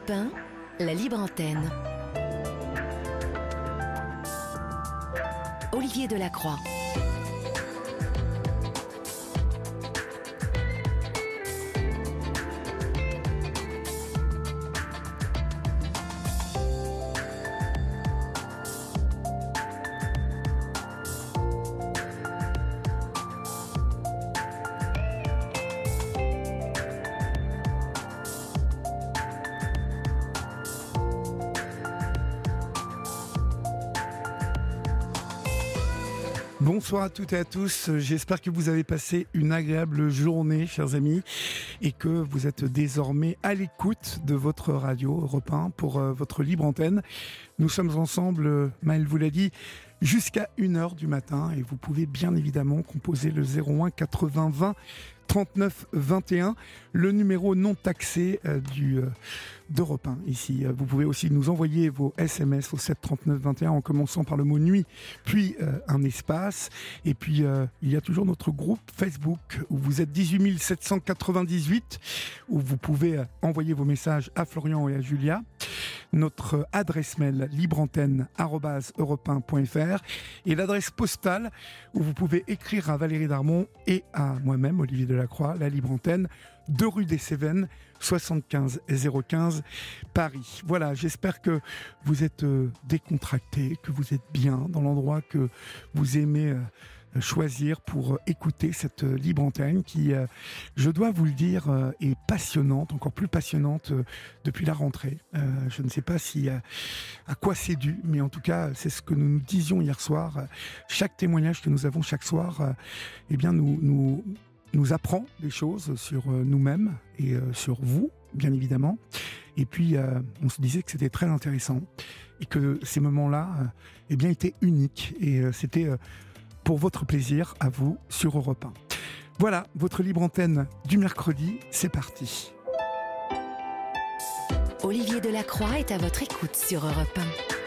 Europe 1, la libre antenne. Olivier Delacroix. Bonsoir à toutes et à tous, j'espère que vous avez passé une agréable journée, chers amis, et que vous êtes désormais à l'écoute de votre radio Europe 1 pour votre libre antenne. Nous sommes ensemble, Maëlle vous l'a dit, jusqu'à 1h du matin, et vous pouvez bien évidemment composer le 01 80 20 39 21, le numéro non taxé d'Europe 1 ici. Vous pouvez aussi nous envoyer vos SMS au 7 39 21 en commençant par le mot nuit, puis un espace. Et puis il y a toujours notre groupe Facebook où vous êtes 18 798, où vous pouvez envoyer vos messages à Florian et à Julia. Notre adresse mail libreantenne@europe1.fr et l'adresse postale où vous pouvez écrire à Valérie Darmon et à moi-même, Olivier Delacroix, la libre antenne, 2 rue des Cévennes, 75 015 Paris. Voilà, j'espère que vous êtes décontractés, que vous êtes bien dans l'endroit que vous aimez choisir pour écouter cette libre antenne qui, je dois vous le dire, est passionnante, encore plus passionnante depuis la rentrée. Je ne sais pas à quoi c'est dû, mais en tout cas, c'est ce que nous nous disions hier soir. Chaque témoignage que nous avons chaque soir, eh bien, nous apprend des choses sur nous-mêmes et sur vous, bien évidemment. Et puis, on se disait que c'était très intéressant et que ces moments-là, eh bien, étaient uniques. Et c'était pour votre plaisir, à vous, sur Europe 1. Voilà, votre libre antenne du mercredi, c'est parti. Olivier Delacroix est à votre écoute sur Europe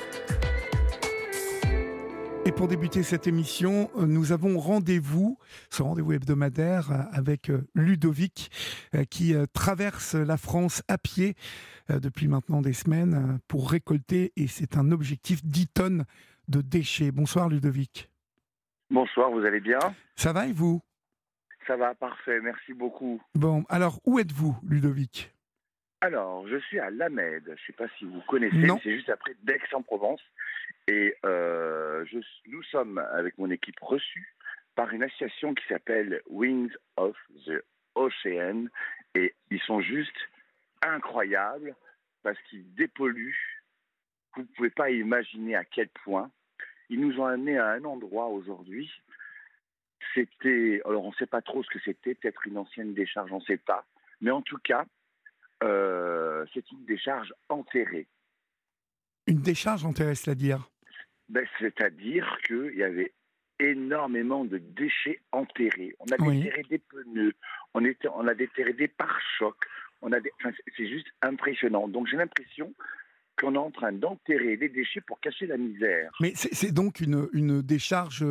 1. Et pour débuter cette émission, nous avons ce rendez-vous hebdomadaire avec Ludovic qui traverse la France à pied depuis maintenant des semaines pour récolter, et c'est un objectif, 10 tonnes de déchets. Bonsoir Ludovic. Bonsoir, vous allez bien ? Ça va et vous ? Ça va, parfait, merci beaucoup. Bon, alors où êtes-vous Ludovic ? Alors, je suis à Lamède, je ne sais pas si vous connaissez, non. C'est juste après d'Aix-en-Provence. Et nous sommes, avec mon équipe, reçus par une association qui s'appelle Wings of the Ocean. Et ils sont juste incroyables parce qu'ils dépolluent. Vous ne pouvez pas imaginer à quel point. Ils nous ont amenés à un endroit aujourd'hui. Alors on ne sait pas trop ce que c'était, peut-être une ancienne décharge, on ne sait pas. Mais en tout cas, c'est une décharge enterrée. Une décharge enterrée, c'est-à-dire ? C'est-à-dire qu'il y avait énormément de déchets enterrés. On a déterré des pneus, on a déterré des pare-chocs. C'est juste impressionnant. Donc j'ai l'impression qu'on est en train d'enterrer des déchets pour cacher la misère. Mais c'est donc une décharge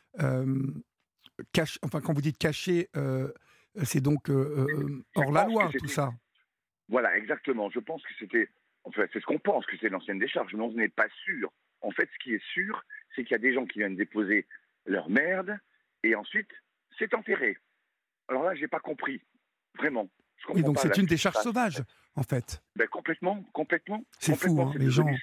enfin quand vous dites cachée, c'est donc hors la loi, tout ça. Voilà, exactement. Je pense que c'est ce qu'on pense que c'est l'ancienne décharge, mais on n'est pas sûr. En fait, ce qui est sûr, c'est qu'il y a des gens qui viennent déposer leur merde et ensuite c'est enterré. Alors là, j'ai pas compris, vraiment. Oui, donc c'est une décharge sauvage, en fait. Complètement. C'est fou, hein, les gens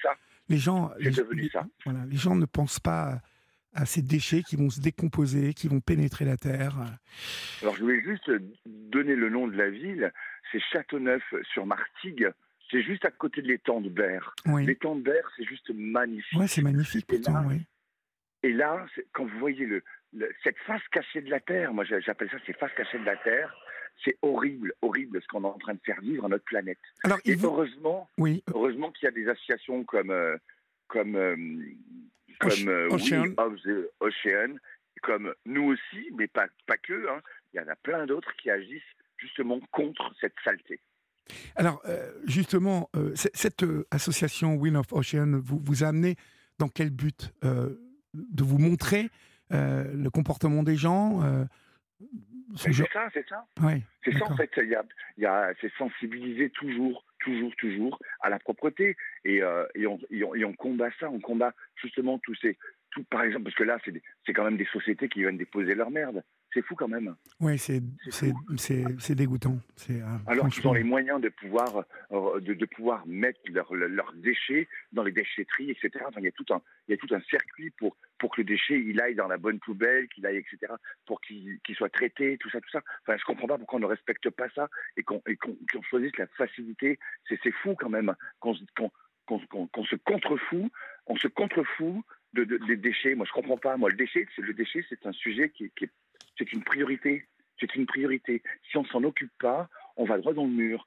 ne pensent pas à ces déchets qui vont se décomposer, qui vont pénétrer la terre. Alors je voulais juste donner le nom de la ville, c'est Châteauneuf-sur-Martigues, c'est juste à côté de l'étang de Berre. Oui. L'étang de Berre, c'est juste magnifique. Ouais, c'est magnifique pourtant, oui. Et là, quand vous voyez cette face cachée de la terre, moi j'appelle ça ces faces cachées de la terre, c'est horrible ce qu'on est en train de faire vivre à notre planète. Alors, heureusement qu'il y a des associations comme Wing of the Ocean, comme nous aussi, mais pas que. Hein. Il y en a plein d'autres qui agissent justement contre cette saleté. Alors, justement, cette association Wing of Ocean vous a amené dans quel but ? De vous montrer le comportement des gens, ce Mais genre... c'est ça. Ouais, C'est ça, en d'accord. fait. C'est sensibiliser toujours à la propreté. Et on combat ça. On combat justement par exemple, parce que là, c'est quand même des sociétés qui viennent déposer leur merde. C'est fou quand même. Ouais, C'est fou. c'est dégoûtant. Alors qu'ils ont Franchement. les moyens de pouvoir mettre leurs déchets dans les déchetteries, etc. Enfin, il y a tout un circuit pour que le déchet il aille dans la bonne poubelle, qu'il aille, etc. Pour qu'il soit traité, tout ça, tout ça. Enfin, je comprends pas pourquoi on ne respecte pas ça et qu'on choisisse la facilité. C'est fou quand même qu'on se contrefout, des déchets. Moi, je comprends pas. Moi, le déchet, c'est un sujet c'est une priorité. C'est une priorité. Si on s'en occupe pas, on va droit dans le mur.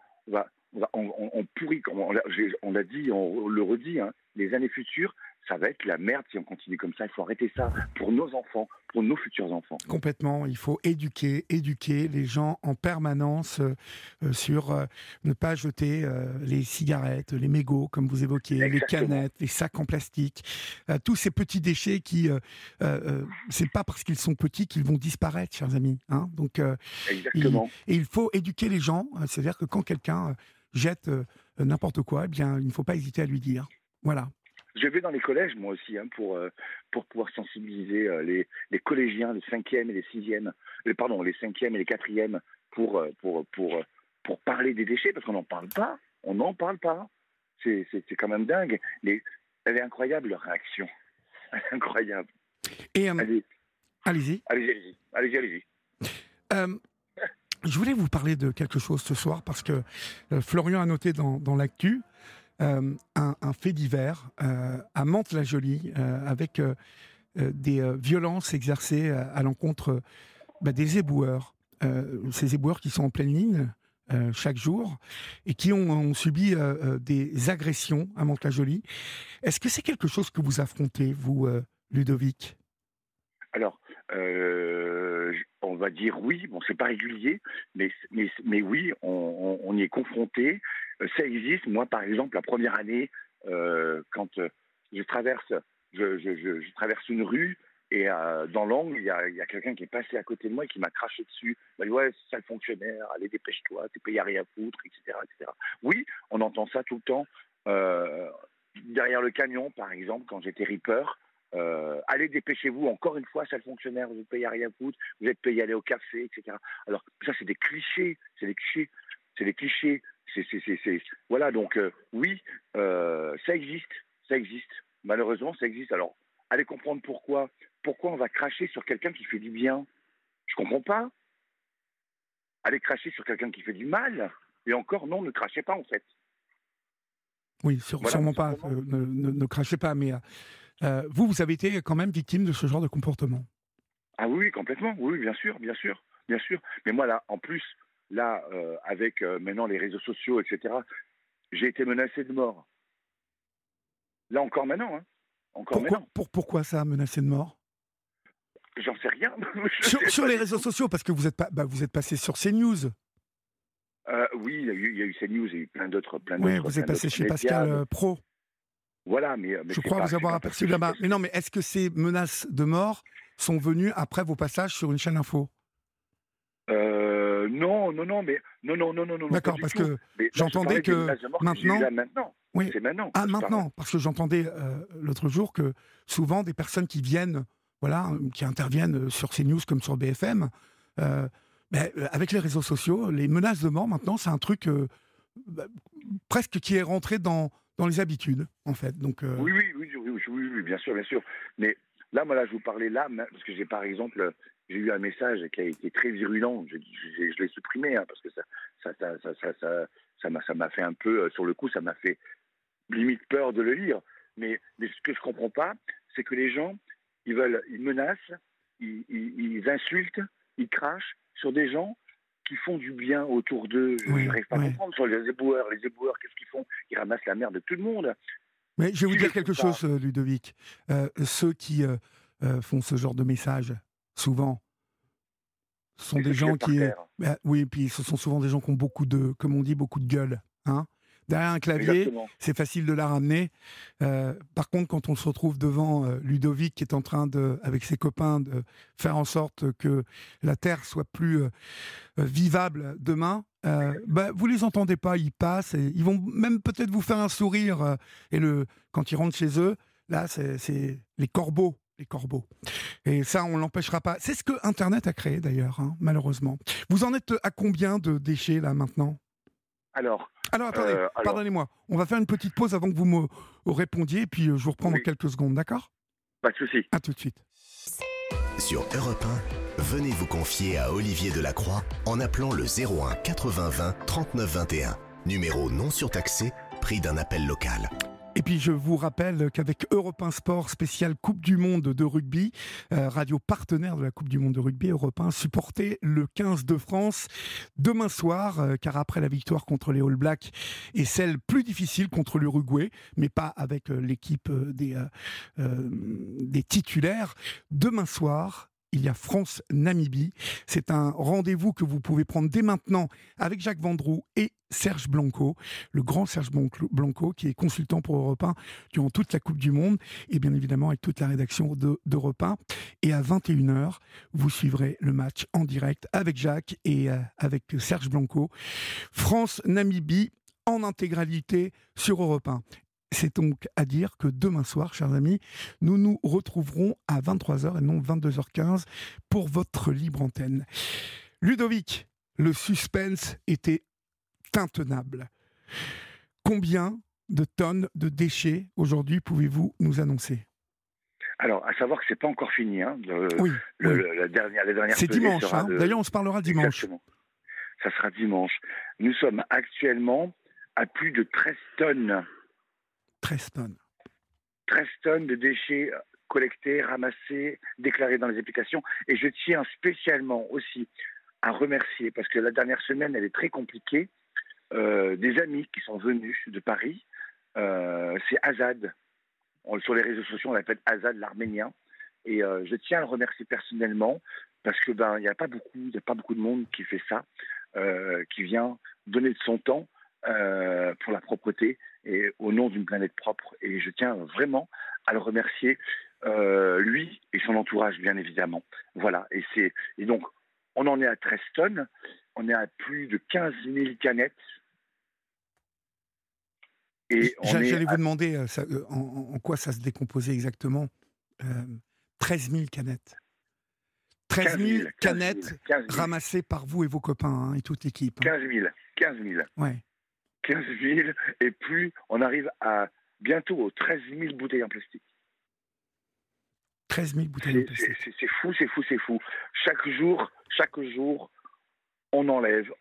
On pourrit. On l'a dit, on le redit. Hein, les années futures, ça va être la merde si on continue comme ça. Il faut arrêter ça pour nos enfants, pour nos futurs enfants. Complètement, il faut éduquer les gens en permanence sur ne pas jeter les cigarettes, les mégots, comme vous évoquiez, les Exactement. canettes, les sacs en plastique, tous ces petits déchets qui, c'est pas parce qu'ils sont petits qu'ils vont disparaître, chers amis. Hein. Donc, Exactement. il faut éduquer les gens, c'est-à-dire que quand quelqu'un jette n'importe quoi, eh bien, il ne faut pas hésiter à lui dire. Voilà. Je vais dans les collèges, moi aussi, hein, pour pouvoir sensibiliser les collégiens, les 5e et les 6e, les 5e et les 4e, pour parler des déchets, parce qu'on n'en parle pas. On n'en parle pas. C'est quand même dingue. Elle est incroyable, leur réaction. Elle est incroyable. Et Allez, allez-y. allez-y. Euh, Je voulais vous parler de quelque chose ce soir parce que Florian a noté dans l'actu un fait divers à Mantes-la-Jolie avec des violences exercées à l'encontre des éboueurs. Ces éboueurs qui sont en pleine ligne chaque jour et qui ont subi des agressions à Mantes-la-Jolie. Est-ce que c'est quelque chose que vous affrontez, vous, Ludovic ? Alors, on va dire oui. Bon, c'est pas régulier, mais oui, on y est confronté. Ça existe. Moi, par exemple, la première année, quand je traverse une rue et dans l'angle, il y a quelqu'un qui est passé à côté de moi et qui m'a craché dessus. Il m'a dit ouais, sale fonctionnaire, allez dépêche-toi, t'es payé à rien foutre, etc., etc. Oui, on entend ça tout le temps. Derrière le camion, par exemple, quand j'étais ripper. Allez, dépêchez-vous, encore une fois, sale fonctionnaire, vous êtes payé à rien foutre, vous êtes payé à aller au café, etc. Alors, ça, c'est des clichés. Voilà, donc, oui, ça existe. Malheureusement, ça existe. Alors, allez comprendre pourquoi on va cracher sur quelqu'un qui fait du bien. Je comprends pas. Allez cracher sur quelqu'un qui fait du mal. Et encore, non, ne crachez pas, en fait. Oui, Voilà, sûrement pas. Ne crachez pas, mais vous avez été quand même victime de ce genre de comportement. Ah oui, complètement. Oui, bien sûr. Mais moi, là, en plus, avec maintenant les réseaux sociaux, etc., j'ai été menacé de mort. Là, encore maintenant. Hein. Pourquoi ça, menacé de mort ? J'en sais rien. Sur les réseaux sociaux, parce que vous êtes passé sur CNews. Oui, il y a eu CNews, il y a eu plein d'autres. Oui, vous êtes passé chez Pascal Pro. Voilà, mais je crois vous avoir aperçu là-bas. Mais non, mais est-ce que ces menaces de mort sont venues après vos passages sur une chaîne info ? Non. D'accord, parce que j'entendais que maintenant. Oui. C'est maintenant. Ah, maintenant, parce que j'entendais l'autre jour que souvent des personnes qui viennent, qui interviennent sur CNews comme sur BFM, avec les réseaux sociaux, les menaces de mort maintenant, c'est un truc presque qui est rentré dans les habitudes, en fait. Donc, Oui, bien sûr. Mais là, je vous parlais parce que j'ai eu un message qui a été très virulent. Je l'ai supprimé parce que ça m'a fait un peu, sur le coup, ça m'a fait limite peur de le lire. Mais ce que je comprends pas, c'est que les gens, ils menacent, ils insultent, ils crachent sur des gens qui font du bien autour d'eux. Je n'arrive pas à comprendre. Sur les éboueurs, qu'est-ce qu'ils font ? Ils ramassent la merde de tout le monde. Mais je vais vous dire quelque chose, Ludovic. Ceux qui font ce genre de messages, souvent, ce sont des gens qui... oui, et puis ce sont souvent des gens qui ont beaucoup de, comme on dit, beaucoup de gueule. Hein, Derrière un clavier, Exactement. c'est facile de la ramener. Par contre, quand on se retrouve devant Ludovic qui est en train avec ses copains de faire en sorte que la Terre soit plus vivable demain, vous les entendez pas, ils passent et ils vont même peut-être vous faire un sourire. Quand ils rentrent chez eux, là, c'est les corbeaux. Les corbeaux. Et ça, on l'empêchera pas. C'est ce que Internet a créé d'ailleurs, hein, malheureusement. Vous en êtes à combien de déchets là maintenant ? Alors, Attendez, pardonnez-moi. On va faire une petite pause avant que vous me répondiez, et puis je vous reprends dans quelques secondes, d'accord ? pas de souci. À tout de suite. Sur Europe 1, venez vous confier à Olivier Delacroix en appelant le 01 80 20 39 21. Numéro non surtaxé, prix d'un appel local. Et puis je vous rappelle qu'avec Europe 1 Sport spécial Coupe du Monde de rugby, radio partenaire de la Coupe du Monde de rugby, Europe 1 supportait le 15 de France demain soir, car après la victoire contre les All Blacks et celle plus difficile contre l'Uruguay, mais pas avec l'équipe des titulaires, demain soir, il y a France-Namibie. C'est un rendez-vous que vous pouvez prendre dès maintenant avec Jacques Vendroux et Serge Blanco, le grand Serge Blanco, qui est consultant pour Europe 1 durant toute la Coupe du Monde, et bien évidemment avec toute la rédaction d'Europe 1. Et à 21h, vous suivrez le match en direct avec Jacques et avec Serge Blanco. France-Namibie en intégralité sur Europe 1. C'est donc à dire que demain soir, chers amis, nous nous retrouverons à 23h et non 22h15 pour votre libre antenne. Ludovic, le suspense était intenable. Combien de tonnes de déchets aujourd'hui pouvez-vous nous annoncer ? Alors, à savoir que c'est pas encore fini. Hein, oui. La dernière c'est dimanche. Hein. D'ailleurs, on se parlera dimanche. Exactement. Ça sera dimanche. Nous sommes actuellement à plus de 13 tonnes. 13 tonnes. 13 tonnes de déchets collectés, ramassés, déclarés dans les applications. Et je tiens spécialement aussi à remercier, parce que la dernière semaine, elle est très compliquée, des amis qui sont venus de Paris. C'est Azad. Sur les réseaux sociaux, on l'appelle Azad l'Arménien. Et je tiens à le remercier personnellement, parce que il n'y a pas beaucoup de monde qui fait ça, qui vient donner de son temps pour la propreté et au nom d'une planète propre. Et je tiens vraiment à le remercier, lui et son entourage, bien évidemment. Voilà. Et donc, on en est à 13 tonnes. On est à plus de 15 000 canettes. Et j'allais vous demander en quoi ça se décomposait exactement. 13 000 canettes. 13 000 canettes 15 000. Ramassées par vous et vos copains, hein, et toute l'équipe. 15 000. 15 000. Ouais. 15 000, et plus on arrive à bientôt aux 13 000 bouteilles en plastique. 13 000 bouteilles en plastique. C'est fou. Chaque jour, on enlève.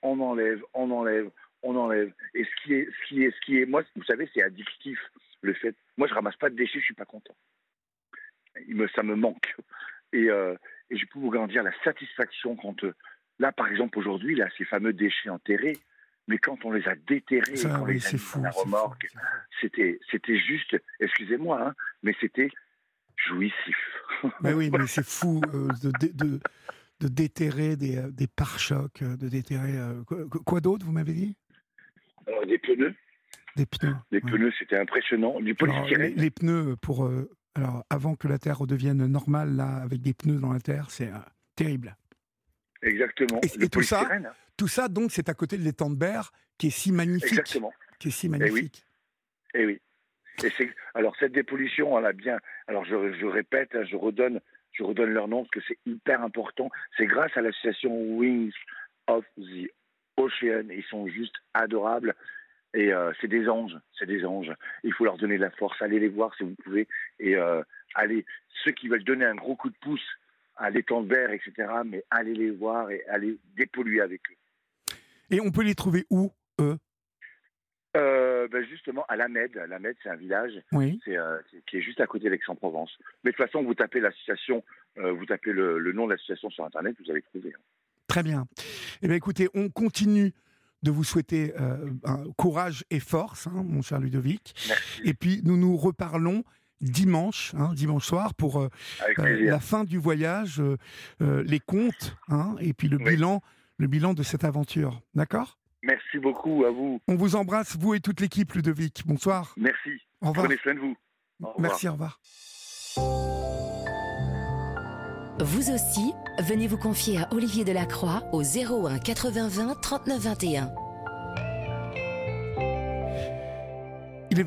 Et ce qui est, moi, vous savez, c'est addictif, le fait. Moi, je ramasse pas de déchets, je suis pas content. Ça me manque. Et je peux vous garantir la satisfaction quand, là, par exemple, aujourd'hui, là, ces fameux déchets enterrés, mais quand on les a déterrés, quand les a mis dans la remorque, c'était juste, excusez-moi, hein, mais c'était jouissif. Mais oui, mais c'est fou de déterrer des pare-chocs, de déterrer... quoi d'autre, vous m'avez dit ? Des pneus. Des pneus. Les pneus, c'était impressionnant. Du polystyrène. Les pneus, alors, avant que la Terre redevienne normale, là, avec des pneus dans la Terre, c'est terrible. Exactement. Et tout ça, donc, c'est à côté de l'étang de Berre, qui est si magnifique. Exactement. Qui est si magnifique. Et oui. Alors, cette dépollution, elle a bien... Alors, je répète, je redonne leur nom, parce que c'est hyper important. C'est grâce à l'association Wings of the Ocean. Ils sont juste adorables. Et c'est des anges. Il faut leur donner de la force. Allez les voir si vous pouvez. Et allez, ceux qui veulent donner un gros coup de pouce à l'étang de Berre, etc., mais allez les voir et allez dépolluer avec eux. Et on peut les trouver où, eux ? Justement, à La Mède. La Mède, c'est un village qui est juste à côté d'Aix-en-Provence. Mais de toute façon, vous tapez l'association, vous tapez le nom de l'association sur Internet, vous allez trouver. Très bien. Eh bien, écoutez, on continue de vous souhaiter courage et force, hein, mon cher Ludovic. Merci. Et puis, nous nous reparlons dimanche soir, pour la fin du voyage, les comptes, hein, et puis le bilan de cette aventure. D'accord ? Merci beaucoup à vous. On vous embrasse, vous et toute l'équipe, Ludovic. Bonsoir. Merci. Au revoir. Prenez soin de vous. Au revoir. Merci, au revoir. Vous aussi, venez vous confier à Olivier Delacroix au 01 80 20 39 21. Il est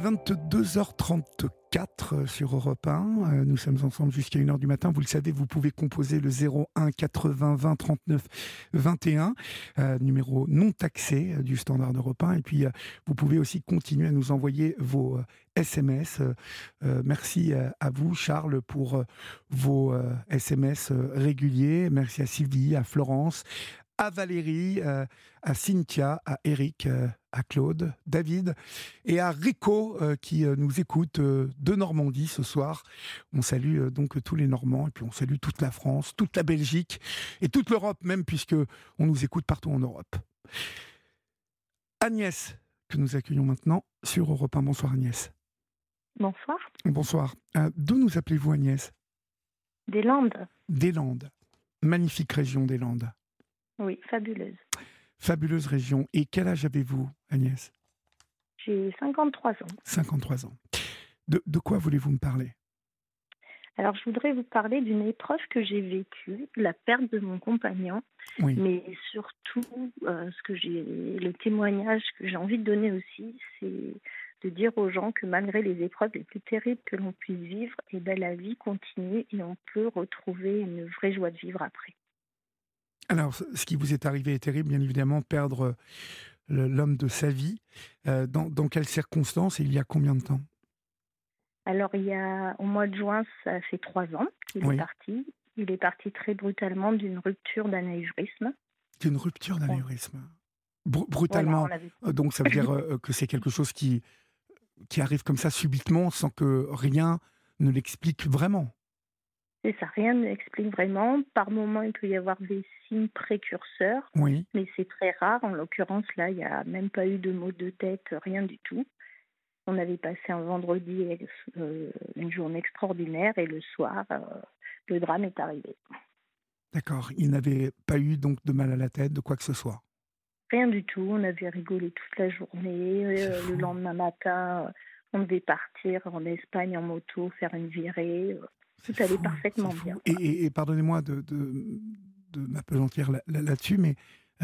22h34 sur Europe 1. Nous sommes ensemble jusqu'à 1h du matin. Vous le savez, vous pouvez composer le 01 80 20 39 21, numéro non taxé du standard d'Europe 1. Et puis, vous pouvez aussi continuer à nous envoyer vos SMS. Merci à vous, Charles, pour vos SMS réguliers. Merci à Sylvie, à Florence, à Valérie, à Cynthia, à Eric, à Claude, David et à Rico qui nous écoute de Normandie ce soir. On salue donc tous les Normands et puis on salue toute la France, toute la Belgique et toute l'Europe même, puisque on nous écoute partout en Europe. Agnès, que nous accueillons maintenant sur Europe 1. Bonsoir Agnès. Bonsoir. Bonsoir. D'où nous appelez-vous Agnès ? Des Landes. Des Landes. Magnifique région des Landes. Oui, fabuleuse. Fabuleuse région. Et quel âge avez-vous, Agnès ? J'ai 53 ans. 53 ans. De quoi voulez-vous me parler ? Alors, je voudrais vous parler d'une épreuve que j'ai vécue, la perte de mon compagnon, Oui. mais surtout, le témoignage que j'ai envie de donner aussi, c'est de dire aux gens que malgré les épreuves les plus terribles que l'on puisse vivre, la vie continue et on peut retrouver une vraie joie de vivre après. Alors, ce qui vous est arrivé est terrible, bien évidemment, perdre l'homme de sa vie. Dans quelles circonstances et il y a combien de temps ? Alors, au mois de juin, ça fait 3 ans qu'il Oui. est parti. Il est parti très brutalement d'une rupture d'anévrisme. D'une rupture d'anévrisme. Brutalement. Voilà, Donc, ça veut dire que c'est quelque chose qui arrive comme ça subitement, sans que rien ne l'explique vraiment. C'est ça, rien ne l'explique vraiment. Par moment, il peut y avoir des signes précurseurs, Oui. mais c'est très rare. En l'occurrence, là, il n'y a même pas eu de maux de tête, rien du tout. On avait passé un vendredi une journée extraordinaire et le soir, le drame est arrivé. D'accord. Il n'avait pas eu donc de mal à la tête, de quoi que ce soit. Rien du tout. On avait rigolé toute la journée. Le lendemain matin, on devait partir en Espagne en moto, faire une virée. Tout allait parfaitement bien. Et pardonnez-moi de m'appesantir là-dessus, mais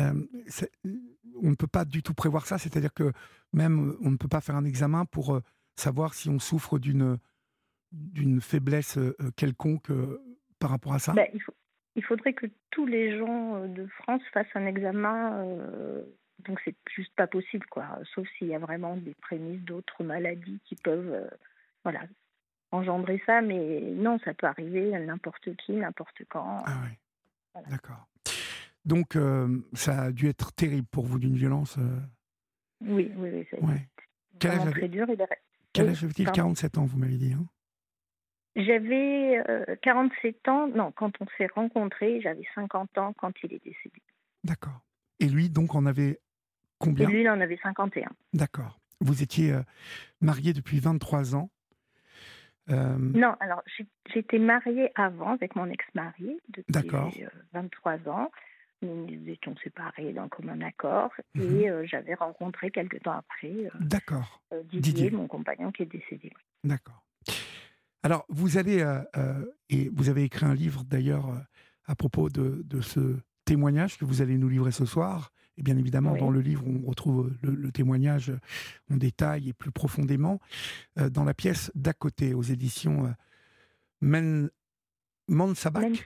on ne peut pas du tout prévoir ça. C'est-à-dire que même on ne peut pas faire un examen pour savoir si on souffre d'une faiblesse quelconque par rapport à ça. Il faudrait que tous les gens de France fassent un examen. Donc c'est juste pas possible, quoi. Sauf s'il y a vraiment des prémices d'autres maladies qui peuvent, engendrer ça, mais non, ça peut arriver à n'importe qui, n'importe quand. Ah oui, Voilà. d'accord. Donc, ça a dû être terrible pour vous, d'une violence. Oui, c'est vraiment très dur. Quel âge avait-il ? 47 ans, vous m'avez dit. Hein ? J'avais 47 ans, non, quand on s'est rencontrés, j'avais 50 ans quand il est décédé. D'accord. Et lui, donc, en avait combien ? Et lui, il en avait 51. D'accord. Vous étiez mariés depuis 23 ans. Non, alors j'étais mariée avant avec mon ex-mari depuis 23 ans. Nous nous étions séparés d'un commun accord et j'avais rencontré quelque temps après Didier, mon compagnon qui est décédé. D'accord. Alors, vous allez, et vous avez écrit un livre d'ailleurs à propos de ce témoignage que vous allez nous livrer ce soir. Et bien évidemment, dans le livre, on retrouve le témoignage en détail et plus profondément. Dans la pièce d'à côté, aux éditions Mensabark.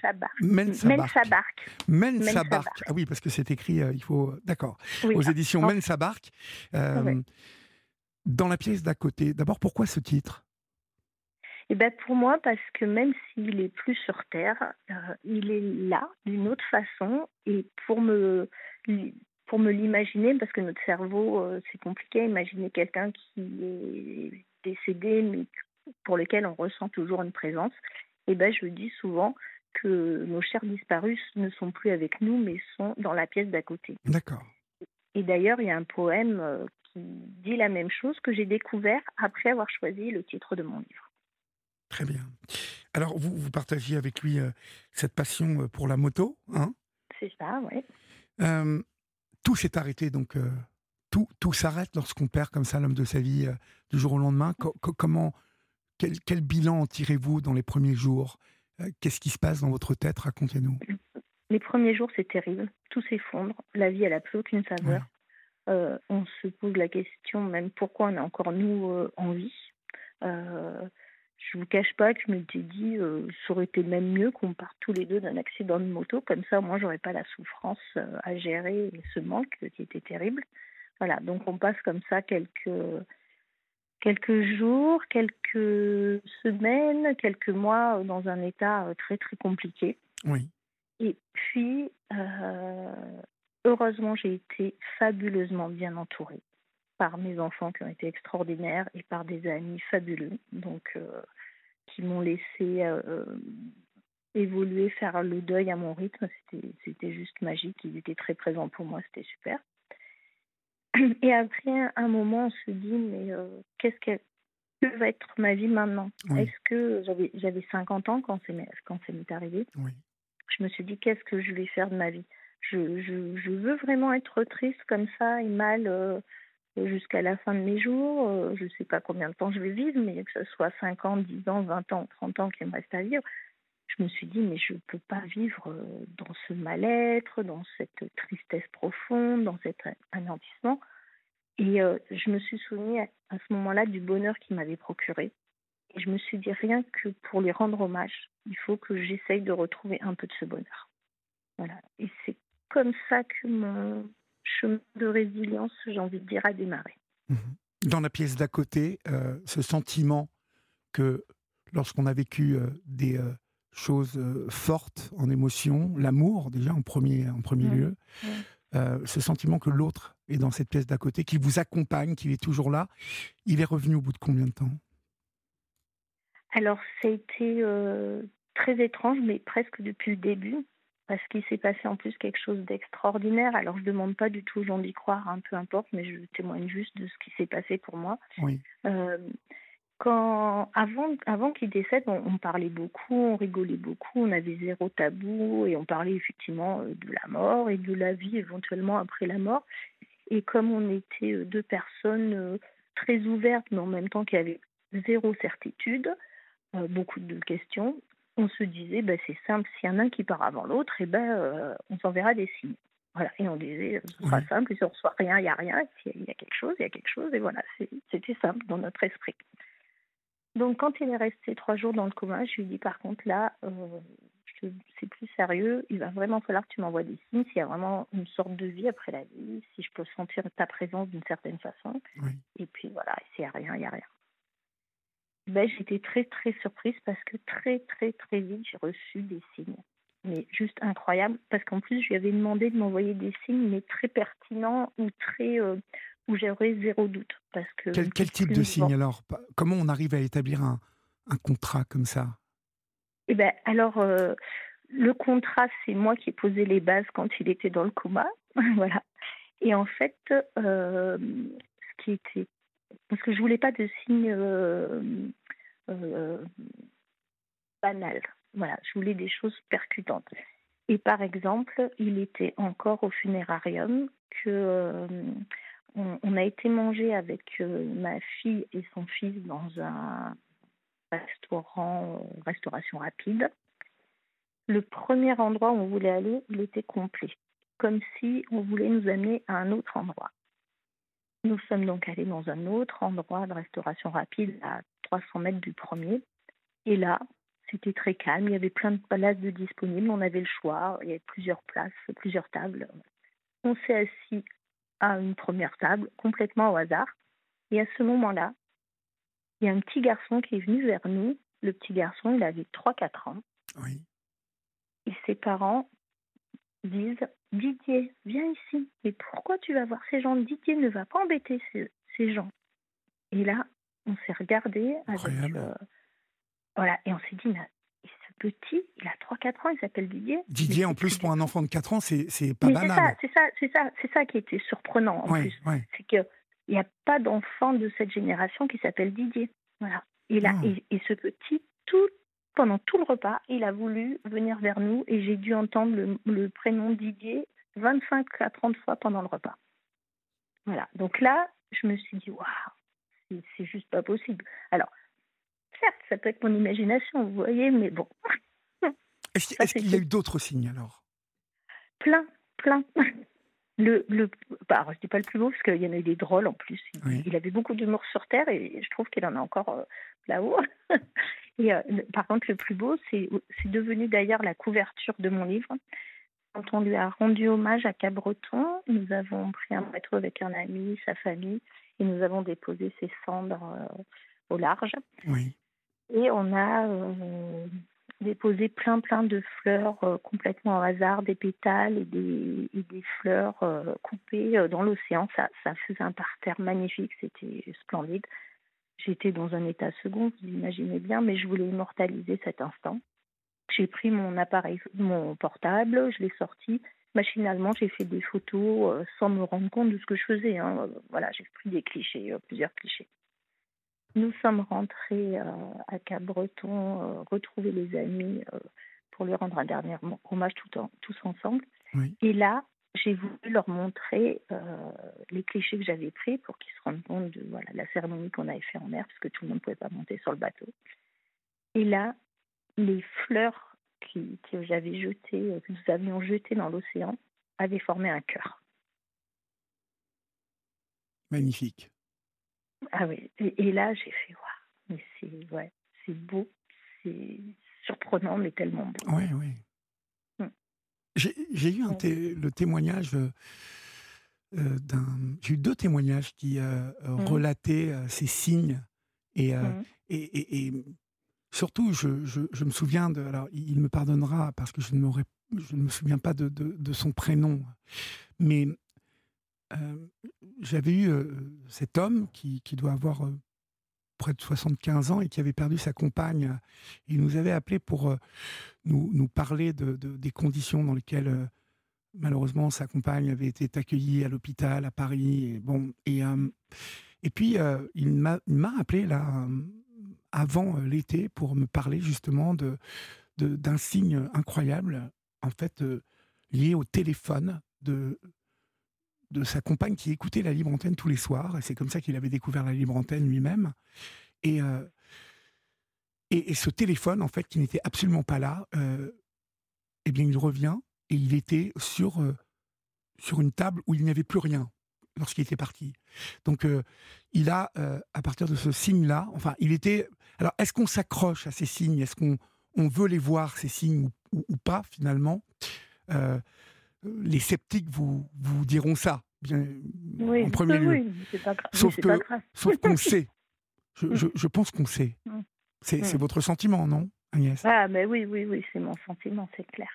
Ah oui, parce que c'est écrit, il faut... D'accord. Oui, aux éditions Mensabark. Dans la pièce d'à côté, d'abord, pourquoi ce titre ? Pour moi, parce que même s'il est plus sur Terre, il est là d'une autre façon. Et pour me l'imaginer, parce que notre cerveau, c'est compliqué à imaginer quelqu'un qui est décédé, mais pour lequel on ressent toujours une présence. Je dis souvent que nos chers disparus ne sont plus avec nous, mais sont dans la pièce d'à côté. D'accord. Et d'ailleurs, il y a un poème qui dit la même chose que j'ai découvert après avoir choisi le titre de mon livre. Très bien. Alors, vous partagiez avec lui cette passion pour la moto, hein ? C'est ça, oui. Tout s'est arrêté donc tout s'arrête lorsqu'on perd comme ça l'homme de sa vie du jour au lendemain. Quel bilan en tirez-vous dans les premiers jours? Qu'est-ce qui se passe dans votre tête? Racontez-nous. Les premiers jours, c'est terrible. Tout s'effondre. La vie, elle n'a plus aucune saveur. On se pose la question même pourquoi on est encore nous en vie. Je vous cache pas que je m'étais dit ça aurait été même mieux qu'on parte tous les deux d'un accident de moto, comme ça moi j'aurais pas la souffrance à gérer et ce manque qui était terrible. Voilà, donc on passe comme ça quelques jours, quelques semaines, quelques mois dans un état très très compliqué. Oui. Et puis heureusement j'ai été fabuleusement bien entourée par mes enfants qui ont été extraordinaires et par des amis fabuleux, donc qui m'ont laissé évoluer, faire le deuil à mon rythme. C'était juste magique. Ils étaient très présents pour moi, c'était super. Et après un moment, on se dit mais que va être ma vie maintenant? Oui. Est-ce que j'avais 50 ans quand ça m'est arrivé? Oui. Je me suis dit qu'est-ce que je vais faire de ma vie? Je veux vraiment être triste comme ça et mal jusqu'à la fin de mes jours. Je ne sais pas combien de temps je vais vivre, mais que ce soit 5 ans, 10 ans, 20 ans, 30 ans qui me reste à vivre. Je me suis dit, mais je ne peux pas vivre dans ce mal-être, dans cette tristesse profonde, dans cet anéantissement. Et je me suis souvenue à ce moment-là du bonheur qu'il m'avait procuré. Et je me suis dit, rien que pour lui rendre hommage, il faut que j'essaye de retrouver un peu de ce bonheur. Voilà. Et c'est comme ça que mon chemin de résilience, j'ai envie de dire, a démarré. Dans la pièce d'à côté, ce sentiment que lorsqu'on a vécu des choses fortes en émotion, l'amour déjà en premier lieu, ce sentiment que l'autre est dans cette pièce d'à côté, qui vous accompagne, qu'il est toujours là, il est revenu au bout de combien de temps? Alors, ça a été très étrange, mais presque depuis le début, parce qu'il s'est passé en plus quelque chose d'extraordinaire. Alors, je ne demande pas du tout aux gens d'y croire, hein, peu importe, mais je témoigne juste de ce qui s'est passé pour moi. Oui. Avant qu'il décède, on parlait beaucoup, on rigolait beaucoup, on avait zéro tabou et on parlait effectivement de la mort et de la vie éventuellement après la mort. Et comme on était deux personnes très ouvertes, mais en même temps qui avaient zéro certitude, beaucoup de questions, on se disait c'est simple, s'il y en a un qui part avant l'autre, on s'enverra des signes. Voilà. Et on disait ce sera simple, et si on ne reçoit rien, il n'y a rien, s'il y a quelque chose, il y a quelque chose, et voilà, c'était simple dans notre esprit. Donc quand il est resté 3 jours dans le coma, je lui ai dit par contre là, c'est plus sérieux, il va vraiment falloir que tu m'envoies des signes, s'il y a vraiment une sorte de vie après la vie, si je peux sentir ta présence d'une certaine façon. Oui. Et puis voilà, s'il n'y a rien, il n'y a rien. J'étais très très surprise parce que très très très vite j'ai reçu des signes, mais juste incroyable, parce qu'en plus je lui avais demandé de m'envoyer des signes mais très pertinents ou très où j'aurais zéro doute, parce que quel type de signe alors? Comment on arrive à établir un contrat comme ça? Alors le contrat, c'est moi qui ai posé les bases quand il était dans le coma. Voilà. Et en fait ce qui était, parce que je voulais pas de signes banales. Voilà, je voulais des choses percutantes. Et par exemple, il était encore au funérarium que on a été manger avec ma fille et son fils dans un restauration rapide. Le premier endroit où on voulait aller, il était complet, comme si on voulait nous amener à un autre endroit. Nous sommes donc allés dans un autre endroit de restauration rapide à 300 mètres du premier. Et là, c'était très calme. Il y avait plein de places de disponibles. On avait le choix. Il y avait plusieurs places, plusieurs tables. On s'est assis à une première table, complètement au hasard. Et à ce moment-là, il y a un petit garçon qui est venu vers nous. Le petit garçon, il avait 3-4 ans. Oui. Et ses parents disent « Didier, viens ici. Mais pourquoi tu vas voir ces gens? Didier ne va pas embêter ces gens. » Et là, on s'est regardé avec... voilà, et on s'est dit, mais ce petit, il a 3-4 ans, il s'appelle Didier. Didier, en plus, pour un enfant de 4 ans, c'est pas banal. C'est ça qui était surprenant, en plus. Ouais. C'est qu'il n'y a pas d'enfant de cette génération qui s'appelle Didier. Voilà. Et ce petit, pendant tout le repas, il a voulu venir vers nous et j'ai dû entendre le prénom Didier 25 à 30 fois pendant le repas. Voilà. Donc là, je me suis dit, waouh, c'est juste pas possible. Alors, certes, ça peut être mon imagination, vous voyez, mais bon. Ça, Est-ce qu'il y a eu d'autres signes alors? plein, plein. Alors, je dis pas le plus beau, parce qu'il y en a eu des drôles en plus. Oui. Il avait beaucoup d'humour sur Terre et je trouve qu'il en a encore là-haut. Et par contre, le plus beau, c'est devenu d'ailleurs la couverture de mon livre. Quand on lui a rendu hommage à Cabreton, nous avons pris un bateau avec un ami, sa famille, et nous avons déposé ses cendres au large. Oui. Et on a déposé plein de fleurs complètement au hasard, des pétales et des fleurs coupées dans l'océan. Ça faisait un parterre magnifique, c'était splendide. J'étais dans un état second, vous imaginez bien, mais je voulais immortaliser cet instant. J'ai pris mon appareil, mon portable, je l'ai sorti. Machinalement, j'ai fait des photos sans me rendre compte de ce que je faisais. Voilà, j'ai pris des clichés, plusieurs clichés. Nous sommes rentrés à Cap-Breton, retrouver les amis pour lui rendre un dernier hommage tous ensemble. Oui. Et là, j'ai voulu leur montrer les clichés que j'avais pris pour qu'ils se rendent compte de la cérémonie qu'on avait fait en mer, parce que tout le monde ne pouvait pas monter sur le bateau. Et là, les fleurs que j'avais jetées, que nous avions jetées dans l'océan, avaient formé un cœur. Magnifique. Ah oui, et là j'ai fait waouh, mais c'est beau, c'est surprenant, mais tellement beau. Oui, oui. J'ai eu le témoignage j'ai eu 2 témoignages qui relataient ces signes et surtout je me souviens alors il me pardonnera parce que je ne me souviens pas de son prénom, mais j'avais eu cet homme qui doit avoir près de 75 ans et qui avait perdu sa compagne. Il nous avait appelé pour nous parler des conditions dans lesquelles malheureusement sa compagne avait été accueillie à l'hôpital à Paris. Et puis il m'a appelé là avant l'été pour me parler justement d'un signe incroyable, en fait lié au téléphone de sa compagne qui écoutait la libre antenne tous les soirs, et c'est comme ça qu'il avait découvert la libre antenne lui-même. Et ce téléphone, en fait, qui n'était absolument pas là, eh bien, il revient et il était sur une table où il n'y avait plus rien lorsqu'il était parti. Donc, il a, à partir de ce signe-là, enfin, il était... Alors, est-ce qu'on s'accroche à ces signes? Est-ce qu'on veut les voir, ces signes, ou pas, finalement? Les sceptiques vous diront ça, bien, oui, en premier lieu. Oui, c'est pas grave. Sauf qu'on sait. Je pense qu'on sait. C'est votre sentiment, non, Agnès? Ah, mais oui, c'est mon sentiment, c'est clair.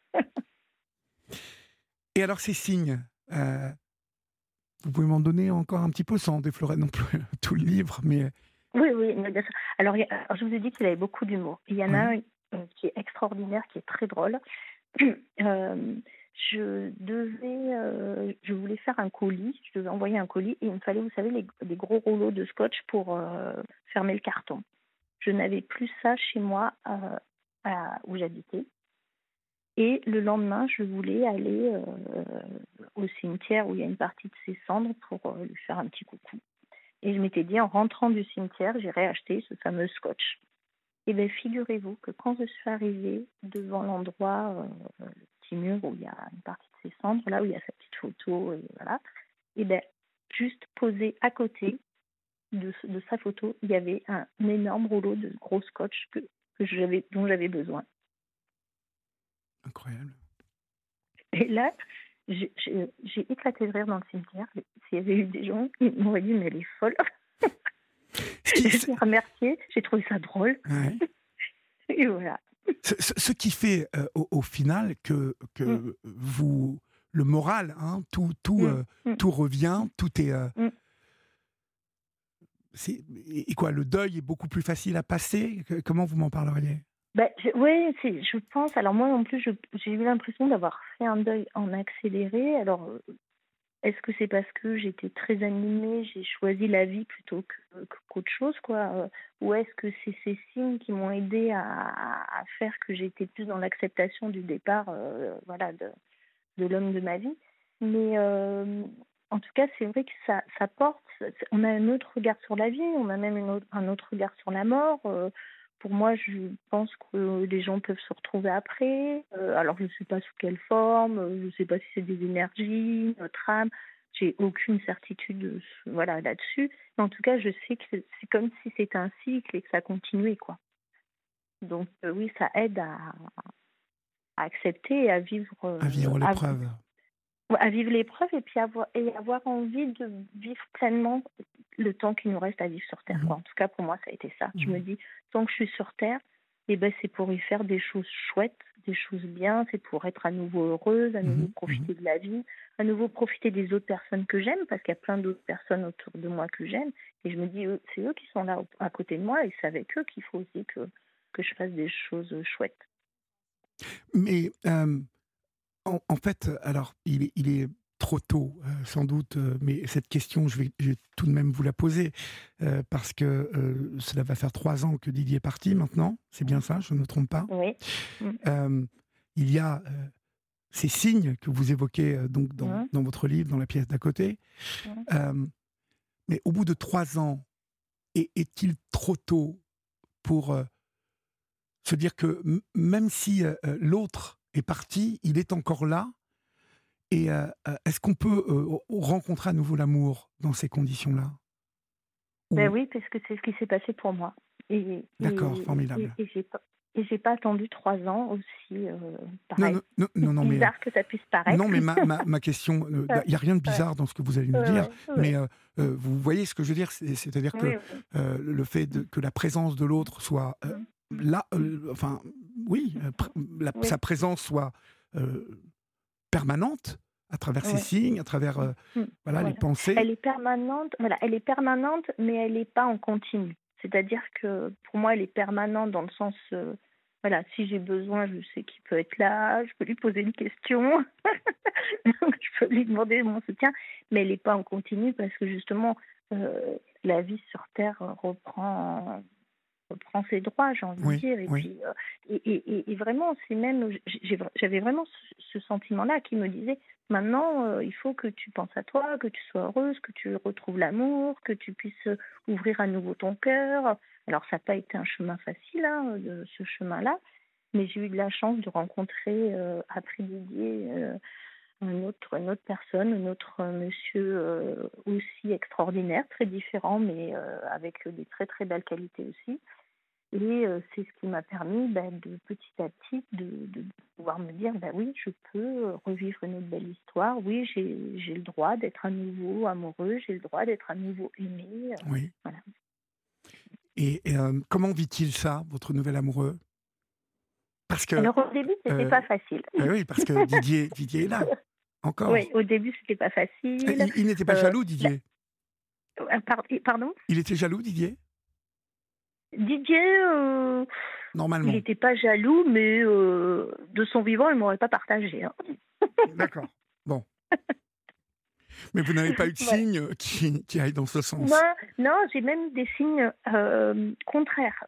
Et alors, ces signes, vous pouvez m'en donner encore un petit peu, sans déflorer non plus tout le livre, mais... Oui, mais bien sûr. Alors, je vous ai dit qu'il avait beaucoup d'humour. Il y en a un qui est extraordinaire, qui est très drôle. Je voulais faire un colis, je devais envoyer un colis et il me fallait, vous savez, les gros rouleaux de scotch pour fermer le carton. Je n'avais plus ça chez moi où j'habitais. Et le lendemain, je voulais aller au cimetière où il y a une partie de ses cendres pour lui faire un petit coucou. Et je m'étais dit, en rentrant du cimetière, j'irai acheter ce fameux scotch. Et bien, figurez-vous que quand je suis arrivée devant l'endroit, le petit mur où il y a une partie de ses cendres, là où il y a sa petite photo, et voilà, et bien, juste posé à côté de sa photo, il y avait un énorme rouleau de gros scotch dont j'avais besoin. Incroyable. Et là, j'ai éclaté de rire dans le cimetière. S'il y avait eu des gens, ils m'auraient dit, mais elle est folle. Je l'ai remercié, j'ai trouvé ça drôle. Ouais. Et voilà. Ce qui fait au final que vous, le moral, hein, tout revient, tout est... Et quoi, le deuil est beaucoup plus facile à passer? Comment vous m'en parleriez? Oui, je pense. Alors moi non plus, j'ai eu l'impression d'avoir fait un deuil en accéléré. Alors, est-ce que c'est parce que j'étais très animée, j'ai choisi la vie plutôt qu'autre chose, quoi? Ou est-ce que c'est ces signes qui m'ont aidé à faire que j'étais plus dans l'acceptation du départ, de l'homme de ma vie? Mais en tout cas, c'est vrai que ça porte. On a un autre regard sur la vie, on a même un autre regard sur la mort. Pour moi, je pense que les gens peuvent se retrouver après. Alors, je ne sais pas sous quelle forme, je ne sais pas si c'est des énergies, notre âme. J'ai aucune certitude voilà, là-dessus. Mais en tout cas, je sais que c'est comme si c'était un cycle et que ça continuait, quoi. Donc, oui, ça aide à accepter et À vivre l'épreuve. à vivre l'épreuve et puis avoir envie de vivre pleinement le temps qu'il nous reste à vivre sur Terre, quoi. En tout cas, pour moi, ça a été ça. Je me dis, tant que je suis sur Terre, c'est pour y faire des choses chouettes, des choses bien, c'est pour être à nouveau heureuse, à nouveau profiter de la vie, à nouveau profiter des autres personnes que j'aime, parce qu'il y a plein d'autres personnes autour de moi que j'aime. Et je me dis, c'est eux qui sont là à côté de moi et c'est avec eux qu'il faut aussi que je fasse des choses chouettes. Mais en fait, alors, il est trop tôt, sans doute, mais cette question, je vais tout de même vous la poser, parce que cela va faire 3 ans que Didier est parti maintenant, c'est bien ça, je ne me trompe pas? Oui. Il y a ces signes que vous évoquez donc dans votre livre, dans la pièce d'à côté. Mais au bout de 3 ans, est-il trop tôt pour se dire que même si l'autre est parti, il est encore là? Et est-ce qu'on peut rencontrer à nouveau l'amour dans ces conditions-là? Oui, parce que c'est ce qui s'est passé pour moi. D'accord, formidable. Et j'ai pas attendu 3 ans aussi, pareil. Non, mais bizarre que ça puisse paraître. Non, mais ma question, il n'y a rien de bizarre dans ce que vous allez me dire, mais vous voyez ce que je veux dire, c'est-à-dire que le fait que la présence de l'autre soit là, sa présence soit permanente à travers ces signes, à travers les pensées. Elle est permanente, mais elle n'est pas en continu. C'est-à-dire que pour moi, elle est permanente dans le sens, si j'ai besoin, je sais qu'il peut être là, je peux lui poser une question, je peux lui demander mon soutien, mais elle n'est pas en continu parce que justement, la vie sur Terre reprend ses droits, j'ai envie de dire. Et puis, et vraiment, c'est même, j'avais vraiment ce sentiment-là qui me disait, maintenant, il faut que tu penses à toi, que tu sois heureuse, que tu retrouves l'amour, que tu puisses ouvrir à nouveau ton cœur. Alors, ça n'a pas été un chemin facile, de ce chemin-là, mais j'ai eu de la chance de rencontrer, après Didier, une autre personne, un autre monsieur aussi extraordinaire, très différent, mais avec des très très belles qualités aussi. Et c'est ce qui m'a permis de petit à petit de pouvoir me dire oui, je peux revivre une autre belle histoire, oui, j'ai le droit d'être à nouveau amoureux, j'ai le droit d'être à nouveau aimé. Oui. Voilà. Et comment vit-il ça, votre nouvel amoureux? Parce que, alors au début, c'était pas facile. Oui, parce que Didier est là, encore. Oui, au début, c'était pas facile. Il n'était pas jaloux, Didier? Pardon? Il était jaloux, Didier? Didier, normalement, il n'était pas jaloux, mais de son vivant, il ne m'aurait pas partagé. D'accord, bon. Mais vous n'avez pas eu de signes qui aillent dans ce sens? Non, j'ai même eu des signes contraires,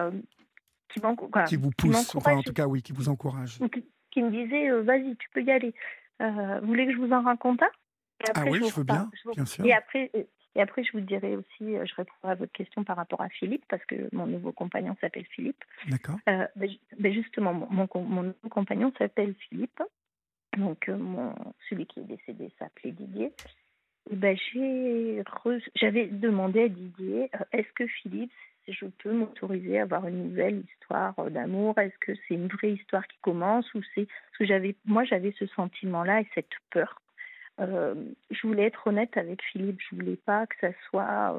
qui vous poussent, en tout cas, oui, qui vous encouragent. Qui me disaient, vas-y, tu peux y aller. Vous voulez que je vous en raconte un? Oui, je veux bien, bien sûr. Et après, je vous dirai aussi, je répondrai à votre question par rapport à Philippe, parce que mon nouveau compagnon s'appelle Philippe. D'accord. Justement, mon nouveau compagnon s'appelle Philippe. Donc, celui qui est décédé s'appelait Didier. Et j'avais demandé à Didier, est-ce que Philippe, je peux m'autoriser à avoir une nouvelle histoire d'amour? Est-ce que c'est une vraie histoire qui commence ou c'est... Parce que j'avais ce sentiment-là et cette peur. Je voulais être honnête avec Philippe. Je voulais pas que ça soit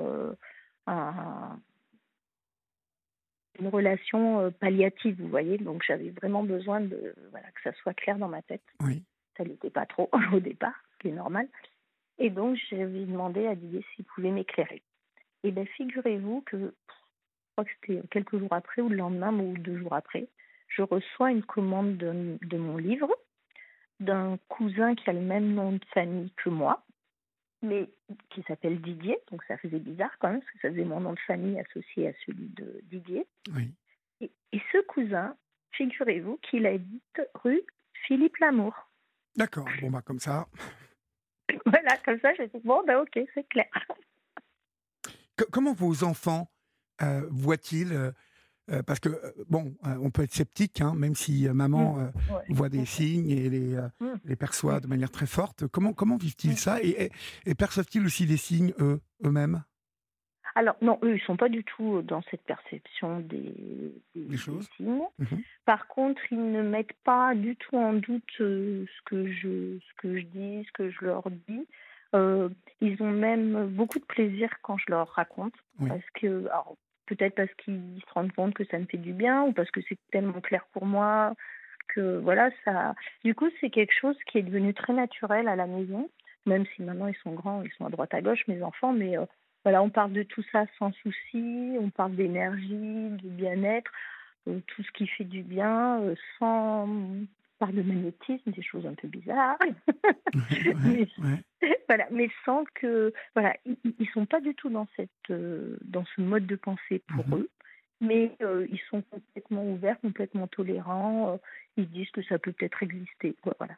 une relation palliative, vous voyez. Donc j'avais vraiment besoin que ça soit clair dans ma tête. Oui. Ça l'était pas trop au départ, ce qui est normal. Et donc j'avais demandé à Didier s'il pouvait m'éclairer. Et figurez-vous que, je crois que c'était quelques jours après, ou le lendemain, ou 2 jours après, je reçois une commande de mon livre, d'un cousin qui a le même nom de famille que moi, mais qui s'appelle Didier, donc ça faisait bizarre quand même, parce que ça faisait mon nom de famille associé à celui de Didier. Oui. Et ce cousin, figurez-vous qu'il habite rue Philippe Lamour. D'accord, bon comme ça. Voilà, comme ça, je dis, bon, ok, c'est clair. Comment vos enfants voient-ils parce que, on peut être sceptique, hein, même si maman Ouais, voit des ok. signes et Mm, les perçoit mm, de manière très forte. Comment vivent-ils mm. ça et perçoivent-ils aussi des signes, eux-mêmes, Alors, non, eux, ils sont pas du tout dans cette perception des des choses? signes. Mhm. Par contre, ils ne mettent pas du tout en doute ce que je dis, ce que je leur dis. Ils ont même beaucoup de plaisir quand je leur raconte, Oui. parce que, alors, peut-être parce qu'ils se rendent compte que ça me fait du bien, ou parce que c'est tellement clair pour moi que voilà, ça. Du coup, c'est quelque chose qui est devenu très naturel à la maison, même si maintenant ils sont grands, ils sont à droite à gauche, mes enfants, mais voilà, on parle de tout ça sans souci, on parle d'énergie, de bien-être, tout ce qui fait du bien, sans. On parle de magnétisme, des choses un peu bizarres, Ouais, mais ouais. voilà, mais sans que voilà, ils sont pas du tout dans ce mode de pensée pour Mhm. eux, mais ils sont complètement ouverts, complètement tolérants. Ils disent que ça peut peut-être exister, quoi, voilà.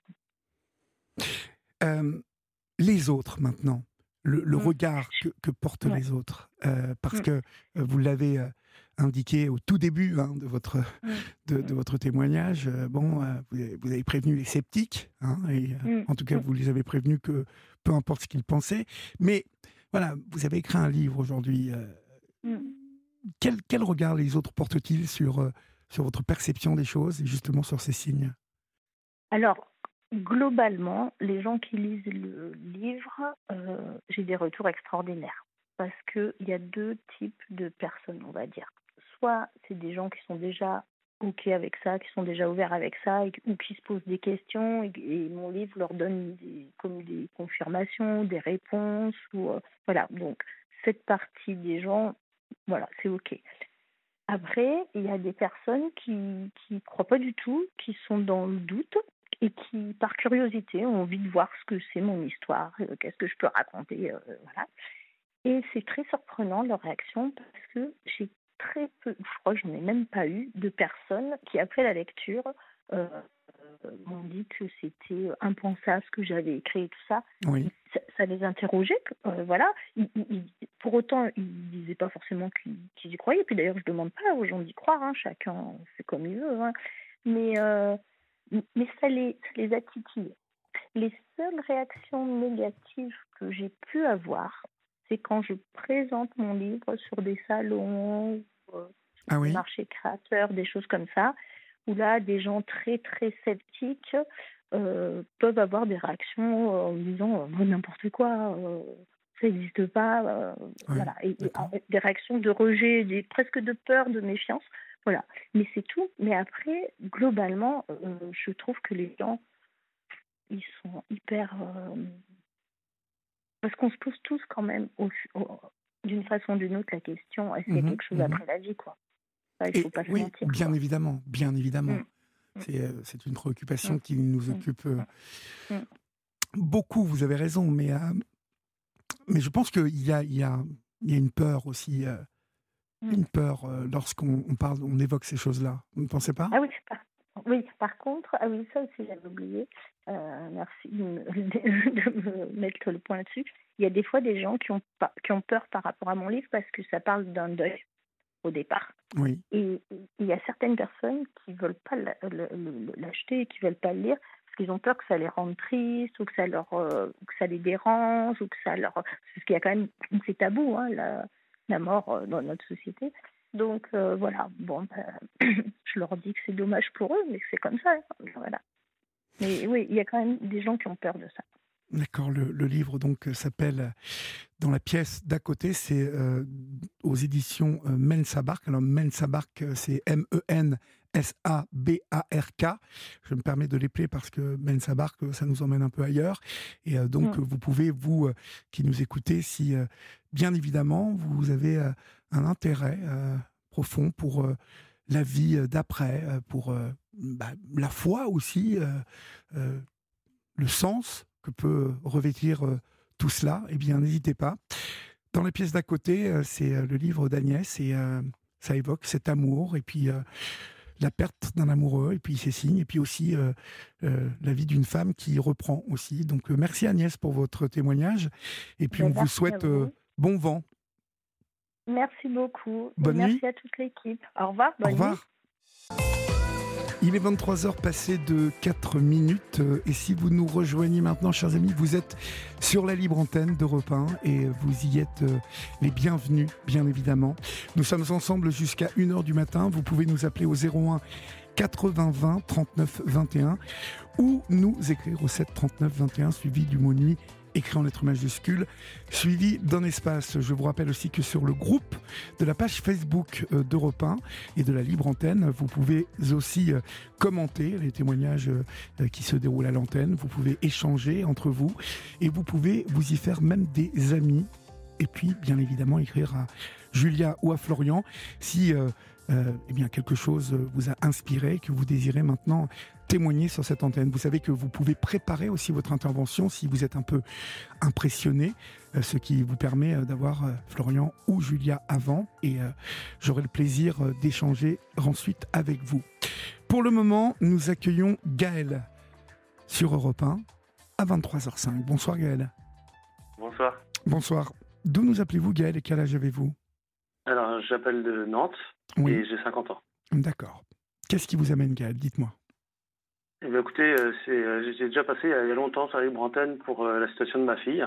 Euh, les autres maintenant, le Mm. regard que portent Ouais. les autres, parce Mm. que vous l'avez indiqué au tout début hein, Mm. de votre témoignage, vous avez prévenu les sceptiques, hein, et Mm. en tout cas Mm. vous les avez prévenus que peu importe ce qu'ils pensaient, mais voilà, vous avez écrit un livre aujourd'hui. Mm. Quel regard les autres portent-ils sur votre perception des choses et justement sur ces signes? Alors, globalement, les gens qui lisent le livre, j'ai des retours extraordinaires. Parce qu'il y a deux types de personnes, on va dire. Soit c'est des gens qui sont déjà OK avec ça, qui sont déjà ouverts avec ça, ou qui se posent des questions, et mon livre leur donne comme des confirmations, des réponses. Voilà, donc cette partie des gens, voilà, c'est OK. Après, il y a des personnes qui croient pas du tout, qui sont dans le doute et qui, par curiosité, ont envie de voir ce que c'est mon histoire, qu'est-ce que je peux raconter, voilà. Et c'est très surprenant leur réaction parce que j'ai très peu, je crois que je n'ai même pas eu de personnes qui, après la lecture, euh, m'ont dit que c'était impensable ce que j'avais écrit et tout ça. Oui, Ça les interrogeait, voilà. Pour autant, ils ne disaient pas forcément qu'ils y croyaient. Puis d'ailleurs, je ne demande pas aux gens d'y croire, hein, chacun fait comme il veut. Hein. Mais, mais ça les a titillés. Les seules réactions négatives que j'ai pu avoir, c'est quand je présente mon livre sur des salons, sur ah des oui, marchés créateurs, des choses comme ça, où là, des gens très, très sceptiques peuvent avoir des réactions en me disant n'importe quoi, ça n'existe pas, oui, voilà. Et d'accord. des réactions de rejet, presque de peur, de méfiance, voilà. Mais c'est tout. Mais après, globalement, je trouve que les gens ils sont hyper. Parce qu'on se pose tous quand même, d'une façon ou d'une autre, la question est-ce qu'il y a Mhm, quelque chose mhm. après la vie, quoi. Ça, il ne Et faut pas se oui, mentir, quoi. bien évidemment. Mm, mm, C'est une préoccupation mm, qui nous mm, occupe mm, beaucoup, vous avez raison, mais je pense qu'il y a une peur aussi, mm. une peur lorsqu'on parle, on évoque ces choses-là. Vous ne pensez pas? Ah oui, oui, par contre, ah oui, ça aussi j'avais oublié. Merci de me mettre le point là-dessus. Il y a des fois des gens qui ont peur par rapport à mon livre parce que ça parle d'un deuil au départ. Oui, Et il y a certaines personnes qui ne veulent pas l'acheter et qui ne veulent pas le lire parce qu'ils ont peur que ça les rende tristes ou que que ça les dérange ou que ça leur. Parce qu'il y a quand même. C'est tabou, hein, la mort dans notre société. Donc voilà, bon, je leur dis que c'est dommage pour eux, mais que c'est comme ça. Hein, voilà. Mais oui, il y a quand même des gens qui ont peur de ça. d'accord. Le livre donc s'appelle Dans la pièce d'à côté, c'est aux éditions Mensabark. Alors Mensabark, c'est Mensabark. Je me permets de l'épeler parce que Mensabark, ça nous emmène un peu ailleurs. Et donc vous pouvez, vous qui nous écoutez, si bien évidemment vous avez un intérêt profond pour la vie d'après, pour la foi aussi, le sens que peut revêtir tout cela, eh bien, n'hésitez pas. Dans la pièce d'à côté, c'est le livre d'Agnès et ça évoque cet amour et puis la perte d'un amoureux, et puis ces signes, et puis aussi la vie d'une femme qui reprend aussi. Donc merci Agnès pour votre témoignage, et puis on vous souhaite bon vent. Merci beaucoup. Bonne nuit. Merci à toute l'équipe. Au revoir. Au revoir. Il est 23h passé de 4 minutes et si vous nous rejoignez maintenant, chers amis, vous êtes sur la libre antenne d'Europe 1 et vous y êtes les bienvenus, bien évidemment. Nous sommes ensemble jusqu'à 1h du matin. Vous pouvez nous appeler au 01 80 20 39 21 ou nous écrire au 7 39 21 suivi du mot nuit écrit en lettres majuscules, suivi d'un espace. Je vous rappelle aussi que sur le groupe de la page Facebook d'Europe 1 et de la Libre Antenne, vous pouvez aussi commenter les témoignages qui se déroulent à l'antenne, vous pouvez échanger entre vous et vous pouvez vous y faire même des amis et puis bien évidemment écrire à Julia ou à Florian si eh bien, quelque chose vous a inspiré, que vous désirez maintenant témoigner sur cette antenne. Vous savez que vous pouvez préparer aussi votre intervention si vous êtes un peu impressionné, ce qui vous permet d'avoir Florian ou Julia avant et j'aurai le plaisir d'échanger ensuite avec vous. Pour le moment, nous accueillons Gaël sur Europe 1 à 23h05. Bonsoir Gaël. Bonsoir. Bonsoir. D'où nous appelez-vous Gaël et quel âge avez-vous ? Alors, j'appelle de Nantes et j'ai 50 ans. D'accord. Qu'est-ce qui vous amène Gaël ? Dites-moi. Eh bien, écoutez, j'ai déjà passé il y a longtemps sur la libre antenne pour la situation de ma fille.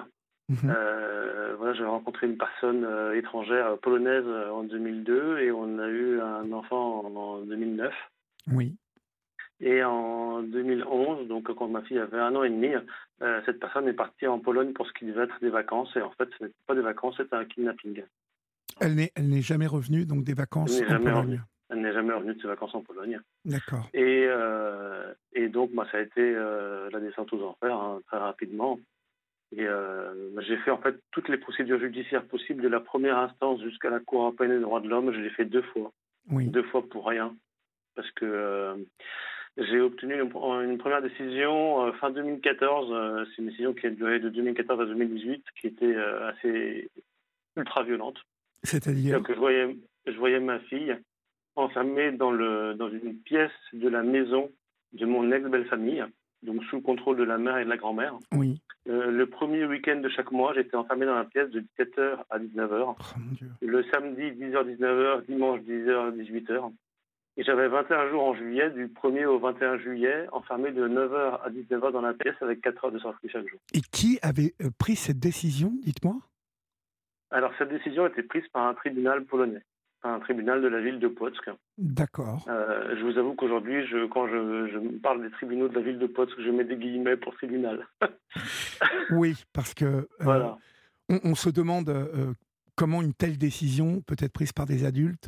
Voilà, j'ai rencontré une personne étrangère polonaise en 2002 et on a eu un enfant en 2009. Oui. Et en 2011, donc quand ma fille avait 1 an et demi, cette personne est partie en Pologne pour ce qui devait être des vacances. Et en fait, ce n'était pas des vacances, c'était un kidnapping. Elle n'est jamais revenue, donc des vacances en Pologne. Elle n'est jamais revenue de ses vacances en Pologne. D'accord. Et donc, ça a été la descente aux enfers, très rapidement. Et j'ai fait en fait toutes les procédures judiciaires possibles, de la première instance jusqu'à la Cour européenne des droits de l'homme. Je l'ai fait 2 fois. Oui. 2 fois pour rien. Parce que j'ai obtenu une première décision fin 2014. C'est une décision qui a duré de 2014 à 2018, qui était assez ultra violente. C'est-à-dire que je voyais ma fille enfermée dans une pièce de la maison de mon ex-belle-famille, donc sous le contrôle de la mère et de la grand-mère. Oui. Le premier week-end de chaque mois, j'étais enfermé dans la pièce de 17h à 19h. Oh, mon Dieu. Le samedi, 10h-19h, dimanche, 10h-18h. Et j'avais 21 jours en juillet, du 1er au 21 juillet, enfermé de 9h à 19h dans la pièce avec 4 heures de sortie chaque jour. Et qui avait pris cette décision, dites-moi ? Alors, cette décision a été prise par un tribunal polonais, un tribunal de la ville de Płock. D'accord. Je vous avoue qu'aujourd'hui, quand je parle des tribunaux de la ville de Płock, je mets des guillemets pour tribunal. Oui, parce que voilà. on se demande comment une telle décision peut être prise par des adultes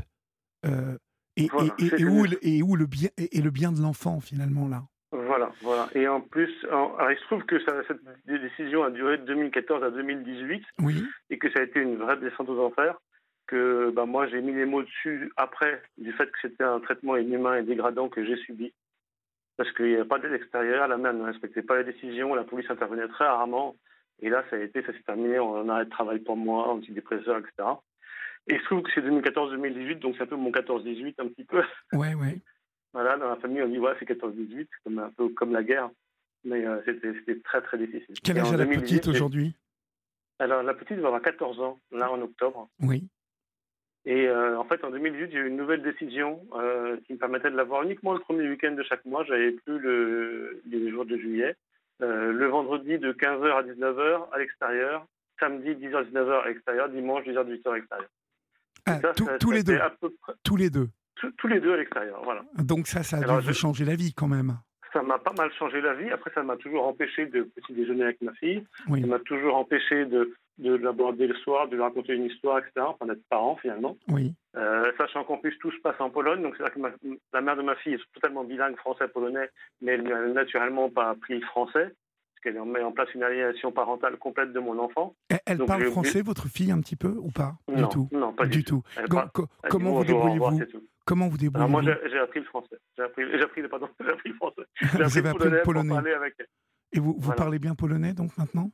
et où le bien de l'enfant, finalement, là. Voilà. Et en plus, il se trouve que cette décision a duré de 2014 à 2018, oui. Et que ça a été une vraie descente aux enfers, que moi j'ai mis les mots dessus après, du fait que c'était un traitement inhumain et dégradant que j'ai subi. Parce qu'il n'y avait pas d'aide extérieure, la mère ne respectait pas les décisions, la police intervenait très rarement, et là ça s'est terminé en arrêt de travail pour moi, antidépresseur, etc. Et il se trouve que c'est 2014-2018, donc c'est un peu mon 14-18 un petit peu. Ouais. Voilà, dans la famille, on dit c'est 14-18, un peu comme la guerre. Mais c'était très, très difficile. Quel âge a la petite aujourd'hui ? Alors, la petite va avoir 14 ans, là, en octobre. Oui. Et en fait, en 2018, j'ai eu une nouvelle décision qui me permettait de l'avoir uniquement le premier week-end de chaque mois. J'avais plus les jours de juillet. Le vendredi, de 15h à 19h à l'extérieur. Samedi, 10h-19h à l'extérieur. Dimanche, 10h-18h à l'extérieur. Tous les deux. Tous les deux. Tous les deux à l'extérieur, voilà. Donc ça a dû vous changer la vie quand même. Ça m'a pas mal changé la vie. Après, ça m'a toujours empêché de petit déjeuner avec ma fille. Oui. Ça m'a toujours empêché de l'aborder le soir, de lui raconter une histoire, etc. Enfin, d'être parent, finalement. Oui. Sachant qu'en plus, tout se passe en Pologne. Donc, c'est-à-dire que la mère de ma fille est totalement bilingue français-polonais, mais elle n'a naturellement pas appris le français, parce qu'elle met en place une aliénation parentale complète de mon enfant. Elle parle français, votre fille, un petit peu, ou pas ? Non, du tout. Non, pas du tout. Comment vous débrouillez-vous ? Comment vous débrouillez-vous ? Moi, j'ai appris le français. J'ai appris le français. Vous avez appris le polonais. Pour parler avec elle. Et vous parlez bien polonais, donc, maintenant ?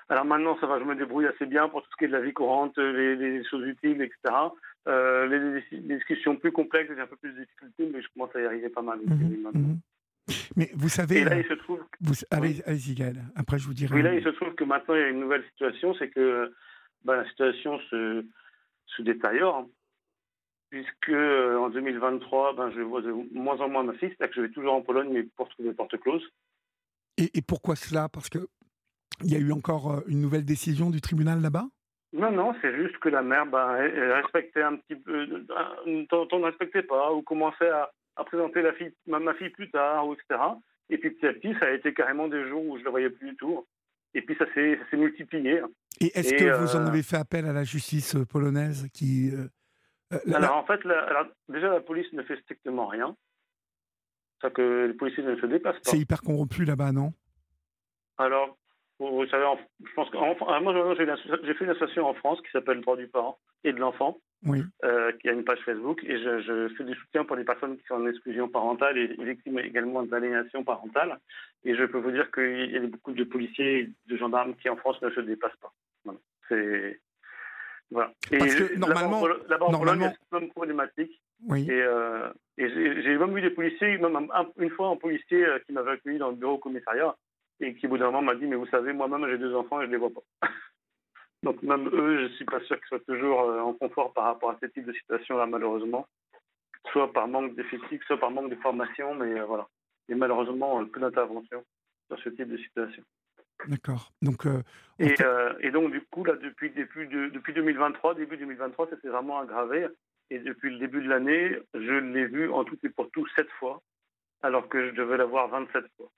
Alors maintenant, ça va, je me débrouille assez bien pour tout ce qui est de la vie courante, les choses utiles, etc. Les discussions plus complexes, j'ai un peu plus de difficultés, mais je commence à y arriver pas mal. Maintenant. Mais vous savez... Et là, il se trouve... Allez-y, Gaël. Après, je vous dirai... Oui, là, il se trouve que maintenant, il y a une nouvelle situation, c'est que la situation se détériore, hein, puisque en 2023, je vois de moins en moins ma fille, c'est-à-dire que je vais toujours en Pologne, mais pour trouver porte close. Et pourquoi cela? Parce que il y a eu encore une nouvelle décision du tribunal là-bas? Non, c'est juste que la mère elle respectait un petit peu, on ne respectait pas, ou commençait à présenter ma fille plus tard, etc. Et puis petit à petit, ça a été carrément des jours où je ne la voyais plus du tout. Et puis ça s'est multiplié. Et est-ce que vous en avez fait appel à la justice polonaise qui... Alors en fait, déjà la police ne fait strictement rien. C'est-à-dire que les policiers ne se déplacent pas. C'est hyper corrompu là-bas, non? Alors, vous savez, je pense que moi, j'ai fait une association en France qui s'appelle Droit du parent et de l'enfant, oui. Qui a une page Facebook, et je fais du soutien pour les personnes qui sont en exclusion parentale et victimes également d'aliénation parentale. Et je peux vous dire qu'il y a beaucoup de policiers et de gendarmes qui en France ne se déplacent pas. Voilà. Voilà. Parce que normalement, Pologne, c'est une problématique. Oui. Et j'ai même vu des policiers, même une fois un policier qui m'avait accueilli dans le bureau au commissariat et qui au bout d'un moment m'a dit « mais vous savez, moi-même j'ai 2 enfants et je ne les vois pas ». Donc même eux, je ne suis pas sûr qu'ils soient toujours en confort par rapport à ce type de situation-là, malheureusement. Soit par manque d'effectifs, soit par manque de formation, mais voilà. Et malheureusement, peu d'intervention sur ce type de situation. D'accord. Donc, et donc, du coup, là, depuis 2023, début 2023, ça s'est vraiment aggravé. Et depuis le début de l'année, je l'ai vu en tout et pour tout 7 fois, alors que je devais l'avoir 27 fois.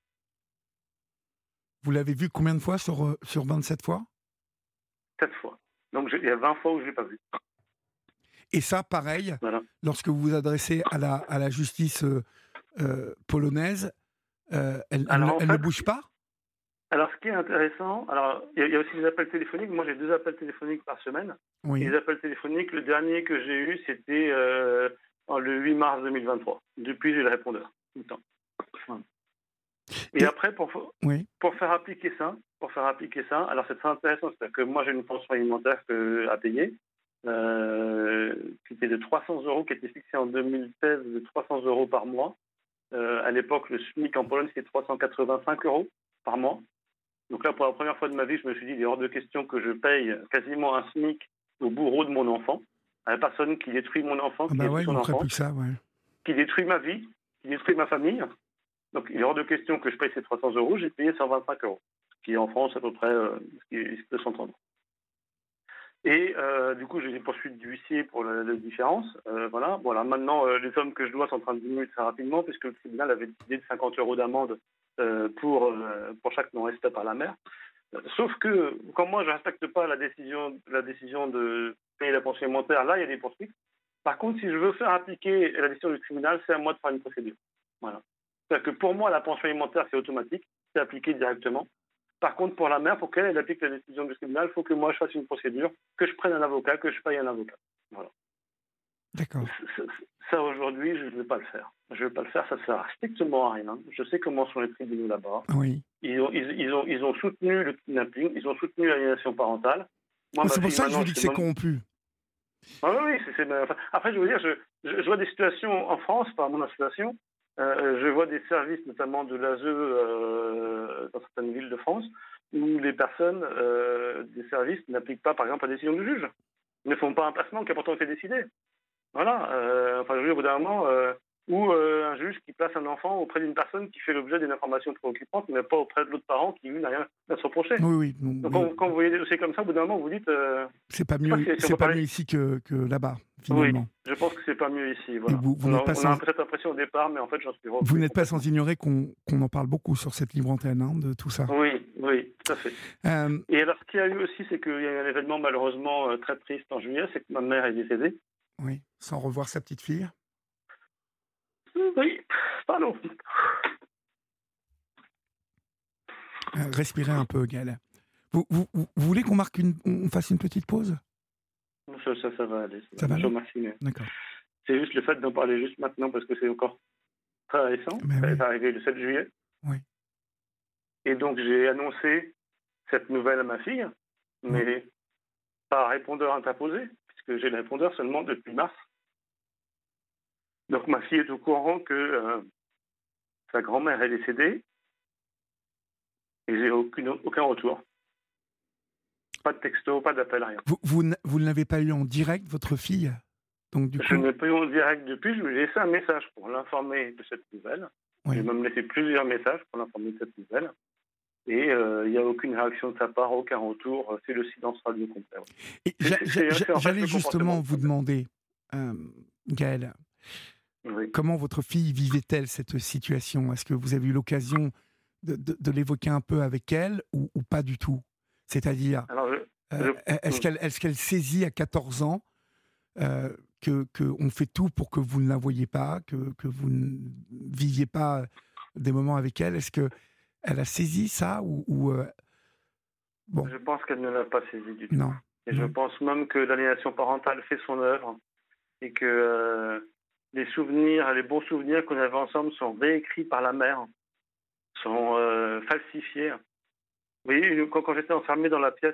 Vous l'avez vu combien de fois sur 27 fois? 7 fois. Donc, il y a 20 fois où je ne l'ai pas vu. Et ça, pareil, voilà. Lorsque vous vous adressez à la justice polonaise, elle ne bouge pas? Alors, ce qui est intéressant, il y a aussi des appels téléphoniques. Moi, j'ai 2 appels téléphoniques par semaine. Oui. Les appels téléphoniques, le dernier que j'ai eu, c'était le 8 mars 2023. Depuis, j'ai le répondeur, tout le temps. Voilà. Et après, pour faire appliquer ça, alors c'est très intéressant, c'est que moi, j'ai une pension alimentaire à payer, qui était de 300 €, qui était fixée en 2016 de 300 € par mois. À l'époque, le SMIC en Pologne, c'était 385 € par mois. Donc là, pour la première fois de ma vie, je me suis dit, il est hors de question que je paye quasiment un SMIC au bourreau de mon enfant, à la personne qui détruit mon enfant, qui détruit son enfant, qui détruit ma vie, qui détruit ma famille. Donc il est hors de question que je paye ces 300 €, j'ai payé 125 €, ce qui est en France à peu près ce qui peut s'entendre. Et du coup, j'ai des poursuites d'huissier pour la différence. Voilà. Maintenant, les sommes que je dois sont en train de diminuer très rapidement, puisque le tribunal avait décidé de 50 € d'amende pour chaque non-respect par la mère. Sauf que, quand moi, je ne respecte pas la décision de payer la pension alimentaire, là, il y a des poursuites. Par contre, si je veux faire appliquer la décision du tribunal, c'est à moi de faire une procédure. Voilà. C'est-à-dire que pour moi, la pension alimentaire, c'est automatique, c'est appliqué directement. Par contre, pour la mère, pour qu'elle applique la décision du tribunal, il faut que moi, je fasse une procédure, que je prenne un avocat, que je paye un avocat. Voilà. D'accord. Ça, aujourd'hui, je ne vais pas le faire. Je ne vais pas le faire, ça ne sert strictement à rien. Je sais comment sont les tribunaux là-bas. Oui. Ils ont soutenu le kidnapping, ils ont soutenu l'aliénation parentale. Moi, c'est pour ça que je vous dis que c'est corrompu. Oui. Après, je veux dire, je vois des situations en France, par mon association, je vois des services, notamment de l'ASE dans certaines villes de France, où les personnes des services n'appliquent pas, par exemple, la décision du juge. Ils ne font pas un placement qui a pourtant été décidé. Voilà. Je veux dire, au bout d'un moment, ou un juge qui place un enfant auprès d'une personne qui fait l'objet d'une information préoccupante, mais pas auprès de l'autre parent qui, lui, n'a rien à se reprocher. Oui. Donc, quand vous voyez des dossiers comme ça, au bout d'un moment, vous dites... c'est pas mieux, ici que là-bas, finalement. Oui, je pense que c'est pas mieux ici. Voilà. On a peut-être l'impression au départ, mais en fait, j'en suis refait. Vous n'êtes pas sans ignorer qu'on en parle beaucoup sur cette libre antenne, de tout ça. Oui, tout à fait. Et alors, ce qu'il y a eu aussi, c'est qu'il y a eu un événement malheureusement très triste en juillet, c'est que ma mère est décédée. Oui, sans revoir sa petite fille. Oui, pardon. Respirez un peu, Gaël. Vous voulez qu'on on fasse une petite pause? Ça va aller. Ça va. Je vous remercie. D'accord. C'est juste le fait d'en parler juste maintenant parce que c'est encore très récent. Ça est arrivé le 7 juillet. Oui. Et donc j'ai annoncé cette nouvelle à ma fille, mais pas répondeur interposé, puisque j'ai le répondeur seulement depuis mars. Donc ma fille est au courant que sa grand-mère est décédée et j'ai aucun retour. Pas de texto, pas d'appel, rien. Vous ne l'avez pas eu en direct, votre fille? Donc, du coup... Je ne l'ai pas eu en direct depuis, je lui ai laissé un message pour l'informer de cette nouvelle. Oui. J'ai même laissé plusieurs messages pour l'informer de cette nouvelle. Et il n'y a aucune réaction de sa part, aucun retour. C'est le silence radio complet. Et j'allais justement vous demander, Gaël, oui. Comment votre fille vivait-elle cette situation? Est-ce que vous avez eu l'occasion de l'évoquer un peu avec elle ou pas du tout? C'est-à-dire, est-ce qu'elle saisit à 14 ans qu'on fait tout pour que vous ne la voyiez pas, que vous ne viviez pas des moments avec elle? Est-ce qu'elle a saisi ça bon. Je pense qu'elle ne l'a pas saisi du tout. Non. Et je pense même que l'aliénation parentale fait son œuvre et que les souvenirs, les bons souvenirs qu'on avait ensemble sont réécrits par la mère, sont falsifiés. Vous voyez, quand j'étais enfermé dans la pièce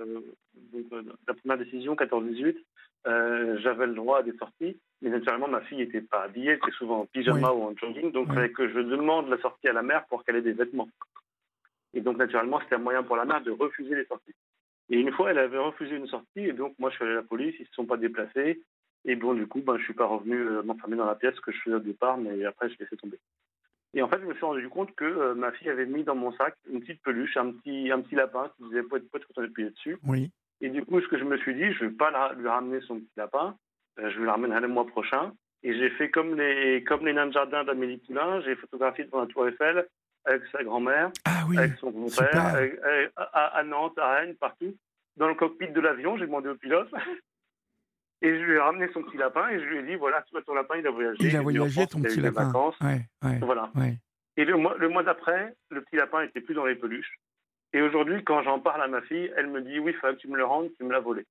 de la première décision, 14-18, j'avais le droit à des sorties, mais naturellement, ma fille n'était pas habillée, elle était souvent en pyjama ou en jogging, donc il fallait que je demande la sortie à la mère pour qu'elle ait des vêtements. Et donc, naturellement, c'était un moyen pour la mère de refuser les sorties. Et une fois, elle avait refusé une sortie, et donc moi, je suis allé à la police, ils ne se sont pas déplacés, et bon, du coup, je ne suis pas revenu m'enfermer dans la pièce que je faisais au départ, mais après, je laissé tomber. Et en fait, je me suis rendu compte que ma fille avait mis dans mon sac une petite peluche, un petit lapin qui disait poète quand on appuyait dessus. Oui. Et du coup, ce que je me suis dit, je ne vais pas lui ramener son petit lapin, je vais le ramener le mois prochain. Et j'ai fait comme les nains de jardin d'Amélie Poulain, j'ai photographié devant la Tour Eiffel avec sa grand-mère, avec son grand-père, à Nantes, à Rennes, partout. Dans le cockpit de l'avion, j'ai demandé au pilote. Et je lui ai ramené son petit lapin et je lui ai dit, voilà, ton lapin, il a voyagé. Il a voyagé, ton petit lapin. Voilà. Ouais. Et le mois d'après, le petit lapin n'était plus dans les peluches. Et aujourd'hui, quand j'en parle à ma fille, elle me dit, oui, il fallait que tu me le rendes, tu me l'as volé.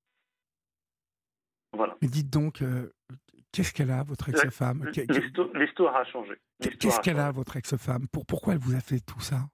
Voilà. Mais dites donc, qu'est-ce qu'elle a, votre ex-femme? L'histoire a changé. Qu'est-ce qu'elle a, votre ex-femme? Pourquoi elle vous a fait tout ça?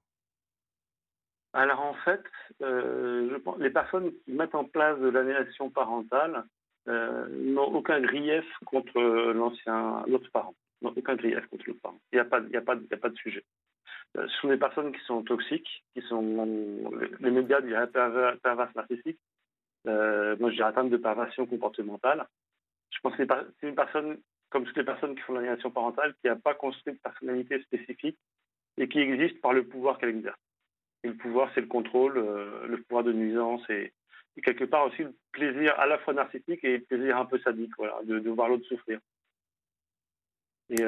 Alors en fait, je pense les personnes qui mettent en place de l'aliénation parentale n'ont aucun grief contre l'autre parent. N'ont aucun grief contre l'autre parent. Il n'y a pas de sujet. Ce sont des personnes qui sont toxiques, qui sont, les médias diraient perverses narcissiques. Moi, je dirais atteinte de perversion comportementale. Je pense que c'est une personne, comme toutes les personnes qui font l'aliénation parentale, qui n'a pas construit de personnalité spécifique et qui existe par le pouvoir qu'elle exerce. Et le pouvoir, c'est le contrôle, le pouvoir de nuisance et quelque part aussi le plaisir à la fois narcissique et le plaisir un peu sadique, voilà, de voir l'autre souffrir. Et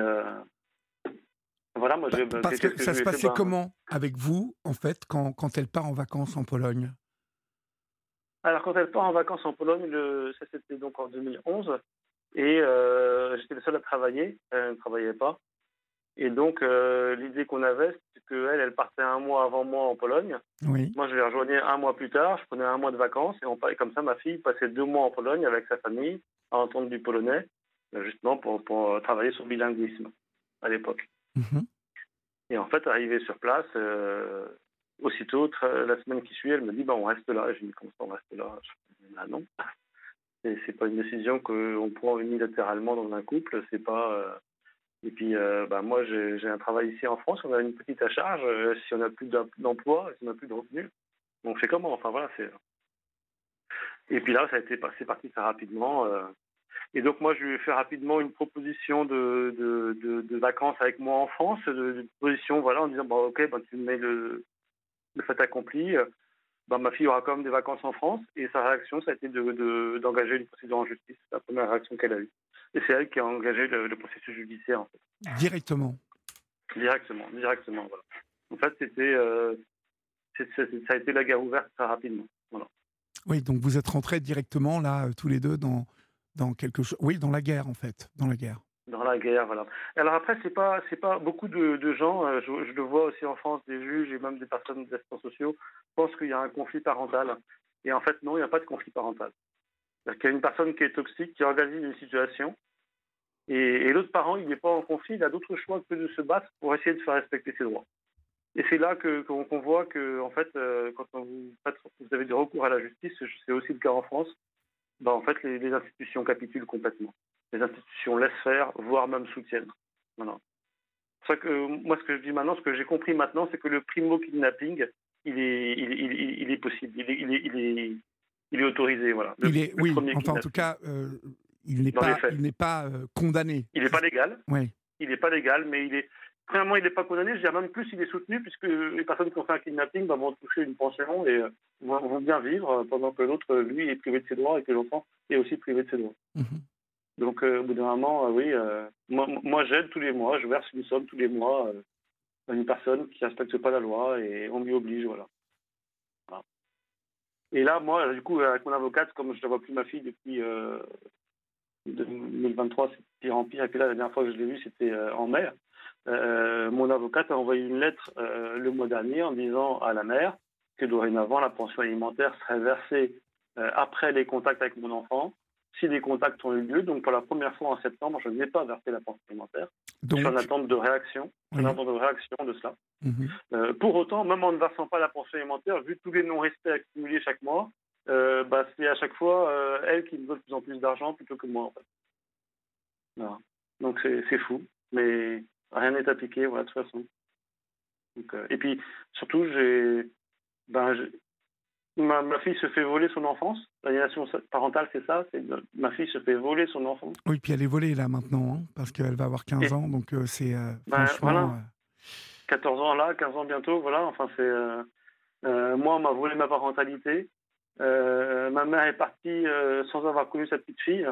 voilà, moi, parce que ça se passait comment avec vous, en fait, quand elle part en vacances en Pologne? Alors, quand elle part en vacances en Pologne, ça c'était donc en 2011, et j'étais le seul à travailler, elle ne travaillait pas. Et donc, l'idée qu'on avait, c'est qu'elle partait un mois avant moi en Pologne. Oui. Moi, je les rejoignais un mois plus tard, je prenais un mois de vacances, et on parlait comme ça, ma fille passait 2 mois en Pologne avec sa famille, à entendre du polonais, justement pour travailler sur le bilinguisme à l'époque. Mm-hmm. Et en fait, arrivée sur place, aussitôt, la semaine qui suit, elle me dit on reste là. Et je lui dis, comment ça, on reste là? Je dis, non. C'est pas une décision qu'on prend unilatéralement dans un couple, c'est pas... Et puis, moi, j'ai un travail ici en France, on a une petite à charge, si on n'a plus d'emploi, si on n'a plus de revenus, on fait comment? Enfin, voilà, c'est... Et puis là, c'est parti très rapidement. Et donc, moi, je lui ai fait rapidement une proposition de vacances avec moi en France, de proposition, voilà, en disant, ok, tu me mets le fait accompli, ma fille aura quand même des vacances en France, et sa réaction, ça a été d'engager une procédure en justice. C'est la première réaction qu'elle a eue. Et c'est elle qui a engagé le processus judiciaire, en fait. Directement, voilà. En fait, ça a été la guerre ouverte très rapidement. Voilà. Oui, donc vous êtes rentrés directement, là, tous les deux, dans quelque chose... Oui, dans la guerre, en fait, dans la guerre. Dans la guerre, voilà. Alors après, c'est pas beaucoup de gens, je le vois aussi en France, des juges et même des personnes des assistants sociaux, pensent qu'il y a un conflit parental. Et en fait, non, il n'y a pas de conflit parental. C'est-à-dire qu'il y a une personne qui est toxique, qui organise une situation, et l'autre parent, il n'est pas en conflit, il a d'autres choix que de se battre pour essayer de faire respecter ses droits. Et c'est là qu'on voit que, en fait, quand vous avez des recours à la justice, c'est aussi le cas en France, en fait, les institutions capitulent complètement. Les institutions laissent faire, voire même soutiennent. Voilà. C'est ça que moi, ce que je dis maintenant, ce que j'ai compris maintenant, c'est que le primo-kidnapping, il est possible, il est autorisé. Voilà. Oui, enfin en tout cas, il n'est pas condamné. Il n'est pas légal. Oui. Il n'est pas légal, mais premièrement, il n'est pas condamné. Je dirais même plus, il est soutenu, puisque les personnes qui ont fait un kidnapping vont toucher une pension et vont bien vivre, pendant que l'autre, lui, est privé de ses droits et que l'enfant est aussi privé de ses droits. Mm-hmm. Donc, au bout d'un moment, oui, moi, j'aide tous les mois, je verse une somme tous les mois à une personne qui ne respecte pas la loi et on m'y oblige, voilà. Et là, moi, du coup, avec mon avocate, comme je ne vois plus ma fille depuis 2023, c'est pire en pire. Et puis là, la dernière fois que je l'ai vue, c'était en mai. Mon avocate a envoyé une lettre le mois dernier en disant à la mère que dorénavant, la pension alimentaire serait versée après les contacts avec mon enfant, si les contacts ont eu lieu. Donc, pour la première fois en septembre, je n'ai pas versé la pension alimentaire. Donc, je suis en attente de réaction. De cela. Mm-hmm. Pour autant, même en ne versant pas la pension alimentaire, vu tous les non-respects accumulés chaque mois, c'est à chaque fois elle qui me donne de plus en plus d'argent plutôt que moi, en fait. Voilà. Donc, c'est fou. Mais rien n'est appliqué, voilà, de toute façon. Donc, et puis, surtout, ma fille se fait voler son enfance. L'aliénation parentale, c'est ça. Ma fille se fait voler son enfance. Oui, puis elle est volée, là, maintenant, hein, parce qu'elle va avoir 15 ans. Donc, c'est franchement... Voilà. 14 ans, là, 15 ans bientôt, voilà. Enfin, moi, on m'a volé ma parentalité. Ma mère est partie sans avoir connu sa petite fille.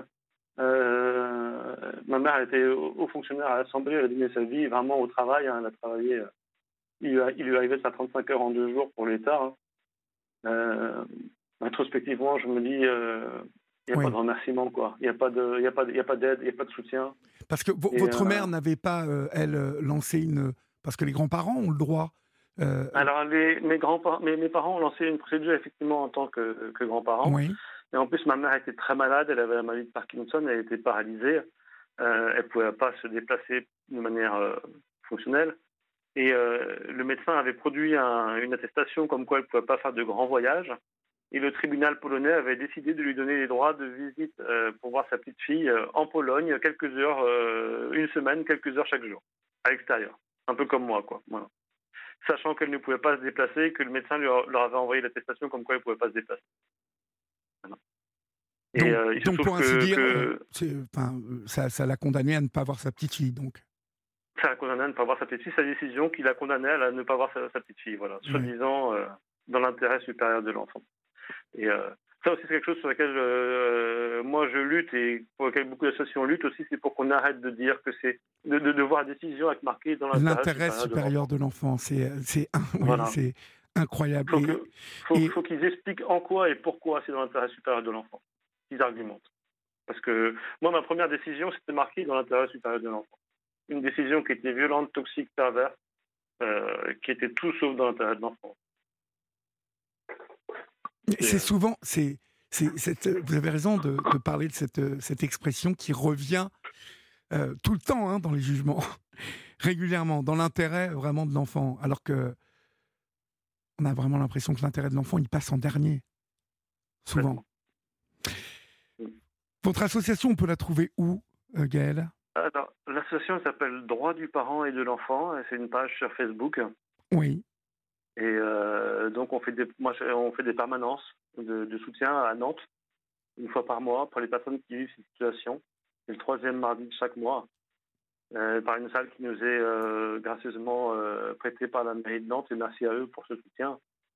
Ma mère, elle était haut fonctionnaire à l'Assemblée. Elle a donné sa vie vraiment au travail. Hein. Elle a travaillé... il lui arrivait de faire 35 heures en 2 jours pour l'État. Hein. Rétrospectivement, je me dis, il n'y a pas de remerciement, quoi. Il n'y a pas d'aide, il n'y a pas de soutien. Parce que votre mère n'avait pas, elle, lancé une... Parce que les grands-parents ont le droit. Alors, mes parents ont lancé une procédure, effectivement, en tant que grands-parents. Oui. Et en plus, ma mère était très malade. Elle avait la maladie de Parkinson. Elle était paralysée. Elle ne pouvait pas se déplacer de manière fonctionnelle. Et le médecin avait produit une attestation comme quoi elle ne pouvait pas faire de grands voyages. Et le tribunal polonais avait décidé de lui donner les droits de visite pour voir sa petite fille en Pologne, quelques heures, une semaine, quelques heures chaque jour, à l'extérieur. Un peu comme moi, quoi. Voilà. Sachant qu'elle ne pouvait pas se déplacer, que le médecin leur avait envoyé l'attestation comme quoi elle ne pouvait pas se déplacer. Voilà. Et donc pour ainsi dire, ça l'a condamné à ne pas voir sa petite fille, donc. Ça l'a condamné à ne pas voir sa petite fille, sa décision qui l'a condamné à ne pas voir sa petite fille, voilà, soi-disant dans l'intérêt supérieur de l'enfant. Et ça aussi, c'est quelque chose sur lequel moi je lutte et pour lequel beaucoup d'associations luttent aussi, c'est pour qu'on arrête de dire que c'est de voir la décision être marquée dans l'intérêt supérieur de l'enfant. C'est incroyable. Il faut qu'ils expliquent en quoi et pourquoi c'est dans l'intérêt supérieur de l'enfant. Qu'ils argumentent. Parce que moi, ma première décision, c'était marqué dans l'intérêt supérieur de l'enfant. Une décision qui était violente, toxique, perverse, qui était tout sauf dans l'intérêt de l'enfant. C'est souvent, vous avez raison de parler de cette expression qui revient tout le temps dans les jugements, régulièrement, dans l'intérêt vraiment de l'enfant, alors que on a vraiment l'impression que l'intérêt de l'enfant, il passe en dernier, souvent. Votre association, on peut la trouver où, Gaël ? Alors, l'association s'appelle Droits du parent et de l'enfant, et c'est une page sur Facebook. Oui. Et donc, on fait des permanences de soutien à Nantes, une fois par mois, pour les personnes qui vivent cette situation. C'est le 3e mardi de chaque mois, par une salle qui nous est gracieusement prêtée par la mairie de Nantes, et merci à eux pour ce soutien.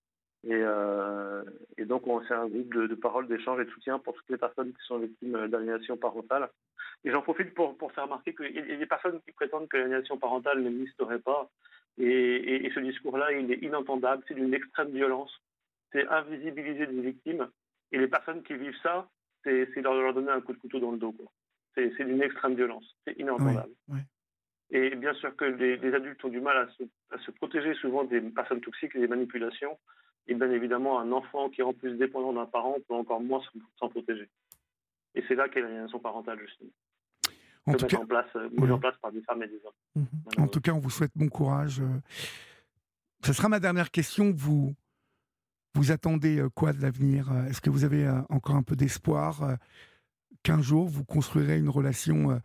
Et donc, c'est un groupe de parole, d'échange et de soutien pour toutes les personnes qui sont victimes d'aliénation parentale. Et j'en profite pour faire remarquer qu'il y a des personnes qui prétendent que l'aliénation parentale n'existerait pas. Et ce discours-là, il est inentendable, c'est d'une extrême violence, c'est invisibiliser des victimes, et les personnes qui vivent ça, c'est leur donner un coup de couteau dans le dos, quoi. C'est d'une extrême violence, c'est inentendable. Oui. Et bien sûr que les adultes ont du mal à se protéger souvent des personnes toxiques et des manipulations, et bien évidemment, un enfant qui est en plus dépendant d'un parent peut encore moins s'en protéger. Et c'est là qu'est l'aliénation parentale, justement. Mise en place par des femmes et des hommes. En tout cas, on vous souhaite bon courage. Ce sera ma dernière question. Vous attendez quoi de l'avenir? Est-ce que vous avez encore un peu d'espoir qu'un jour vous construirez une relation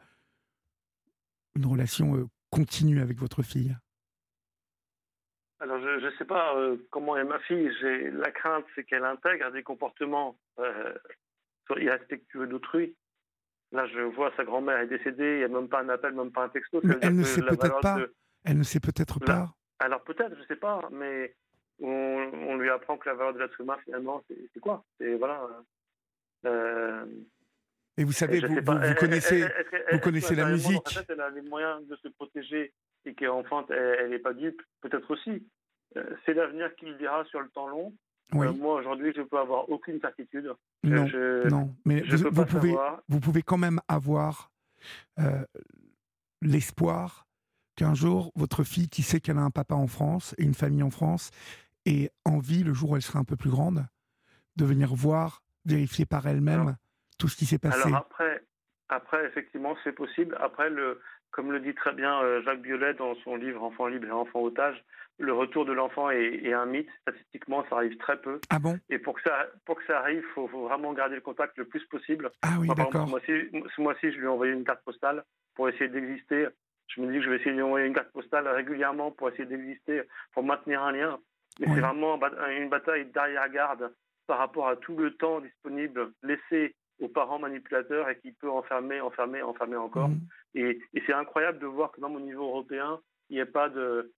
continue avec votre fille? Alors, je ne sais pas comment est ma fille. La crainte, c'est qu'elle intègre des comportements irrespectueux d'autrui. Là, je vois sa grand-mère est décédée, il n'y a même pas un appel, même pas un texto. Mais elle ne sait peut-être pas. Elle ne sait peut-être pas. Alors peut-être, je ne sais pas, mais on lui apprend que la valeur de l'être humain, finalement, c'est quoi? C'est voilà. Et vous savez, vous connaissez la musique. En fait, elle a les moyens de se protéger et qu'enfant, elle n'est pas dupe, peut-être aussi. C'est l'avenir qui le dira sur le temps long. Oui. Moi, aujourd'hui, je ne peux avoir aucune certitude. Non, mais vous pouvez quand même avoir l'espoir qu'un jour, votre fille, qui sait qu'elle a un papa en France et une famille en France, ait envie, le jour où elle sera un peu plus grande, de venir vérifier par elle-même tout ce qui s'est passé. Alors après, effectivement, c'est possible. Après, comme le dit très bien Jacques Biolay dans son livre « Enfants libres et enfants otages », le retour de l'enfant est un mythe. Statistiquement, ça arrive très peu. Ah bon? Et pour que ça arrive, il faut vraiment garder le contact le plus possible. Ah oui, d'accord. Ce mois-ci, je lui ai envoyé une carte postale pour essayer d'exister. Je me dis que je vais essayer de lui envoyer une carte postale régulièrement pour essayer d'exister, pour maintenir un lien. Mais c'est vraiment une bataille d'arrière-garde par rapport à tout le temps disponible laissé aux parents manipulateurs et qui peut enfermer encore. Et c'est incroyable de voir que même au niveau européen, il n'y a pas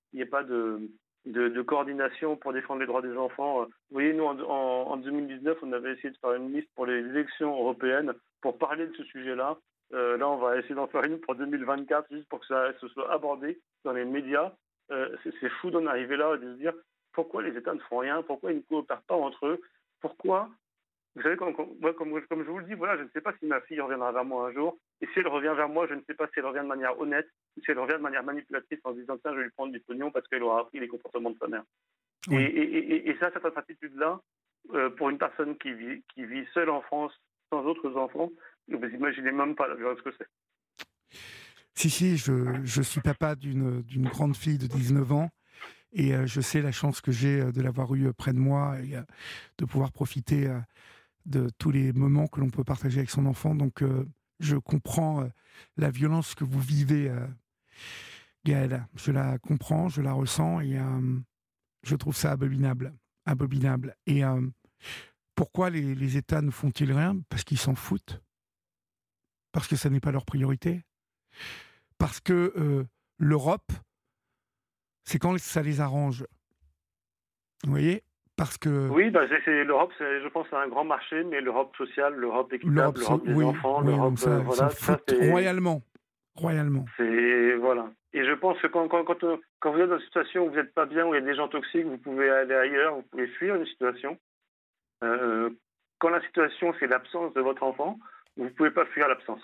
de coordination pour défendre les droits des enfants. Vous voyez, nous, en 2019, on avait essayé de faire une liste pour les élections européennes pour parler de ce sujet-là. Là, on va essayer d'en faire une pour 2024, juste pour que ça se soit abordé dans les médias. C'est fou d'en arriver là et de se dire pourquoi les États ne font rien, pourquoi ils ne coopèrent pas entre eux, pourquoi. Vous savez, comme je vous le dis, voilà, je ne sais pas si ma fille reviendra vers moi un jour. Et si elle revient vers moi, je ne sais pas si elle revient de manière honnête ou si elle revient de manière manipulatrice en se disant tiens, je vais lui prendre du pognon parce qu'elle aura appris les comportements de sa mère. Oui. Et ça, cette attitude-là, pour une personne qui vit seule en France, sans autres enfants, vous imaginez même pas la violence que c'est. Si, je suis papa d'une grande fille de 19 ans. Et je sais la chance que j'ai de l'avoir eue près de moi et de pouvoir profiter de tous les moments que l'on peut partager avec son enfant. Donc, je comprends la violence que vous vivez, Gaëlle. Je la comprends, je la ressens et je trouve ça abominable. Et pourquoi les États ne font-ils rien? Parce qu'ils s'en foutent. Parce que ça n'est pas leur priorité. Parce que l'Europe, c'est quand ça les arrange. Vous voyez? Parce que... Oui, l'Europe, je pense, c'est un grand marché, mais l'Europe sociale, l'Europe équitable, l'Europe des enfants, l'Europe... ça royalement. C'est... Voilà. Et je pense que quand vous êtes dans une situation où vous n'êtes pas bien, où il y a des gens toxiques, vous pouvez aller ailleurs, vous pouvez fuir une situation. Quand la situation, c'est l'absence de votre enfant, vous ne pouvez pas fuir l'absence.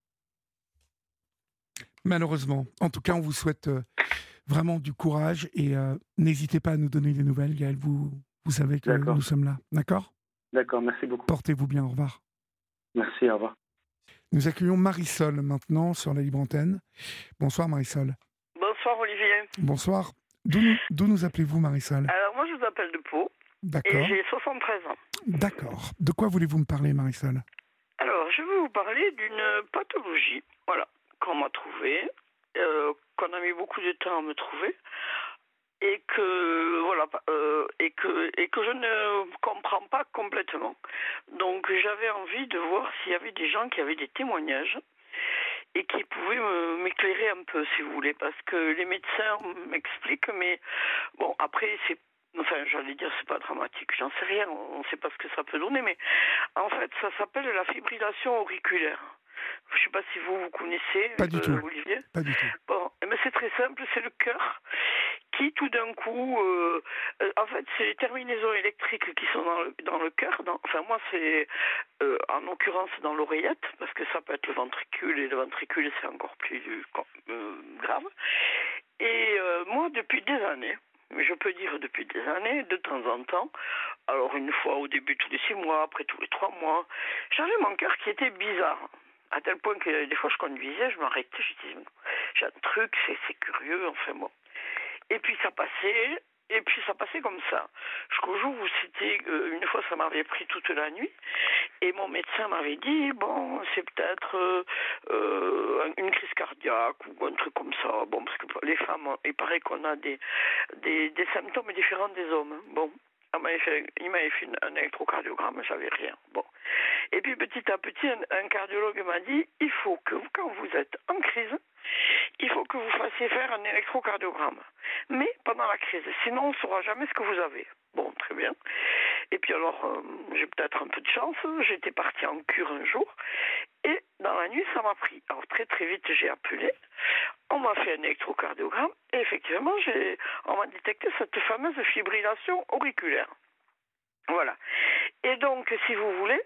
Malheureusement. En tout cas, on vous souhaite... vraiment du courage et n'hésitez pas à nous donner des nouvelles, Gaëlle. Vous savez que nous sommes là. D'accord? D'accord, merci beaucoup. Portez-vous bien, au revoir. Merci, au revoir. Nous accueillons Marisol maintenant sur la libre antenne. Bonsoir Marisol. Bonsoir Olivier. Bonsoir. D'où nous appelez-vous Marisol? Alors moi je vous appelle de Pau. D'accord. Et j'ai 73 ans. D'accord. De quoi voulez-vous me parler Marisol? Alors je vais vous parler d'une pathologie, voilà, qu'on m'a trouvée. Qu'on a mis beaucoup de temps à me trouver et que voilà et que je ne comprends pas complètement. Donc j'avais envie de voir s'il y avait des gens qui avaient des témoignages et qui pouvaient m'éclairer un peu, si vous voulez, parce que les médecins m'expliquent, mais bon après j'allais dire c'est pas dramatique, j'en sais rien, on ne sait pas ce que ça peut donner, mais en fait ça s'appelle la fibrillation auriculaire. Je ne sais pas si vous connaissez, pas du tout. Olivier. Pas du tout. Bon, mais c'est très simple, c'est le cœur qui, tout d'un coup, en fait, c'est les terminaisons électriques qui sont dans le cœur. Enfin, moi, c'est en l'occurrence dans l'oreillette, parce que ça peut être le ventricule, et le ventricule, c'est encore plus grave. Et moi, depuis des années, mais je peux dire depuis des années, de temps en temps, alors une fois au début tous les 6 mois, après tous les 3 mois, j'avais mon cœur qui était bizarre. À tel point que des fois je conduisais, je m'arrêtais, je disais, j'ai un truc, c'est curieux, enfin bon. Et puis ça passait, Et puis ça passait comme ça. Jusqu'au jour où c'était, une fois ça m'avait pris toute la nuit, et mon médecin m'avait dit, bon, c'est peut-être une crise cardiaque ou un truc comme ça. Bon, parce que les femmes, il paraît qu'on a des symptômes différents des hommes. Bon. Il m'avait fait un électrocardiogramme, j'avais rien. Bon. Et puis petit à petit, un cardiologue m'a dit, il faut que quand vous êtes en crise, il faut que vous fassiez faire un électrocardiogramme. Mais pendant la crise, sinon on ne saura jamais ce que vous avez. Bon, très bien. Et puis alors, j'ai peut-être un peu de chance, j'étais partie en cure un jour, et dans la nuit, ça m'a pris. Alors très très vite, j'ai appelé, on m'a fait un électrocardiogramme, et effectivement, on m'a détecté cette fameuse fibrillation auriculaire. Voilà. Et donc, si vous voulez,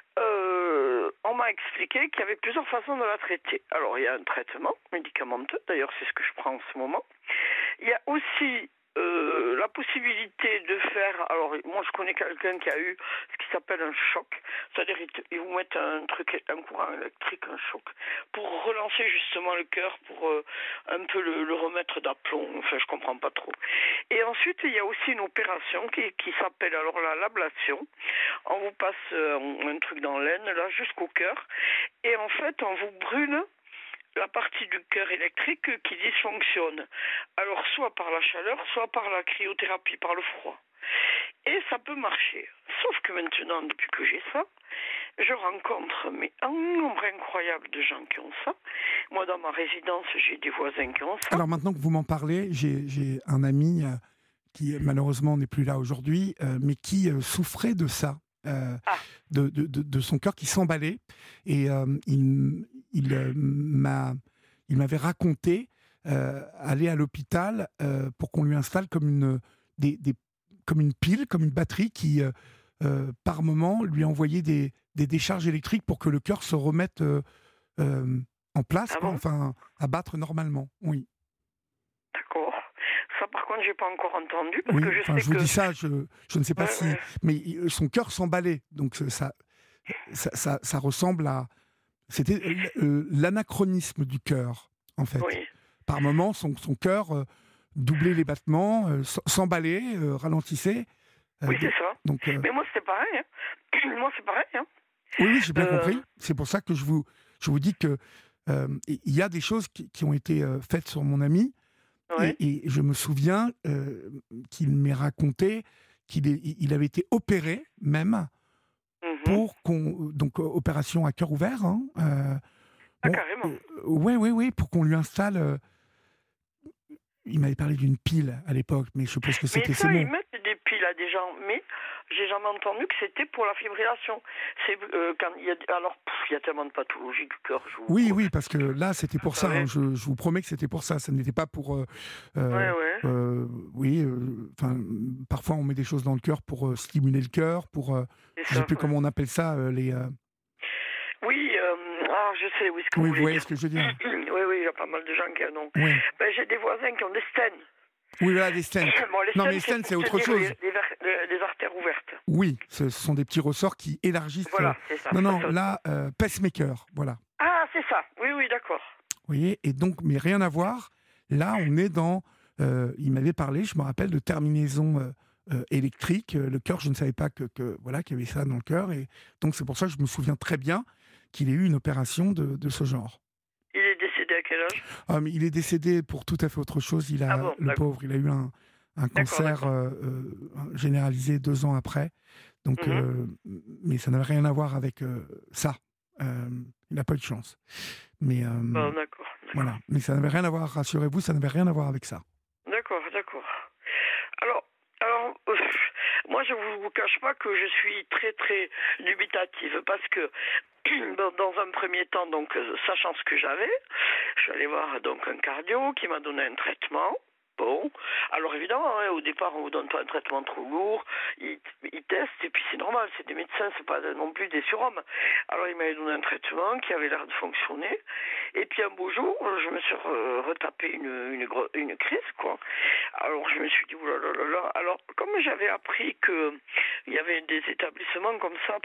on m'a expliqué qu'il y avait plusieurs façons de la traiter. Alors, il y a un traitement médicamenteux, d'ailleurs c'est ce que je prends en ce moment. Il y a aussi la possibilité de faire, alors moi je connais quelqu'un qui a eu ce qui s'appelle un choc, c'est-à-dire ils vous mettent un courant électrique, un choc, pour relancer justement le cœur, pour un peu le remettre d'aplomb, enfin je comprends pas trop. Et ensuite il y a aussi une opération qui s'appelle alors l'ablation. On vous passe un truc dans l'aine là jusqu'au cœur, et en fait on vous brûle la partie du cœur électrique qui dysfonctionne. Alors soit par la chaleur, soit par la cryothérapie, par le froid. Et ça peut marcher. Sauf que maintenant, depuis que j'ai ça, je rencontre un nombre incroyable de gens qui ont ça. Moi, dans ma résidence, j'ai des voisins qui ont ça. Alors maintenant que vous m'en parlez, j'ai un ami qui malheureusement n'est plus là aujourd'hui, mais qui souffrait de ça. De son cœur qui s'emballait, et il m'avait raconté aller à l'hôpital pour qu'on lui installe comme une pile, comme une batterie qui par moment lui envoyait des décharges électriques pour que le cœur se remette en place, enfin à battre normalement. Oui. D'accord. Ça, par contre, j'ai pas encore entendu. Parce oui, que je vous dis ça, je ne sais pas si... Mais son cœur s'emballait, donc ça ressemble à... C'était l'anachronisme du cœur, en fait. Oui. Par moments, son cœur doublait les battements, s'emballait, ralentissait. Oui, c'est ça. Donc, mais moi, c'est pareil. Hein. Moi, c'est pareil. Hein. Oui, j'ai bien compris. C'est pour ça que je vous dis que il y a des choses qui ont été faites sur mon ami. Ouais. Et je me souviens qu'il m'ait raconté qu'il avait été opéré même pour donc opération à cœur ouvert. Hein, carrément. Oui, pour qu'on lui installe. Il m'avait parlé d'une pile à l'époque, mais je suppose que c'était ça, ils mettent des piles à des gens, mais j'ai jamais entendu que c'était pour la fibrillation. C'est quand il y a alors il y a tellement de pathologies du cœur. Oui, parce que là c'était pour ça. Hein, je vous promets que c'était pour ça. Ça n'était pas pour. Parfois on met des choses dans le cœur pour stimuler le cœur, pour. Je ne sais plus comment on appelle ça les. Oui, je sais où est-ce que vous voyez ce que je veux dire. Oui, il y a pas mal de gens qui en ont. Oui. J'ai des voisins qui ont des stents. Oui, voilà, des stents. Non, mais les stents, c'est autre chose. Les artères ouvertes. Oui, ce sont des petits ressorts qui élargissent. Voilà, c'est ça. Non, là, pacemaker, voilà. Ah, c'est ça. Oui, d'accord. Vous voyez, et donc, mais rien à voir. Là, on est dans... il m'avait parlé, je me rappelle, de terminaison électrique. Le cœur, je ne savais pas qu'il y avait ça dans le cœur. Et donc, c'est pour ça que je me souviens très bien qu'il ait eu une opération de ce genre. Il est décédé à quel âge ? Mais il est décédé pour tout à fait autre chose. Le pauvre, il a eu un cancer généralisé 2 ans après. Donc, mais ça n'avait rien à voir avec ça. Il n'a pas eu de chance. Mais, d'accord. Voilà. Mais ça n'avait rien à voir, rassurez-vous, ça n'avait rien à voir avec ça. D'accord. Alors, moi, je ne vous cache pas que je suis très, très dubitative parce que dans un premier temps, donc, sachant ce que j'avais, je suis allé voir donc un cardio qui m'a donné un traitement. Bon, alors évidemment, au départ, on vous donne pas un traitement trop lourd, ils testent, et puis c'est normal, c'est des médecins, c'est pas non plus des surhommes. Alors il m'avait donné un traitement qui avait l'air de fonctionner, Et puis un beau jour, je me suis retapé une crise, quoi. Alors je me suis dit, oulala. Alors comme j'avais appris que il y avait des établissements comme ça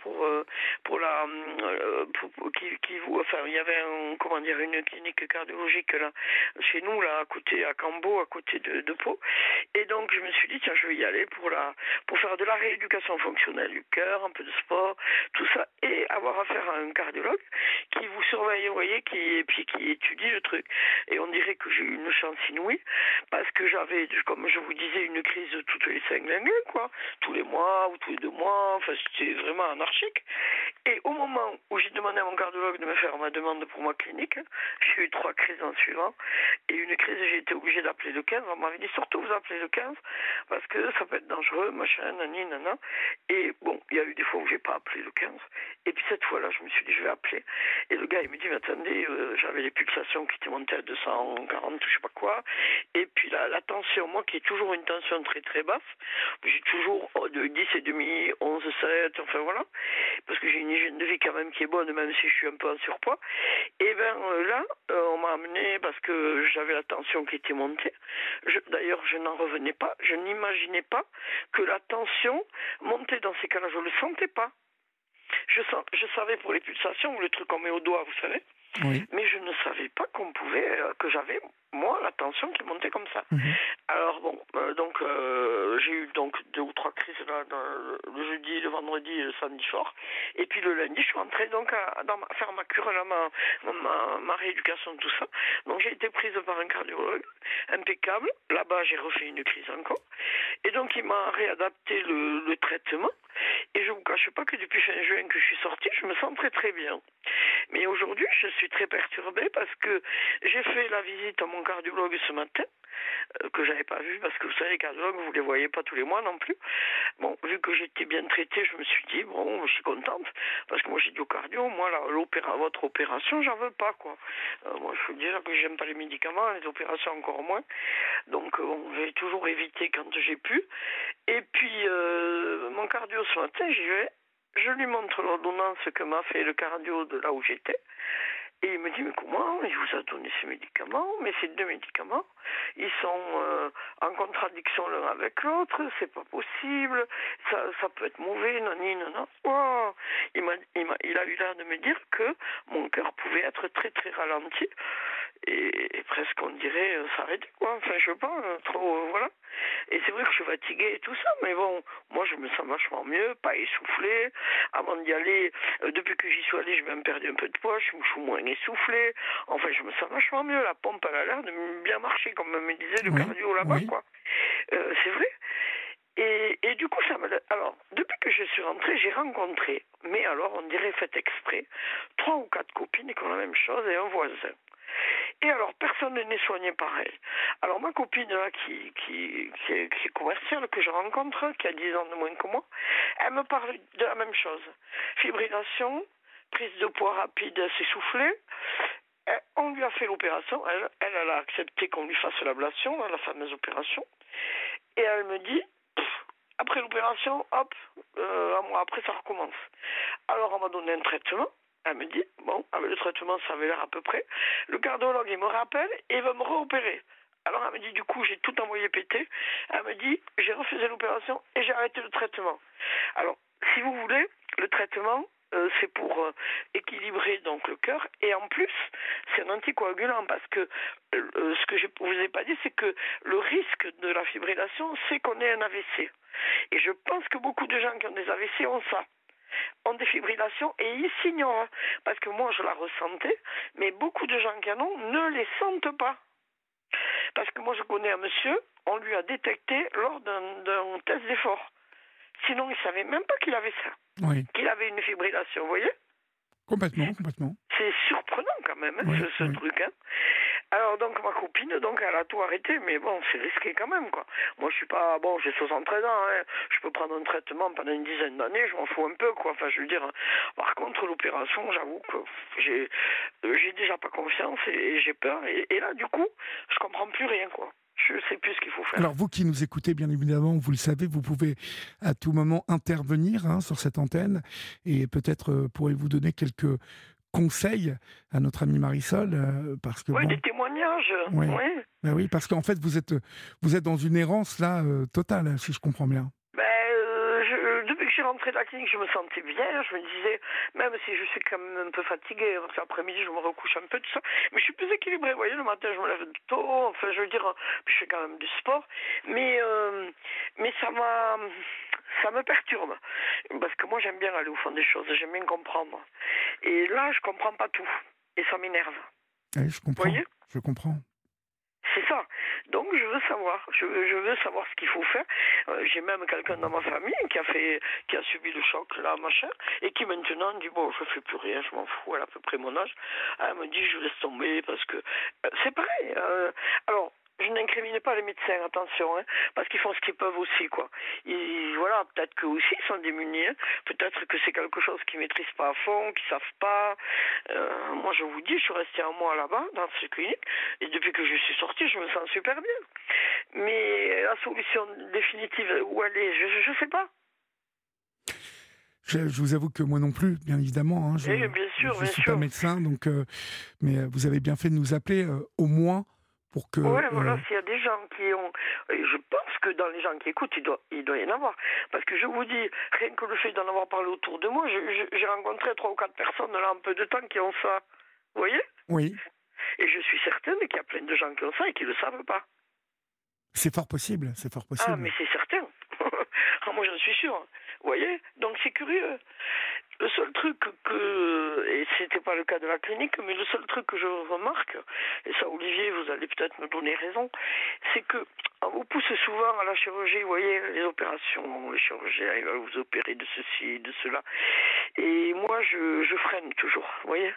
enfin il y avait une clinique cardiologique là chez nous là à côté à Cambo, à côté de Pau. Et donc je me suis dit tiens, je vais y aller pour faire de la rééducation fonctionnelle du cœur, un peu de sport, tout ça, et avoir affaire à un cardiologue qui vous surveille, vous voyez, et puis qui étudie le truc. Et on dirait que j'ai eu une chance inouïe parce que j'avais, comme je vous disais, une crise toutes les 5 années, quoi, tous les mois ou tous les 2 mois, enfin c'était vraiment anarchique. Et au moment où j'ai demandé à mon cardiologue de me faire ma demande pour ma clinique, j'ai eu 3 crises en suivant, et une crise j'ai été obligée d'appeler le 15. On m'avait dit surtout vous appelez le 15 parce que ça peut être dangereux, machin, nani, nana. Et bon, il y a eu des fois où j'ai pas appelé le 15. Et puis cette fois-là, je me suis dit je vais appeler. Et le gars il me dit mais attendez, j'avais les pulsations qui étaient montées à 240, je sais pas quoi. Et puis la tension, moi qui ai toujours une tension très très basse, j'ai toujours de 10,5, 11,7, enfin voilà, parce que j'ai une hygiène de vie quand même qui est bonne, même si je suis un peu en surpoids. Et bien là, on m'a amené parce que j'avais la tension qui était montée. D'ailleurs, je n'en revenais pas, je n'imaginais pas que la tension montait dans ces cas-là, je ne le sentais pas. Je savais pour les pulsations, ou le truc qu'on met au doigt, vous savez. Oui. Mais je ne savais pas que j'avais, moi, la tension qui montait comme ça. Alors bon, j'ai eu 2 ou 3 crises là, le jeudi, le vendredi, le samedi soir. Et puis le lundi, je suis rentrée donc à faire ma cure, là, ma rééducation, tout ça. Donc j'ai été prise par un cardiologue, impeccable. Là-bas, j'ai refait une crise encore. Et donc il m'a réadapté le traitement. Et je ne vous cache pas que depuis fin juin que je suis sortie, je me sens très très bien. Mais aujourd'hui, je suis très perturbée parce que j'ai fait la visite à mon cardiologue ce matin, que j'avais pas vu parce que vous savez, les cardiologues, vous les voyez pas tous les mois non plus. Bon, vu que j'étais bien traitée, je me suis dit, bon, je suis contente parce que moi j'ai dit au cardio, moi là, votre opération, j'en veux pas, quoi. Moi, je veux dire que j'aime pas les médicaments, les opérations encore moins. Donc, j'ai toujours évité quand j'ai pu. Et puis, mon cardio ce matin, j'y vais. Je lui montre l'ordonnance que m'a fait le cardio de là où j'étais. Et il me dit, mais comment il vous a donné ces médicaments? Mais ces 2 médicaments, ils sont en contradiction l'un avec l'autre, c'est pas possible, ça peut être mauvais, nani, nana. Oh, il a eu l'air de me dire que mon cœur pouvait être très très ralenti et presque on dirait s'arrêter, quoi. Enfin, je sais pas, trop, voilà. Et c'est vrai que je suis fatiguée et tout ça, mais bon, moi je me sens vachement mieux, pas essoufflée. Avant d'y aller, depuis que j'y suis allée, j'ai même perdu un peu de poids, je suis moins essoufflée. Enfin, je me sens vachement mieux. La pompe, elle a l'air de bien marcher, comme me disait le cardio là-bas, quoi. C'est vrai. Et du coup, alors, depuis que je suis rentrée, j'ai rencontré, mais alors, on dirait fait exprès, 3 ou 4 copines qui ont la même chose et un voisin. Et alors, personne n'est soigné pareil. Alors, ma copine, là, qui est commerciale, que je rencontre, qui a 10 ans de moins que moi, elle me parle de la même chose. Fibrillation, prise de poids rapide, s'essouffler. On lui a fait l'opération. Elle a accepté qu'on lui fasse l'ablation, la fameuse opération. Et elle me dit, après l'opération, hop, un mois après, ça recommence. Alors, on m'a donné un traitement. Elle me dit, bon, avec le traitement, ça avait l'air à peu près. Le cardiologue, il me rappelle et il va me réopérer. Alors, elle me dit, du coup, j'ai tout envoyé péter. Elle me dit, j'ai refusé l'opération et j'ai arrêté le traitement. Alors, si vous voulez, le traitement, c'est pour équilibrer donc le cœur. Et en plus, c'est un anticoagulant parce que ce que je vous ai pas dit, c'est que le risque de la fibrillation, c'est qu'on ait un AVC. Et je pense que beaucoup de gens qui ont des AVC ont ça. Ont des fibrillations et ils s'ignorent. Parce que moi, je la ressentais, mais beaucoup de gens qui en ont ne les sentent pas. Parce que moi, je connais un monsieur, on lui a détecté lors d'un test d'effort. Sinon, il ne savait même pas qu'il avait ça. Oui. Qu'il avait une fibrillation, vous voyez? Complètement. C'est surprenant quand même, ce truc. Hein. Alors, donc, ma copine, elle a tout arrêté, mais bon, c'est risqué quand même, quoi. Moi, je suis pas, bon, j'ai 73 ans, hein. Je peux prendre un traitement pendant une dizaine d'années, je m'en fous un peu, quoi. Enfin, je veux dire, par contre, l'opération, j'avoue que j'ai déjà pas confiance et j'ai peur. Et là, du coup, je comprends plus rien, quoi. Je ne sais plus ce qu'il faut faire. Alors, vous qui nous écoutez, bien évidemment, vous le savez, vous pouvez à tout moment intervenir sur cette antenne et peut-être pourrez-vous donner quelques conseils à notre amie Marisol, parce que oui, des témoignages. Ouais. Oui. Ben oui, parce qu'en fait, vous êtes dans une errance là totale, si je comprends bien. Depuis que je suis rentrée de la clinique, je me sentais bien. Je me disais, même si je suis quand même un peu fatiguée, parce qu'après-midi, je me recouche un peu, tout ça. Mais je suis plus équilibrée. Vous voyez, le matin, je me lève tôt. Enfin, je veux dire, puis je fais quand même du sport. Mais ça me perturbe. Parce que moi, j'aime bien aller au fond des choses. J'aime bien comprendre. Et là, je comprends pas tout. Et ça m'énerve. Oui, je comprends. Vous voyez ? Je comprends. C'est ça. Donc je veux savoir. Je veux savoir ce qu'il faut faire. J'ai même quelqu'un dans ma famille qui a subi le choc là, machin, et qui maintenant dit bon, je fais plus rien, je m'en fous, elle a à peu près mon âge. Elle me dit je laisse tomber parce que c'est pareil. Alors. Je n'incrimine pas les médecins, attention, hein, parce qu'ils font ce qu'ils peuvent aussi, quoi. Voilà, peut-être qu'eux aussi ils sont démunis, hein. Peut-être que c'est quelque chose qu'ils maîtrisent pas à fond, qu'ils savent pas. Moi, je vous dis, je suis restée un mois là-bas, dans cette clinique, et depuis que je suis sortie, je me sens super bien. Mais la solution définitive, où elle est, je sais pas. Je vous avoue que moi non plus, bien évidemment. Hein, je suis pas médecin, donc, mais vous avez bien fait de nous appeler, au moins. Pour que, voilà, s'il y a des gens qui ont... Je pense que dans les gens qui écoutent, il doit y en avoir. Parce que je vous dis, rien que le fait d'en avoir parlé autour de moi, j'ai rencontré 3 ou 4 personnes là en peu de temps qui ont ça. Vous voyez ? Oui. Et je suis certaine qu'il y a plein de gens qui ont ça et qui ne le savent pas. C'est fort possible, c'est fort possible. Ah, mais c'est certain. Moi, j'en suis sûr. Vous voyez ? Donc, c'est curieux. Le seul truc et c'était pas le cas de la clinique, mais le seul truc que je remarque, et ça Olivier, vous allez peut-être me donner raison, c'est que on vous pousse souvent à la chirurgie, vous voyez, les opérations, les chirurgiens, ils veulent vous opérer de ceci, de cela. Et moi, je freine toujours, vous voyez.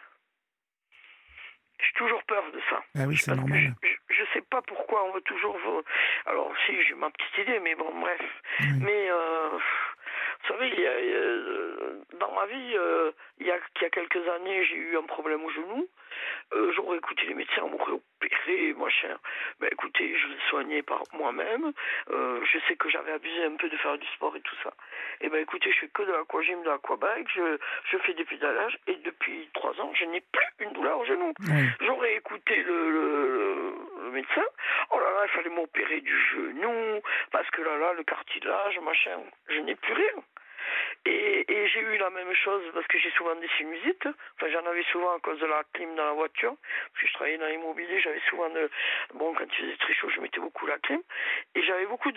J'ai toujours peur de ça. Ah oui, c'est normal. Je sais pas pourquoi on veut toujours... Alors, si, j'ai ma petite idée, mais bon, bref. Oui. Mais... vous savez, dans ma vie, il y a quelques années, j'ai eu un problème au genou. J'aurais écouté les médecins, on m'aurait opéré, machin. Ben écoutez, je l'ai soigné par moi-même. Je sais que j'avais abusé un peu de faire du sport et tout ça. Et ben écoutez, je fais que de l'aquagym, de l'aquabike, je fais des pédalages et depuis 3 ans, je n'ai plus une douleur au genou. Oui. J'aurais écouté le médecin. Oh là là, il fallait m'opérer du genou parce que là, le cartilage, machin, je n'ai plus rien. Et j'ai eu la même chose parce que j'ai souvent des sinusites. Enfin, j'en avais souvent à cause de la clim dans la voiture. Puis je travaillais dans l'immobilier, j'avais souvent bon, quand il faisait très chaud, je mettais beaucoup la clim. Et j'avais beaucoup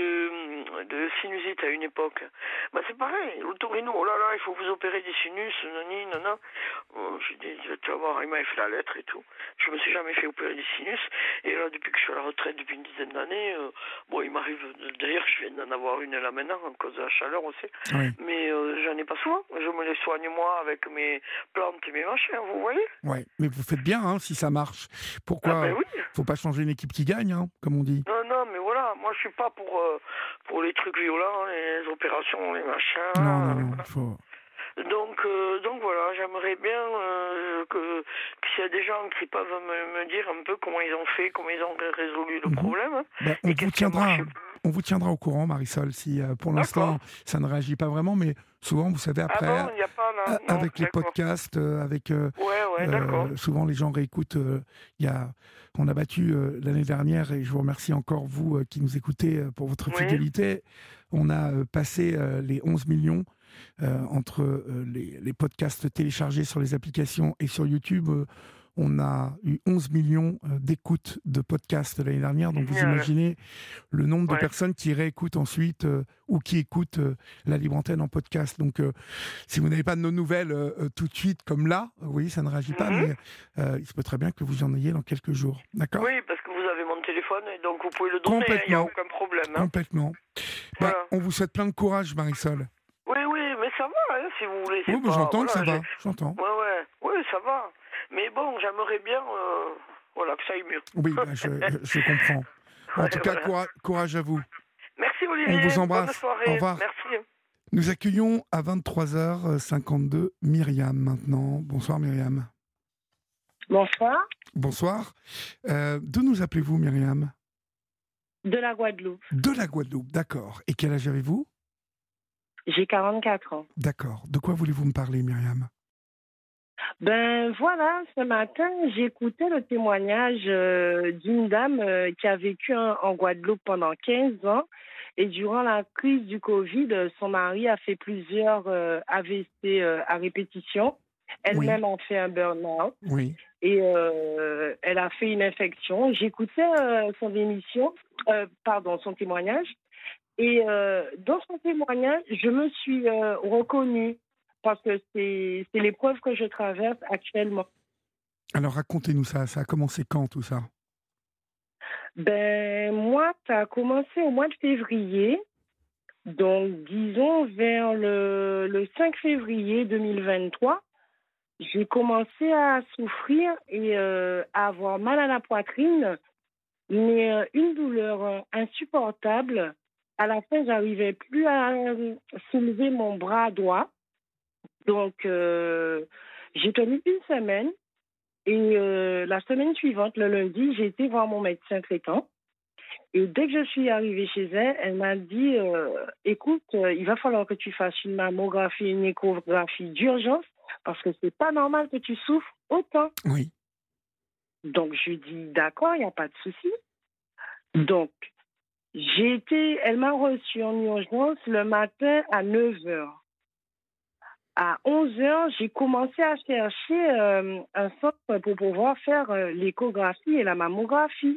de sinusites à une époque. Bah, c'est pareil, l'otorino, oh là là, il faut vous opérer des sinus, nani, nana. J'ai dit, tu vas voir, il m'avait fait la lettre et tout. Je me suis jamais fait opérer des sinus. Et là, depuis que je suis à la retraite, depuis une dizaine d'années, bon, il m'arrive, d'ailleurs, je viens d'en avoir une là maintenant, à cause de la chaleur aussi. Oui. Mais j'en ai pas souvent. Je me les soigne moi avec mes plantes et mes machins, vous voyez ? Oui, mais vous faites bien hein, si ça marche. Pourquoi oui. Faut pas changer une équipe qui gagne, hein, comme on dit. Non, mais voilà, moi je suis pas pour les trucs violents, les opérations, les machins. Non, faut... Donc voilà, j'aimerais bien que s'il y a des gens qui peuvent me dire un peu comment ils ont fait, comment ils ont résolu le problème. Ben, on vous tiendra au courant, Marisol, si pour l'instant ça ne réagit pas vraiment, mais souvent, vous savez, après, y a pas, là. Non, avec les podcasts, avec souvent les gens réécoutent. On a battu l'année dernière, et je vous remercie encore, vous qui nous écoutez, pour votre fidélité. On a passé les 11 millions entre les podcasts téléchargés sur les applications et sur YouTube. On a eu 11 millions d'écoutes de podcasts l'année dernière. Donc vous imaginez le nombre de personnes qui réécoutent ensuite ou qui écoutent la Libre Antenne en podcast. Donc si vous n'avez pas de nos nouvelles tout de suite, comme là, oui, ça ne réagit pas, mais il se peut très bien que vous en ayez dans quelques jours. D'accord ? Oui, parce que vous avez mon téléphone et donc vous pouvez le donner, il n'y a aucun problème. Hein. Complètement. Voilà. On vous souhaite plein de courage, Marisol. Oui, mais ça va, hein, si vous voulez. Oui, mais j'entends que ça va. J'entends. Oui, ça va. Mais bon, j'aimerais bien que ça aille mieux. Oui, je comprends. En tout cas, courage à vous. Merci Olivier. On vous embrasse. Bonne soirée. Au revoir. Merci. Nous accueillons à 23h52 Myriam maintenant. Bonsoir Myriam. Bonsoir. Bonsoir. D'où nous appelez-vous Myriam ? De la Guadeloupe. De la Guadeloupe, d'accord. Et quel âge avez-vous ? J'ai 44 ans. D'accord. De quoi voulez-vous me parler Myriam ? Ben voilà, ce matin, j'écoutais le témoignage d'une dame qui a vécu en Guadeloupe pendant 15 ans. Et durant la crise du Covid, son mari a fait plusieurs AVC à répétition. Oui, Elle-même a fait un burn-out oui. et elle a fait une infection. J'écoutais son témoignage. Et dans son témoignage, je me suis reconnue parce que c'est l'épreuve que je traverse actuellement. Alors racontez-nous ça. Ça a commencé quand tout ça? Ben, moi, ça a commencé au mois de février. Donc, disons, vers le 5 février 2023, j'ai commencé à souffrir et à avoir mal à la poitrine, mais une douleur insupportable. À la fin, j'arrivais plus à soulever mon bras droit. Donc, j'ai tenu une semaine et la semaine suivante, le lundi, j'ai été voir mon médecin traitant. Et dès que je suis arrivée chez elle, elle m'a dit écoute, il va falloir que tu fasses une mammographie, une échographie d'urgence parce que c'est pas normal que tu souffres autant. Oui. Donc, je lui dis d'accord, il n'y a pas de souci. Donc, elle m'a reçue en urgence le matin à 9h. À 11h, j'ai commencé à chercher un centre pour pouvoir faire l'échographie et la mammographie.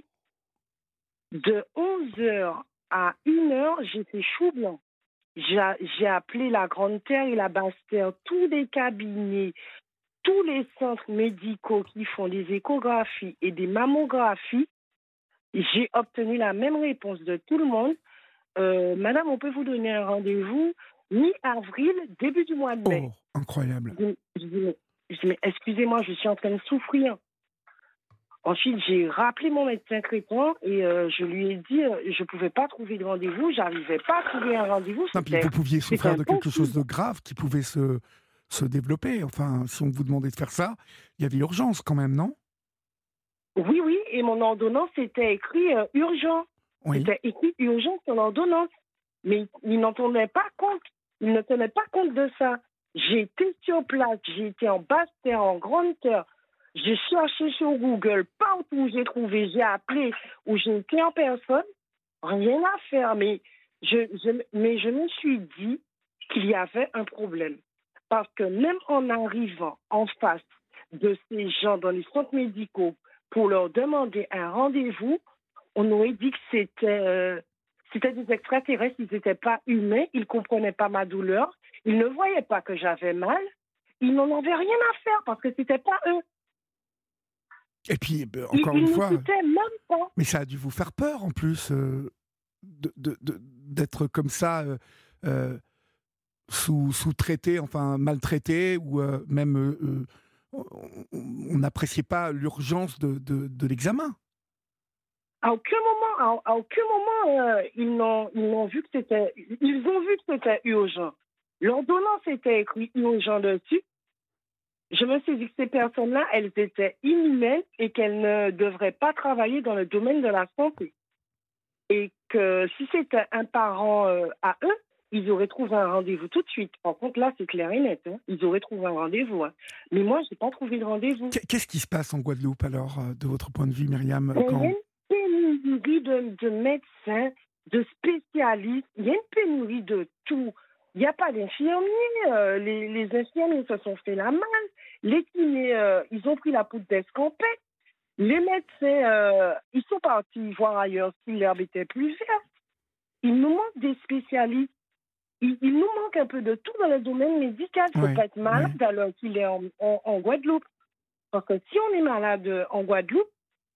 De 11h à 1h, j'étais chou blanc. J'ai appelé la Grande Terre et la Basse Terre, tous les cabinets, tous les centres médicaux qui font des échographies et des mammographies. J'ai obtenu la même réponse de tout le monde. Madame, on peut vous donner un rendez-vous mi-avril, début du mois de mai. Oh, incroyable. Je dis, mais excusez-moi, je suis en train de souffrir. Ensuite, j'ai rappelé mon médecin traitant et je lui ai dit je ne pouvais pas trouver de rendez-vous, j'arrivais pas à trouver un rendez-vous. Non, puis vous pouviez souffrir de quelque chose de grave qui pouvait se développer. Enfin, si on vous demandait de faire ça, il y avait urgence quand même, non? Oui, et mon ordonnance était écrit urgent. Oui. C'était écrit urgent sur l'ordonnance. Mais il n'en tenait pas compte. Il ne tenait pas compte de ça. J'ai été sur place, j'ai été en basse terre, en grande terre. J'ai cherché sur Google, partout où j'ai trouvé, j'ai appelé, où j'ai été en personne, rien à faire. Mais je me suis dit qu'il y avait un problème. Parce que même en arrivant en face de ces gens dans les centres médicaux pour leur demander un rendez-vous, on aurait dit que c'était des extraterrestres, ils n'étaient pas humains, ils ne comprenaient pas ma douleur, ils ne voyaient pas que j'avais mal, ils n'en avaient rien à faire parce que ce n'était pas eux. Et puis, encore une fois, même pas. Mais ça a dû vous faire peur en plus d'être comme ça sous-traité, enfin maltraité, ou même on n'appréciait pas l'urgence de l'examen. À aucun moment, ils ont vu que c'était urgent. L'ordonnance était écrite urgent dessus. Je me suis dit que ces personnes-là, elles étaient inhumaines et qu'elles ne devraient pas travailler dans le domaine de la santé. Et que si c'était un parent à eux, ils auraient trouvé un rendez-vous tout de suite. Par contre, là, c'est clair et net. Hein. Ils auraient trouvé un rendez-vous. Hein. Mais moi, je n'ai pas trouvé de rendez-vous. Qu'est-ce qui se passe en Guadeloupe, alors, de votre point de vue, Myriam? Il y a une pénurie de médecins, de spécialistes. Il y a une pénurie de tout. Il n'y a pas d'infirmiers. Les infirmiers se sont fait la malle. Les kinés, ils ont pris la poudre d'escampette. Les médecins, ils sont partis voir ailleurs si l'herbe était plus verte. Il nous manque des spécialistes. Il nous manque un peu de tout dans le domaine médical. Il ne faut pas être malade alors qu'il est en Guadeloupe. Parce que si on est malade en Guadeloupe,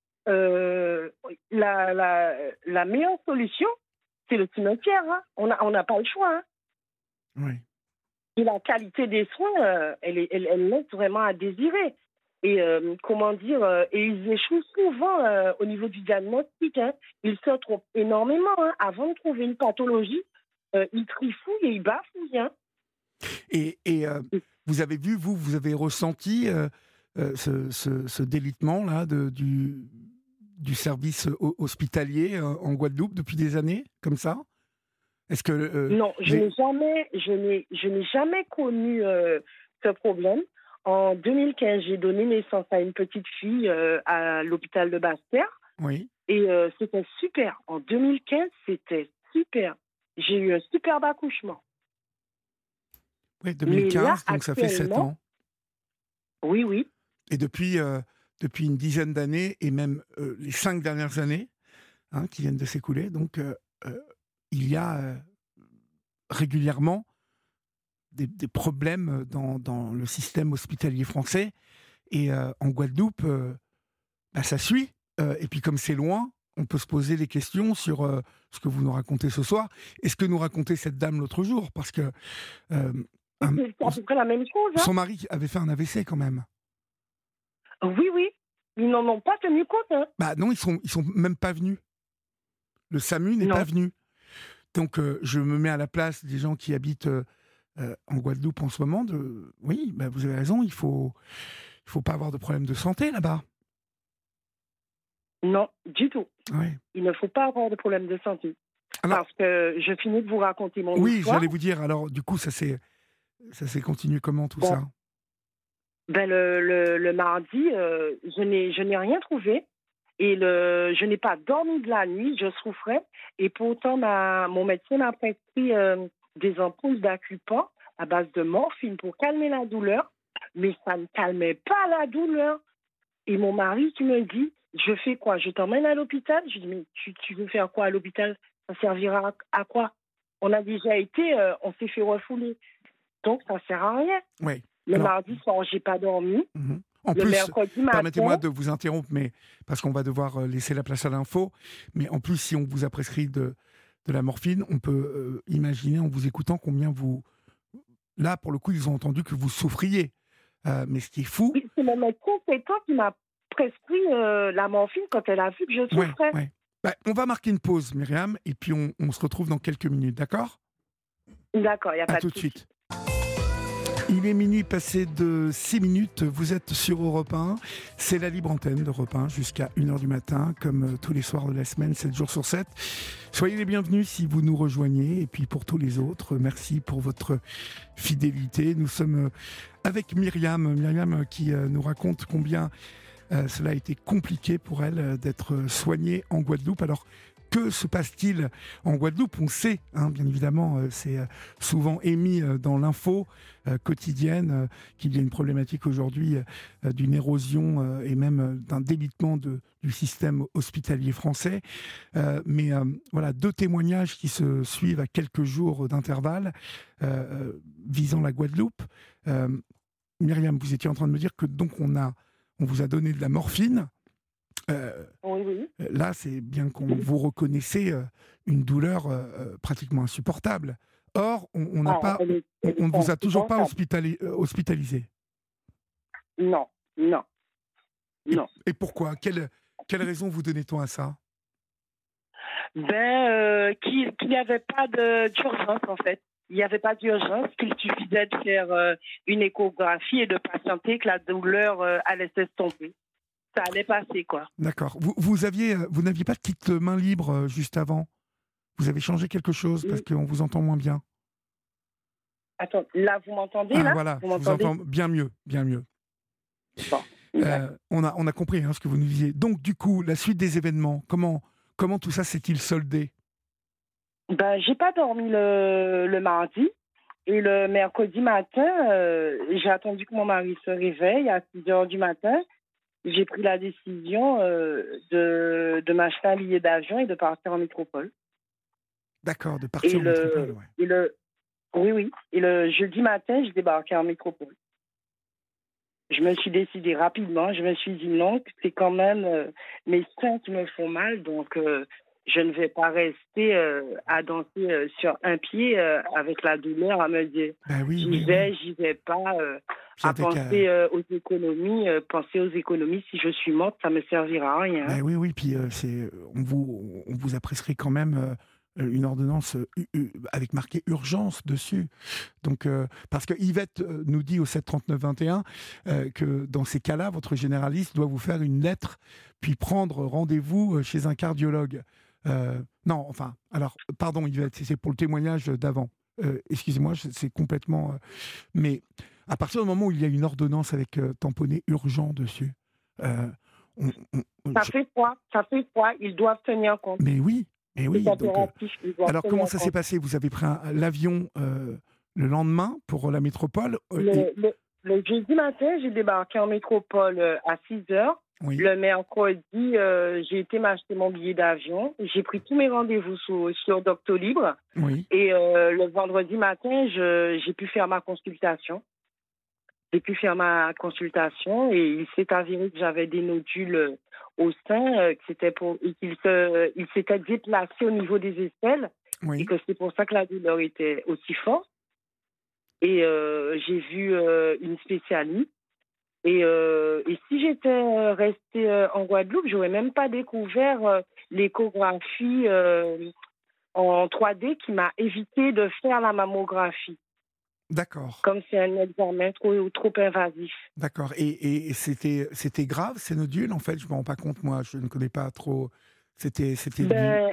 la meilleure solution, c'est le cimetière. Hein. On n'a pas le choix. Hein. Oui. Et la qualité des soins, elle laisse vraiment à désirer. Et et ils échouent souvent au niveau du diagnostic. Hein. Ils se trompent énormément. Hein. Avant de trouver une pathologie, ils trifouillent et ils bafouillent. Hein. Et vous avez vu, vous avez ressenti ce délitement-là du service hospitalier en Guadeloupe depuis des années, comme ça? Est-ce que non, je n'ai jamais connu ce problème. En 2015, j'ai donné naissance à une petite fille à l'hôpital de Basse-Terre. Oui. Et c'était super. En 2015, c'était super. J'ai eu un superbe accouchement. Oui, 2015, là, donc ça fait 7 ans. Oui, oui. Et depuis une dizaine d'années, et même les 5 dernières années qui viennent de s'écouler, donc il y a régulièrement des problèmes dans le système hospitalier français. Et en Guadeloupe, ça suit. Et puis comme c'est loin, on peut se poser des questions sur ce que vous nous racontez ce soir et ce que nous racontait cette dame l'autre jour. Parce que c'est à peu près la même chose. Son mari avait fait un AVC quand même. Oui, oui. Ils n'en ont pas tenu compte. Bah non, ils sont même pas venus. Le SAMU n'est pas venu. Donc je me mets à la place des gens qui habitent en Guadeloupe en ce moment. Oui, vous avez raison, il faut pas avoir de problème de santé là-bas. Non, du tout. Oui. Il ne faut pas avoir de problème de santé. Alors, parce que je finis de vous raconter mon histoire. Oui, j'allais vous dire. Alors, du coup, ça s'est continué comment tout ça? Le mardi, je n'ai rien trouvé. Et je n'ai pas dormi de la nuit, je souffrais. Et pourtant, mon médecin m'a prescrit des ampoules d'Acupan à base de morphine pour calmer la douleur. Mais ça ne calmait pas la douleur. Et mon mari qui me dit, je fais quoi? Je t'emmène à l'hôpital? Je dis, mais tu veux faire quoi à l'hôpital? Ça servira à quoi? On a déjà été, on s'est fait refouler. Donc, ça ne sert à rien. Oui. Le mardi soir, je n'ai pas dormi. En le plus, mercredi matin, permettez-moi de vous interrompre, mais parce qu'on va devoir laisser la place à l'info. Mais en plus, si on vous a prescrit de la morphine, on peut imaginer en vous écoutant combien vous... Là, pour le coup, ils ont entendu que vous souffriez. Mais ce qui est fou... Oui, c'est mon médecin qui m'a prescrit la morphine quand elle a vu que je souffrais. Ouais. On va marquer une pause, Myriam, et puis on se retrouve dans quelques minutes, d'accord? D'accord, il n'y a pas de tout de suite. Il est minuit passé de 6 minutes, vous êtes sur Europe 1, c'est la libre antenne d'Europe 1 jusqu'à 1h du matin, comme tous les soirs de la semaine, 7 jours sur 7. Soyez les bienvenus si vous nous rejoignez, et puis pour tous les autres, merci pour votre fidélité. Nous sommes avec Myriam qui nous raconte combien cela a été compliqué pour elle d'être soignée en Guadeloupe. Alors, que se passe-t-il en Guadeloupe? On sait, bien évidemment, c'est souvent émis dans l'info quotidienne qu'il y a une problématique aujourd'hui d'une érosion et même d'un délitement du système hospitalier français. Mais voilà, 2 témoignages qui se suivent à quelques jours d'intervalle visant la Guadeloupe. Myriam, vous étiez en train de me dire que donc on vous a donné de la morphine. Oui. Là, c'est bien qu'on vous reconnaissez une douleur pratiquement insupportable. Or, on ne vous a toujours pas hospitalisé. Non. Et pourquoi? Quelle raison vous donnez-on à ça? Qu'il n'y avait pas d'urgence, en fait. Il n'y avait pas d'urgence, qu'il suffisait de faire une échographie et de patienter que la douleur allait s'estomper. Ça allait passer, quoi. D'accord. Vous n'aviez pas de petite main libre juste avant? Vous avez changé quelque chose parce qu'on vous entend moins bien. Attends, là, vous m'entendez là? Voilà, je vous entends bien mieux. Bon, on a compris ce que vous nous disiez. Donc, du coup, la suite des événements, comment tout ça s'est-il soldé? J'ai pas dormi le mardi. Et le mercredi matin, j'ai attendu que mon mari se réveille à 6h du matin. J'ai pris la décision de m'acheter un billet d'avion et de partir en métropole. D'accord, de partir en métropole, ouais. Oui. Et le jeudi matin, je débarquais en métropole. Je me suis décidée rapidement. Je me suis dit non, c'est quand même mes seins qui me font mal, donc je ne vais pas rester à danser sur un pied avec la douleur, à me dire j'y vais pas, à penser aux économies. Penser aux économies, si je suis morte, ça ne me servira à rien. Oui, puis on vous a prescrit quand même une ordonnance avec marqué urgence dessus. Donc, parce que Yvette nous dit au 739-21 que dans ces cas-là, votre généraliste doit vous faire une lettre, puis prendre rendez-vous chez un cardiologue. Pardon Yvette, c'est pour le témoignage d'avant. Excusez-moi, c'est complètement... mais À partir du moment où il y a une ordonnance avec tamponné urgent dessus, ça fait froid, ils doivent tenir compte. Mais oui, donc, alors comment ça compte. s'est passé? Vous avez pris l'avion le lendemain pour la métropole Le jeudi matin, j'ai débarqué en métropole à 6h. Oui. Le mercredi, j'ai été m'acheter mon billet d'avion. J'ai pris tous mes rendez-vous sur Doctolib. Oui. Et le vendredi matin, j'ai pu faire ma consultation. Et il s'est avéré que j'avais des nodules au sein, il s'était déplacé au niveau des aisselles. Oui. Et que c'est pour ça que la douleur était aussi forte. Et j'ai vu une spécialiste. Et si j'étais restée en Guadeloupe, j'aurais même pas découvert l'échographie en 3D qui m'a évité de faire la mammographie. D'accord. Comme c'est un examen trop invasif. D'accord. Et c'était grave, ces nodules, en fait? Je ne me rends pas compte, moi, je ne connais pas trop. C'était Là,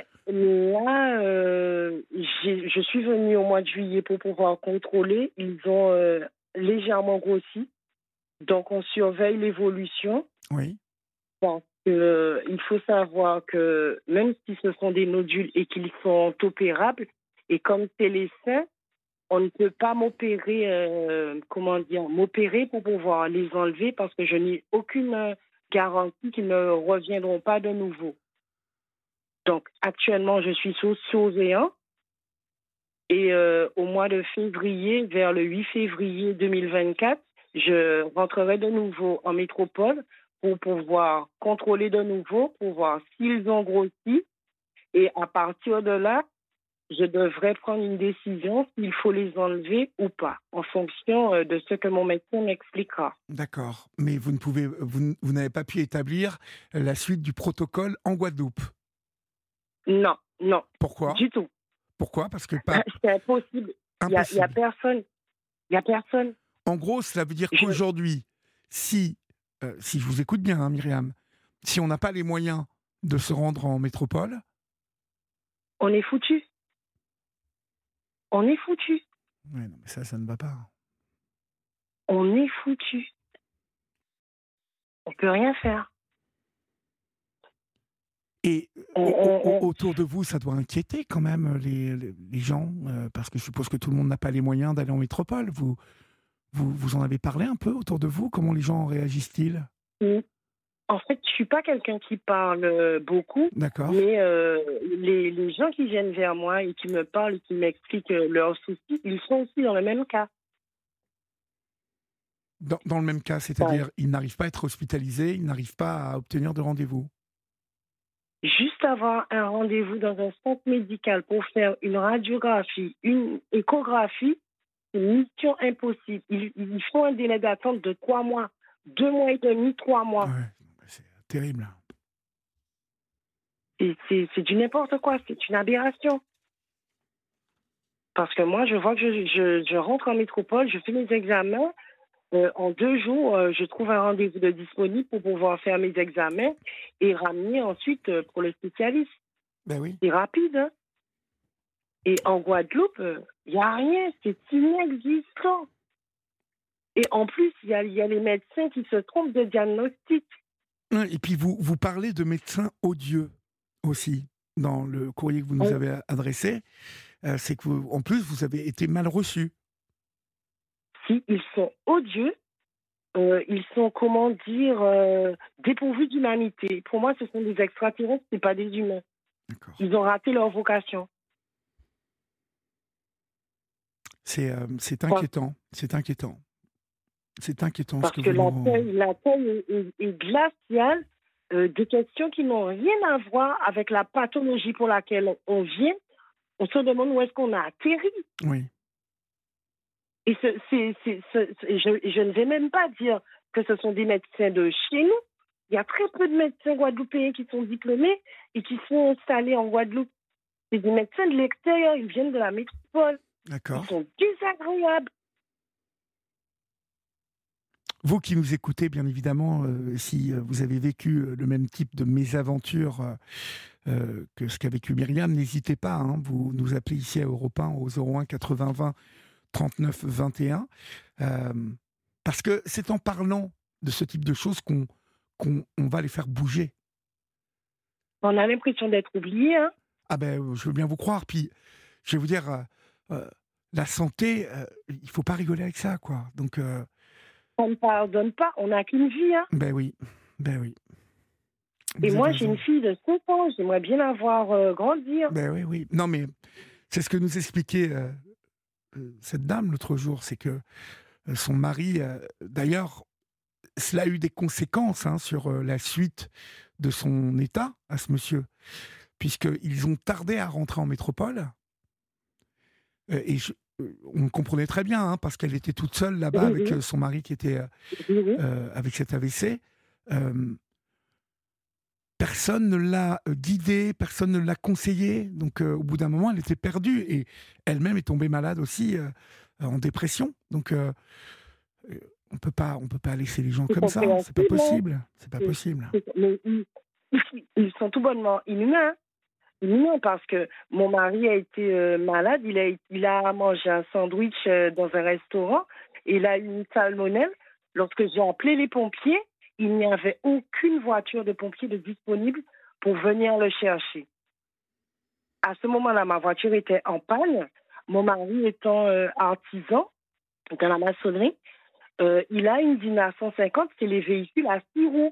je suis venue au mois de juillet pour pouvoir contrôler. Ils ont légèrement grossi. Donc, on surveille l'évolution. Oui. Parce que, il faut savoir que même si ce sont des nodules et qu'ils sont opérables, et comme c'est les seins, on ne peut pas m'opérer pour pouvoir les enlever parce que je n'ai aucune garantie qu'ils ne reviendront pas de nouveau. Donc, actuellement, je suis sous surveillance. Et au mois de février, vers le 8 février 2024, je rentrerai de nouveau en métropole pour pouvoir contrôler de nouveau, pour voir s'ils ont grossi. Et à partir de là, je devrais prendre une décision s'il faut les enlever ou pas, en fonction de ce que mon médecin m'expliquera. D'accord. Mais vous n'avez pas pu établir la suite du protocole en Guadeloupe? Non. Pourquoi? Du tout. Pourquoi? Parce que c'est impossible. Il y a personne. Il y a personne. En gros, cela veut dire qu'aujourd'hui, si je vous écoute bien, hein, Myriam, si on n'a pas les moyens de se rendre en métropole, on est foutu. Oui, non, mais ça ne va pas. On est foutu. On peut rien faire. Et autour de vous, ça doit inquiéter quand même les gens, parce que je suppose que tout le monde n'a pas les moyens d'aller en métropole. Vous en avez parlé un peu autour de vous? Comment les gens réagissent-ils? En fait, je ne suis pas quelqu'un qui parle beaucoup. D'accord. Mais les gens qui viennent vers moi et qui me parlent et qui m'expliquent leurs soucis, ils sont aussi dans le même cas. Dans le même cas, c'est-à-dire ils n'arrivent pas à être hospitalisés, ils n'arrivent pas à obtenir de rendez-vous? Juste avoir un rendez-vous dans un centre médical pour faire une radiographie, une échographie, c'est une mission impossible. Il faut un délai d'attente de 3 mois, 2 mois et demi, 3 mois. Ouais, c'est terrible. C'est du n'importe quoi, c'est une aberration. Parce que moi, je vois que je rentre en métropole, je fais mes examens. En 2 jours, je trouve un rendez-vous de disponible pour pouvoir faire mes examens et ramener ensuite pour le spécialiste. Ben oui. C'est rapide. Hein? Et en Guadeloupe, il n'y a rien, c'est inexistant. Et en plus, il y a les médecins qui se trompent de diagnostic. Et puis vous parlez de médecins odieux aussi dans le courrier que vous nous avez adressé. C'est que en plus, vous avez été mal reçu. Si, ils sont odieux, ils sont, dépourvus d'humanité. Pour moi, ce sont des extraterrestres, ce n'est pas des humains. D'accord. Ils ont raté leur vocation. C'est inquiétant. C'est inquiétant. C'est inquiétant. Parce que l'accueil est glacial. Des questions qui n'ont rien à voir avec la pathologie pour laquelle on vient. On se demande où est-ce qu'on a atterri. Oui. Et je ne vais même pas dire que ce sont des médecins de chez nous. Il y a très peu de médecins guadeloupéens qui sont diplômés et qui sont installés en Guadeloupe. C'est des médecins de l'extérieur, ils viennent de la métropole. D'accord. Ils sont désagréables. Vous qui nous écoutez, bien évidemment, si vous avez vécu le même type de mésaventure que ce qu'a vécu Myriam, n'hésitez pas, hein, vous nous appelez ici à Europe 1 au 01 80 20 39 21. Parce que c'est en parlant de ce type de choses qu'on va les faire bouger. On a l'impression d'être oublié, hein. Ah ben, je veux bien vous croire. Puis, je vais vous dire, la santé, il faut pas rigoler avec ça, quoi. Donc, On ne pardonne pas, on n'a qu'une vie, hein. ben oui. Et Vous moi, avez j'ai raison. une fille de 5 ans, j'aimerais bien la voir grandir. Ben oui. Non, mais c'est ce que nous expliquait cette dame l'autre jour, c'est que son mari, d'ailleurs, cela a eu des conséquences sur la suite de son état à ce monsieur, puisqu'ils ont tardé à rentrer en métropole. Et on comprenait très bien, parce qu'elle était toute seule là-bas avec son mari qui était Oui. avec cet AVC. Personne ne l'a guidée, personne ne l'a conseillée. Donc, au bout d'un moment, elle était perdue. Et elle-même est tombée malade aussi, en dépression. Donc, on peut pas laisser les gens C'est comme ça. C'est pas compréhensible, possible. C'est pas possible. Mais ils sont tout bonnement inhumains. Non, parce que mon mari a été malade, il a mangé un sandwich dans un restaurant, et il a eu une salmonelle. Lorsque j'ai appelé les pompiers, il n'y avait aucune voiture de pompiers de disponible pour venir le chercher. À ce moment-là, ma voiture était en panne. Mon mari étant artisan dans la maçonnerie, il a une Dyna 150, c'est les véhicules à 6 roues.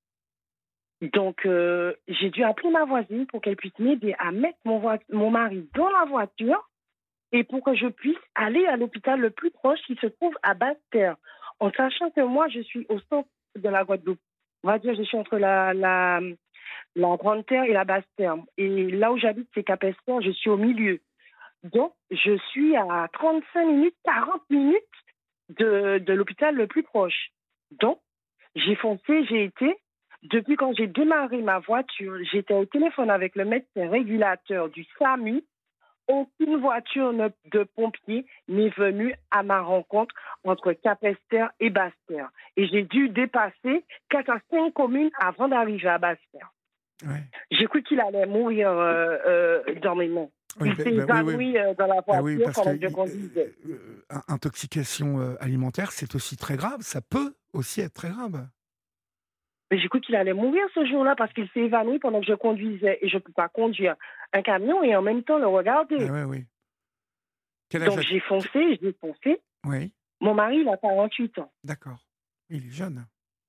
Donc, j'ai dû appeler ma voisine pour qu'elle puisse m'aider à mettre mon mari dans la voiture et pour que je puisse aller à l'hôpital le plus proche qui se trouve à Basse-Terre. En sachant que moi, je suis au centre de la Guadeloupe. On va dire, je suis entre la Grande Terre et la Basse-Terre. Et là où j'habite, c'est Capesterre, je suis au milieu. Donc, je suis à 35 minutes, 40 minutes de l'hôpital le plus proche. Donc, j'ai foncé, j'ai été. Depuis quand j'ai démarré ma voiture, j'étais au téléphone avec le médecin régulateur du SAMU. Aucune voiture de pompiers n'est venue à ma rencontre entre Capesterre et Basse-Terre. Et j'ai dû dépasser 4 à 5 communes avant d'arriver à Basse-Terre. Ouais. J'ai cru qu'il allait mourir dans mes mains. Oui, Il s'est évanoui dans la voiture parce pendant que que je conduisais. intoxication alimentaire, c'est aussi très grave. Ça peut aussi être très grave. Mais j'ai cru qu'il allait mourir ce jour-là parce qu'il s'est évanoui pendant que je conduisais et je ne peux pas conduire un camion et en même temps le regarder. Oui. Quel âge Donc j'ai foncé. Oui, Mon mari, il a 48 ans. d'accord. Il est jeune.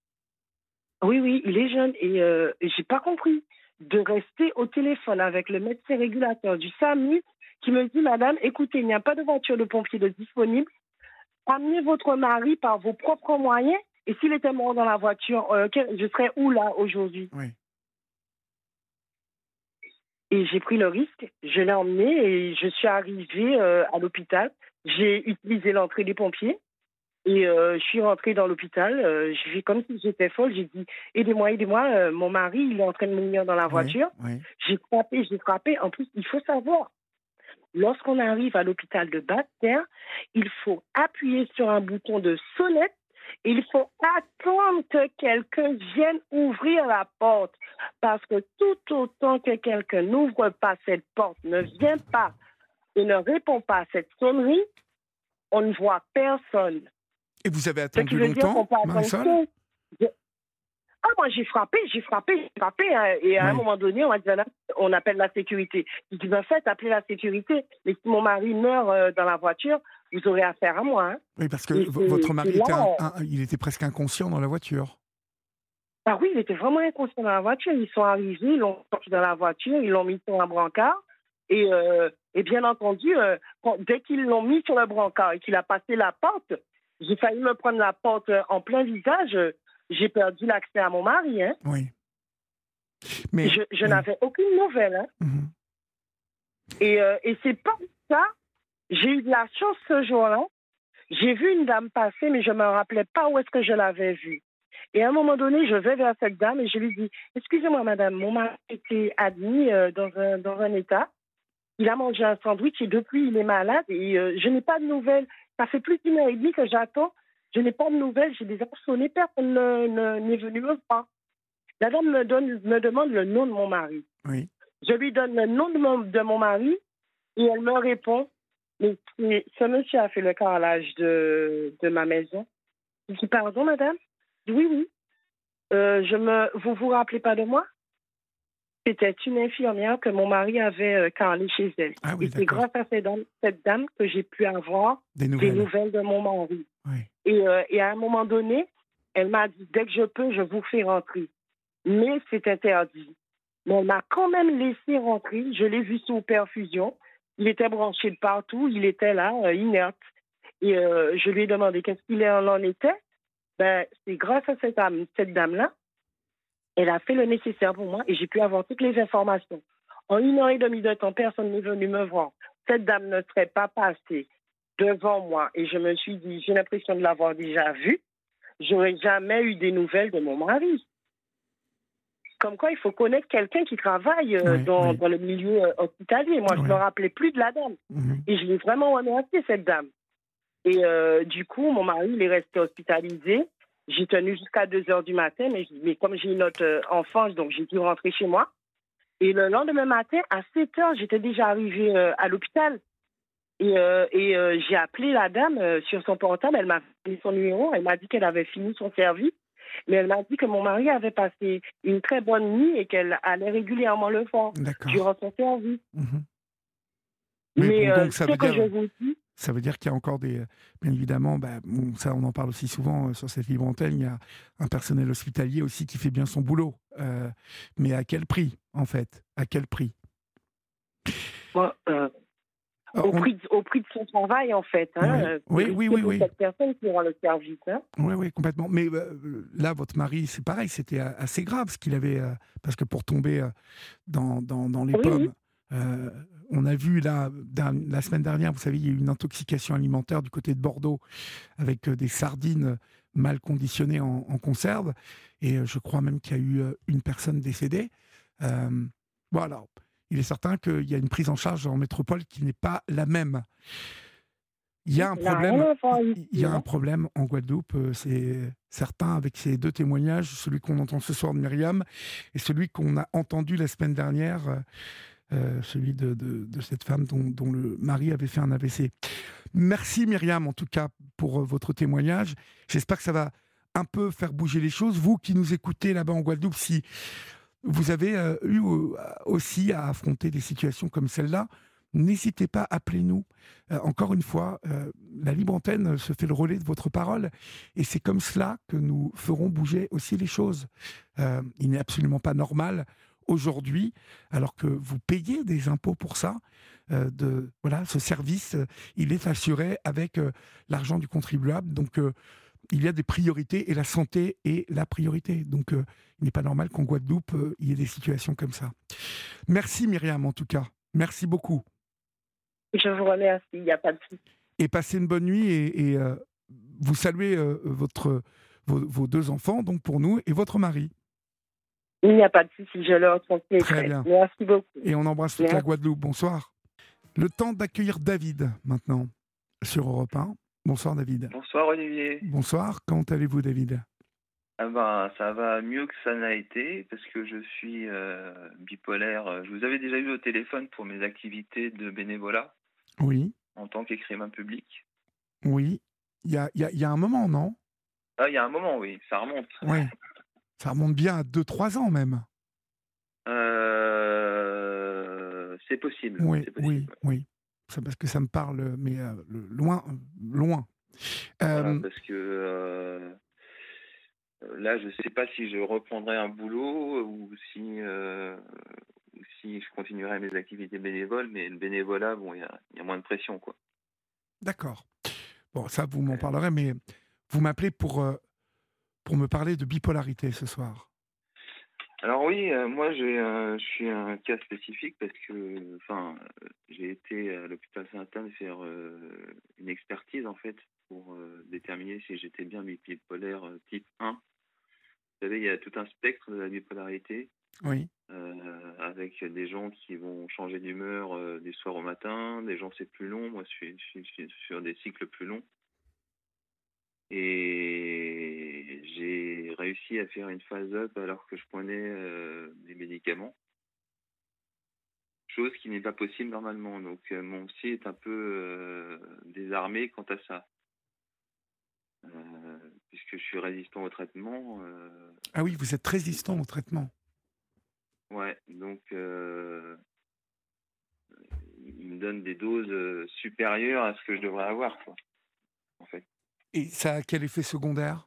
Oui, il est jeune et je n'ai pas compris de rester au téléphone avec le médecin régulateur du SAMU qui me dit, madame, écoutez, il n'y a pas de voiture de pompier de disponible. Amenez votre mari par vos propres moyens. Et s'il était mort dans la voiture, je serais où là aujourd'hui? Oui. Et j'ai pris le risque, je l'ai emmené et je suis arrivée à l'hôpital. J'ai utilisé l'entrée des pompiers et je suis rentrée dans l'hôpital. Je fais comme si j'étais folle. J'ai dit, aidez-moi, mon mari, il est en train de mourir dans la voiture. Oui. J'ai frappé. En plus, il faut savoir, lorsqu'on arrive à l'hôpital de Basse-Terre, il faut appuyer sur un bouton de sonnette. Il faut attendre que quelqu'un vienne ouvrir la porte. Parce que tout autant que quelqu'un n'ouvre pas cette porte, ne vient pas et ne répond pas à cette sonnerie, on ne voit personne. Et vous avez Ce qui attendu veut dire qu'on longtemps, peut attendre Marisol? moi j'ai frappé. Et à un Oui. moment donné, on appelle la sécurité. Je dis, faites appeler la sécurité. Mais si mon mari meurt dans la voiture, vous aurez affaire à moi. Hein. Oui, parce que Et votre mari c'est là, il était presque inconscient dans la voiture. Ah oui, il était vraiment inconscient dans la voiture. Ils sont arrivés, ils l'ont sorti dans la voiture, ils l'ont mis sur un brancard. Et bien entendu, dès qu'ils l'ont mis sur le brancard et qu'il a passé la porte, j'ai failli me prendre la porte en plein visage. J'ai perdu l'accès à mon mari. Hein. Oui. Mais Je n'avais aucune nouvelle. Hein. Mhm. Et c'est pas ça. J'ai eu de la chance ce jour-là. J'ai vu une dame passer, mais je ne me rappelais pas où est-ce que je l'avais vue. Et à un moment donné, je vais vers cette dame et je lui dis, excusez-moi madame, mon mari était admis dans un état. Il a mangé un sandwich et depuis, il est malade et je n'ai pas de nouvelles. Ça fait plus d'1 heure et demie que j'attends. Je n'ai pas de nouvelles. J'ai déjà sonné, personne n'est venu me voir. La dame me demande le nom de mon mari. Oui. Je lui donne le nom de mon mari et elle me répond, mais ce monsieur a fait le carrelage de ma maison. Je dis, pardon, madame? Oui, oui. Vous vous rappelez pas de moi? C'était une infirmière que mon mari avait calée chez elle. Ah oui, Et c'est d'accord. grâce à cette dame que j'ai pu avoir Des des nouvelles. nouvelles de mon mari. Oui. Et à un moment donné, elle m'a dit, dès que je peux, je vous fais rentrer. Mais c'est interdit. Mais elle m'a quand même laissé rentrer. Je l'ai vu sous perfusion. Il était branché de partout. Il était là, inerte. Et je lui ai demandé qu'est-ce qu'il en était. Ben, c'est grâce à cette dame-là, elle a fait le nécessaire pour moi et j'ai pu avoir toutes les informations. En 1 heure et demie de temps, personne n'est venu me voir. Cette dame ne serait pas passée devant moi et je me suis dit, j'ai l'impression de l'avoir déjà vue. J'aurais jamais eu des nouvelles de mon mari. Comme quoi, il faut connaître quelqu'un qui travaille dans le milieu hospitalier. Moi, je ne me rappelais plus de la dame. Et je l'ai vraiment remercié, cette dame. Et du coup, mon mari, il est resté hospitalisé. J'ai tenu jusqu'à 2 heures du matin, mais comme j'ai une autre enfant, donc j'ai dû rentrer chez moi. Et le lendemain matin, à 7 heures, j'étais déjà arrivée à l'hôpital. Et j'ai appelé la dame sur son portable. Elle m'a donné son numéro. Elle m'a dit qu'elle avait fini son service. Mais elle m'a dit que mon mari avait passé une très bonne nuit et qu'elle allait régulièrement le voir durant son service. Mais bon, donc, ce que je vous dis... Ça veut dire qu'il y a encore des... Bien évidemment, ça on en parle aussi souvent sur cette libre antenne, il y a un personnel hospitalier aussi qui fait bien son boulot. Mais à quel prix, en fait? À quel prix? Au prix de son travail, en fait. Hein. Oui. Cette personne qui rend le service. Hein. Oui, complètement. Mais là, votre mari, c'est pareil, c'était assez grave ce qu'il avait... parce que pour tomber dans les pommes... on a vu là, la semaine dernière, vous savez, il y a eu une intoxication alimentaire du côté de Bordeaux avec des sardines mal conditionnées en conserve. Et je crois même qu'il y a eu une personne décédée. Voilà. Il est certain qu'il y a une prise en charge en métropole qui n'est pas la même. Il y a un problème en Guadeloupe, c'est certain, avec ces 2 témoignages, celui qu'on entend ce soir de Myriam et celui qu'on a entendu la semaine dernière, celui de cette femme dont le mari avait fait un AVC. Merci Myriam, en tout cas, pour votre témoignage. J'espère que ça va un peu faire bouger les choses. Vous qui nous écoutez là-bas en Guadeloupe, si vous avez eu aussi à affronter des situations comme celle-là, n'hésitez pas, appelez-nous. Encore une fois, la libre antenne se fait le relais de votre parole et c'est comme cela que nous ferons bouger aussi les choses. Il n'est absolument pas normal aujourd'hui, alors que vous payez des impôts pour ça, ce service, il est assuré avec l'argent du contribuable. Donc, il y a des priorités et la santé est la priorité. Donc, il n'est pas normal qu'en Guadeloupe, il y ait des situations comme ça. Merci Myriam, en tout cas. Merci beaucoup. Je vous remercie, il n'y a pas de souci. Et passez une bonne nuit et vous saluez vos 2 enfants, donc pour nous, et votre mari. Il n'y a pas de souci, je leur transmets. Très bien. Merci beaucoup. Et on embrasse toute la Guadeloupe. Bonsoir. Le temps d'accueillir David, maintenant, sur Europe 1. Bonsoir, David. Bonsoir, Olivier. Bonsoir. Comment allez-vous, David? Ça va mieux que ça n'a été, parce que je suis bipolaire. Je vous avais déjà eu au téléphone pour mes activités de bénévolat. Oui. En tant qu'écrivain public. Oui. Il y a un moment, non? Ah, il y a un moment, oui. Ça remonte. Oui. Ça remonte bien à 2-3 ans, même. C'est possible. Oui, c'est possible. oui. C'est parce que ça me parle, mais loin. Voilà, parce que là, je ne sais pas si je reprendrai un boulot ou si je continuerai mes activités bénévoles, mais le bénévolat, bon, il y a moins de pression, quoi. D'accord. Bon, ça, vous m'en parlerez, mais vous m'appelez pour me parler de bipolarité ce soir. Alors oui, moi je suis un cas spécifique parce que j'ai été à l'hôpital Sainte-Anne faire une expertise en fait pour déterminer si j'étais bien bipolaire type 1. Vous savez, il y a tout un spectre de la bipolarité. Oui. Avec des gens qui vont changer d'humeur du soir au matin, des gens c'est plus long, moi je suis sur des cycles plus longs. Et j'ai réussi à faire une phase up alors que je prenais des médicaments. Chose qui n'est pas possible normalement. Donc mon psy est un peu désarmé quant à ça. puisque je suis résistant au traitement. Ah oui, vous êtes résistant au traitement. Ouais, donc il me donne des doses supérieures à ce que je devrais avoir, quoi, en fait. Et ça a quel effet secondaire?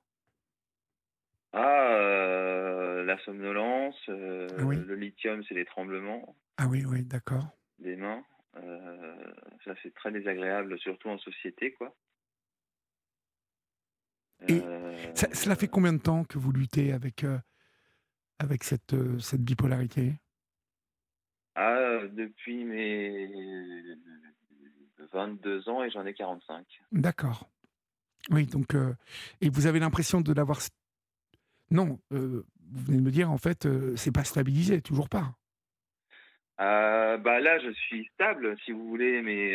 La somnolence, Ah oui. le lithium, c'est les tremblements Ah oui, oui, d'accord. des mains. Ça, c'est très désagréable, surtout en société, quoi. Et cela fait combien de temps que vous luttez avec cette bipolarité? Depuis mes 22 ans et j'en ai 45. D'accord. Oui, donc et vous avez l'impression de l'avoir... Non, vous venez de me dire, en fait, c'est pas stabilisé, toujours pas. Là, je suis stable, si vous voulez, mais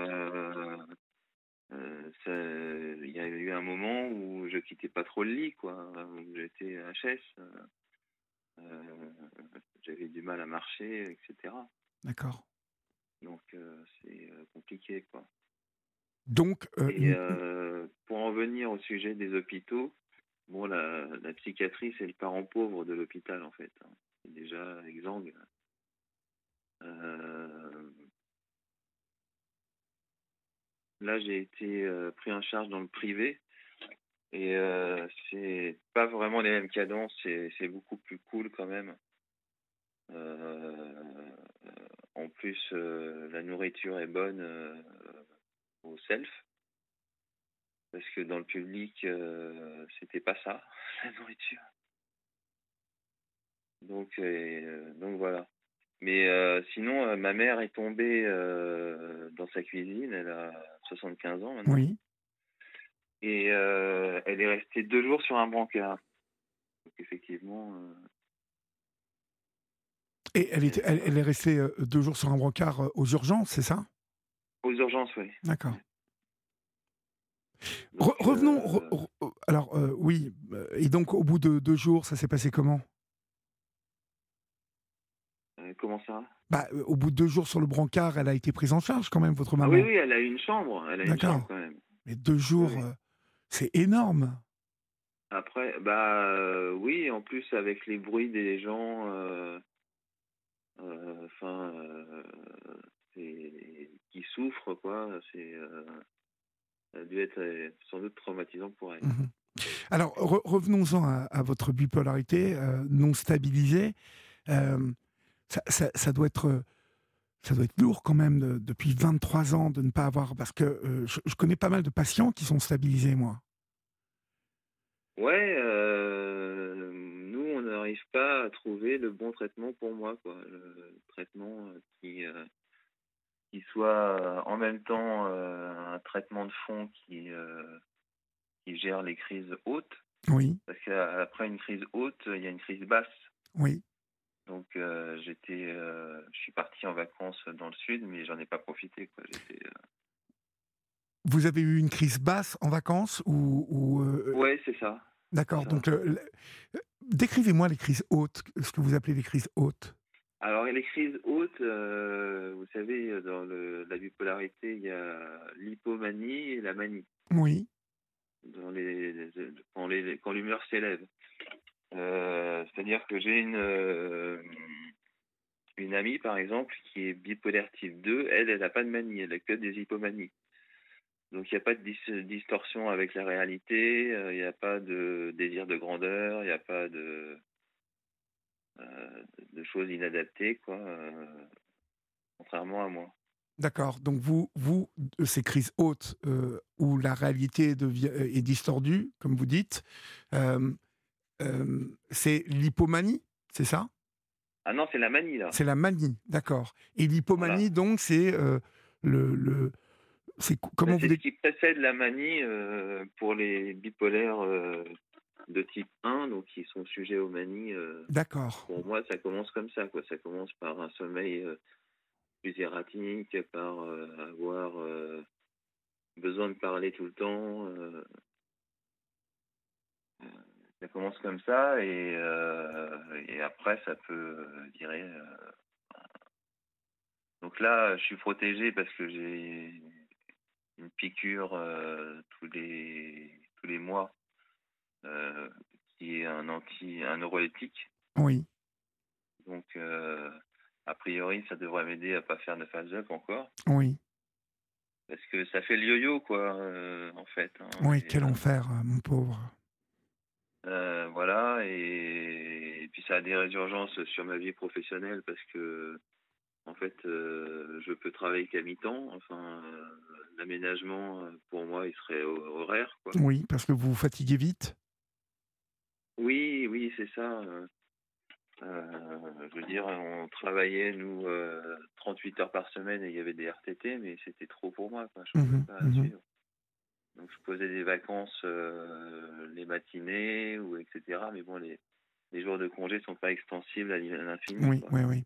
il y a eu un moment où je quittais pas trop le lit, quoi, où j'étais HS, j'avais du mal à marcher, etc. D'accord. Donc c'est compliqué, quoi. Donc, Et pour en venir au sujet des hôpitaux, bon, la psychiatrie, c'est le parent pauvre de l'hôpital, en fait, hein. C'est déjà exsangue. Là, j'ai été pris en charge dans le privé et c'est pas vraiment les mêmes cadences, c'est beaucoup plus cool quand même. En plus, la nourriture est bonne au self, parce que dans le public, c'était pas ça, la nourriture. Donc voilà. Mais sinon, ma mère est tombée dans sa cuisine, elle a 75 ans maintenant. oui. Et elle est restée 2 jours sur un brancard. Donc effectivement... Et elle est restée 2 jours sur un brancard aux urgences, c'est ça? Aux urgences, oui. D'accord. Donc, Revenons. Alors, oui. Et donc, au bout de 2 jours, ça s'est passé comment? Comment ça? Au bout de 2 jours sur le brancard, elle a été prise en charge quand même, votre maman? Ah oui, elle a eu une chambre. Elle a une chambre quand même. Mais 2 jours, Oui. c'est énorme. Après, oui, en plus avec les bruits des gens, qui souffrent, quoi. Ça a dû être sans doute traumatisant pour elle. Mmh. Alors, revenons-en à votre bipolarité non stabilisée. Ça doit être lourd quand même depuis 23 ans de ne pas avoir... Parce que je connais pas mal de patients qui sont stabilisés, moi. Ouais, nous, on n'arrive pas à trouver le bon traitement pour moi, quoi. Le traitement qui soit en même temps un traitement de fond qui gère les crises hautes. Oui. Parce qu'après une crise haute, il y a une crise basse. Oui. Donc je suis parti en vacances dans le sud, mais j'en ai pas profité, quoi. Vous avez eu une crise basse en vacances ou Ouais, c'est ça. D'accord. C'est ça. Donc, décrivez-moi les crises hautes, ce que vous appelez les crises hautes. Alors, les crises hautes, vous savez, dans la bipolarité, il y a l'hypomanie et la manie. Oui. Quand l'humeur s'élève. C'est-à-dire que j'ai une amie, par exemple, qui est bipolaire type 2. Elle n'a pas de manie, elle a que des hypomanies. Donc, il n'y a pas de distorsion avec la réalité, il n'y a pas de désir de grandeur, il n'y a pas de choses inadaptées, quoi, contrairement à moi. D'accord. Donc, vous ces crises hautes où la réalité est distordue, comme vous dites, c'est l'hypomanie, c'est ça? Ah non, c'est la manie, là. C'est la manie, d'accord. Et l'hypomanie, voilà. Donc, c'est comment vous c'est ce qui précède la manie pour les bipolaires de type 1, donc qui sont sujets aux manies. D'accord. Pour moi, ça commence comme ça, quoi. Ça commence par un sommeil plus erratique, par avoir besoin de parler tout le temps. Ça commence comme ça et après, ça peut virer. Donc là, je suis protégé parce que j'ai une piqûre tous les mois qui est un neuroleptique. Oui. Donc, a priori, ça devrait m'aider à pas faire de phase up encore. Oui. Parce que ça fait le yo-yo, quoi, en fait. Hein, oui, quel enfer, mon pauvre. Voilà, et puis ça a des résurgences sur ma vie professionnelle parce que, en fait, je peux travailler qu'à mi-temps. Enfin, l'aménagement, pour moi, il serait horaire, quoi. Oui, parce que vous vous fatiguez vite. Oui, c'est ça. Je veux dire, on travaillait, nous, 38 heures par semaine et il y avait des RTT, mais c'était trop pour moi, quoi. Je ne pouvais pas suivre. Donc, je posais des vacances les matinées, ou etc. Mais bon, les jours de congé ne sont pas extensibles à l'infini. Oui, quoi. Oui.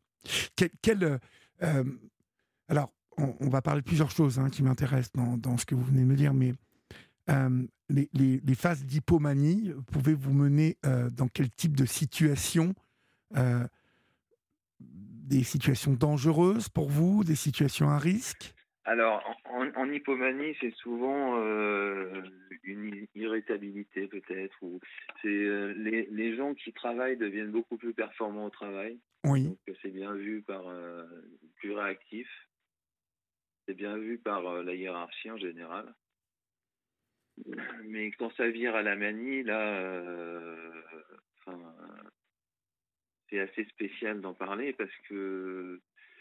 Alors, on va parler de plusieurs choses qui m'intéressent dans ce que vous venez de me dire, mais les phases d'hypomanie, pouvez vous mener dans quel type de situation des situations dangereuses pour vous, des situations à risque? Alors, en hypomanie, c'est souvent une irritabilité peut-être, ou c'est les gens qui travaillent deviennent beaucoup plus performants au travail. Oui. Donc c'est bien vu par plus réactif. C'est bien vu par la hiérarchie en général. Mais quand ça vire à la manie, là, c'est assez spécial d'en parler parce que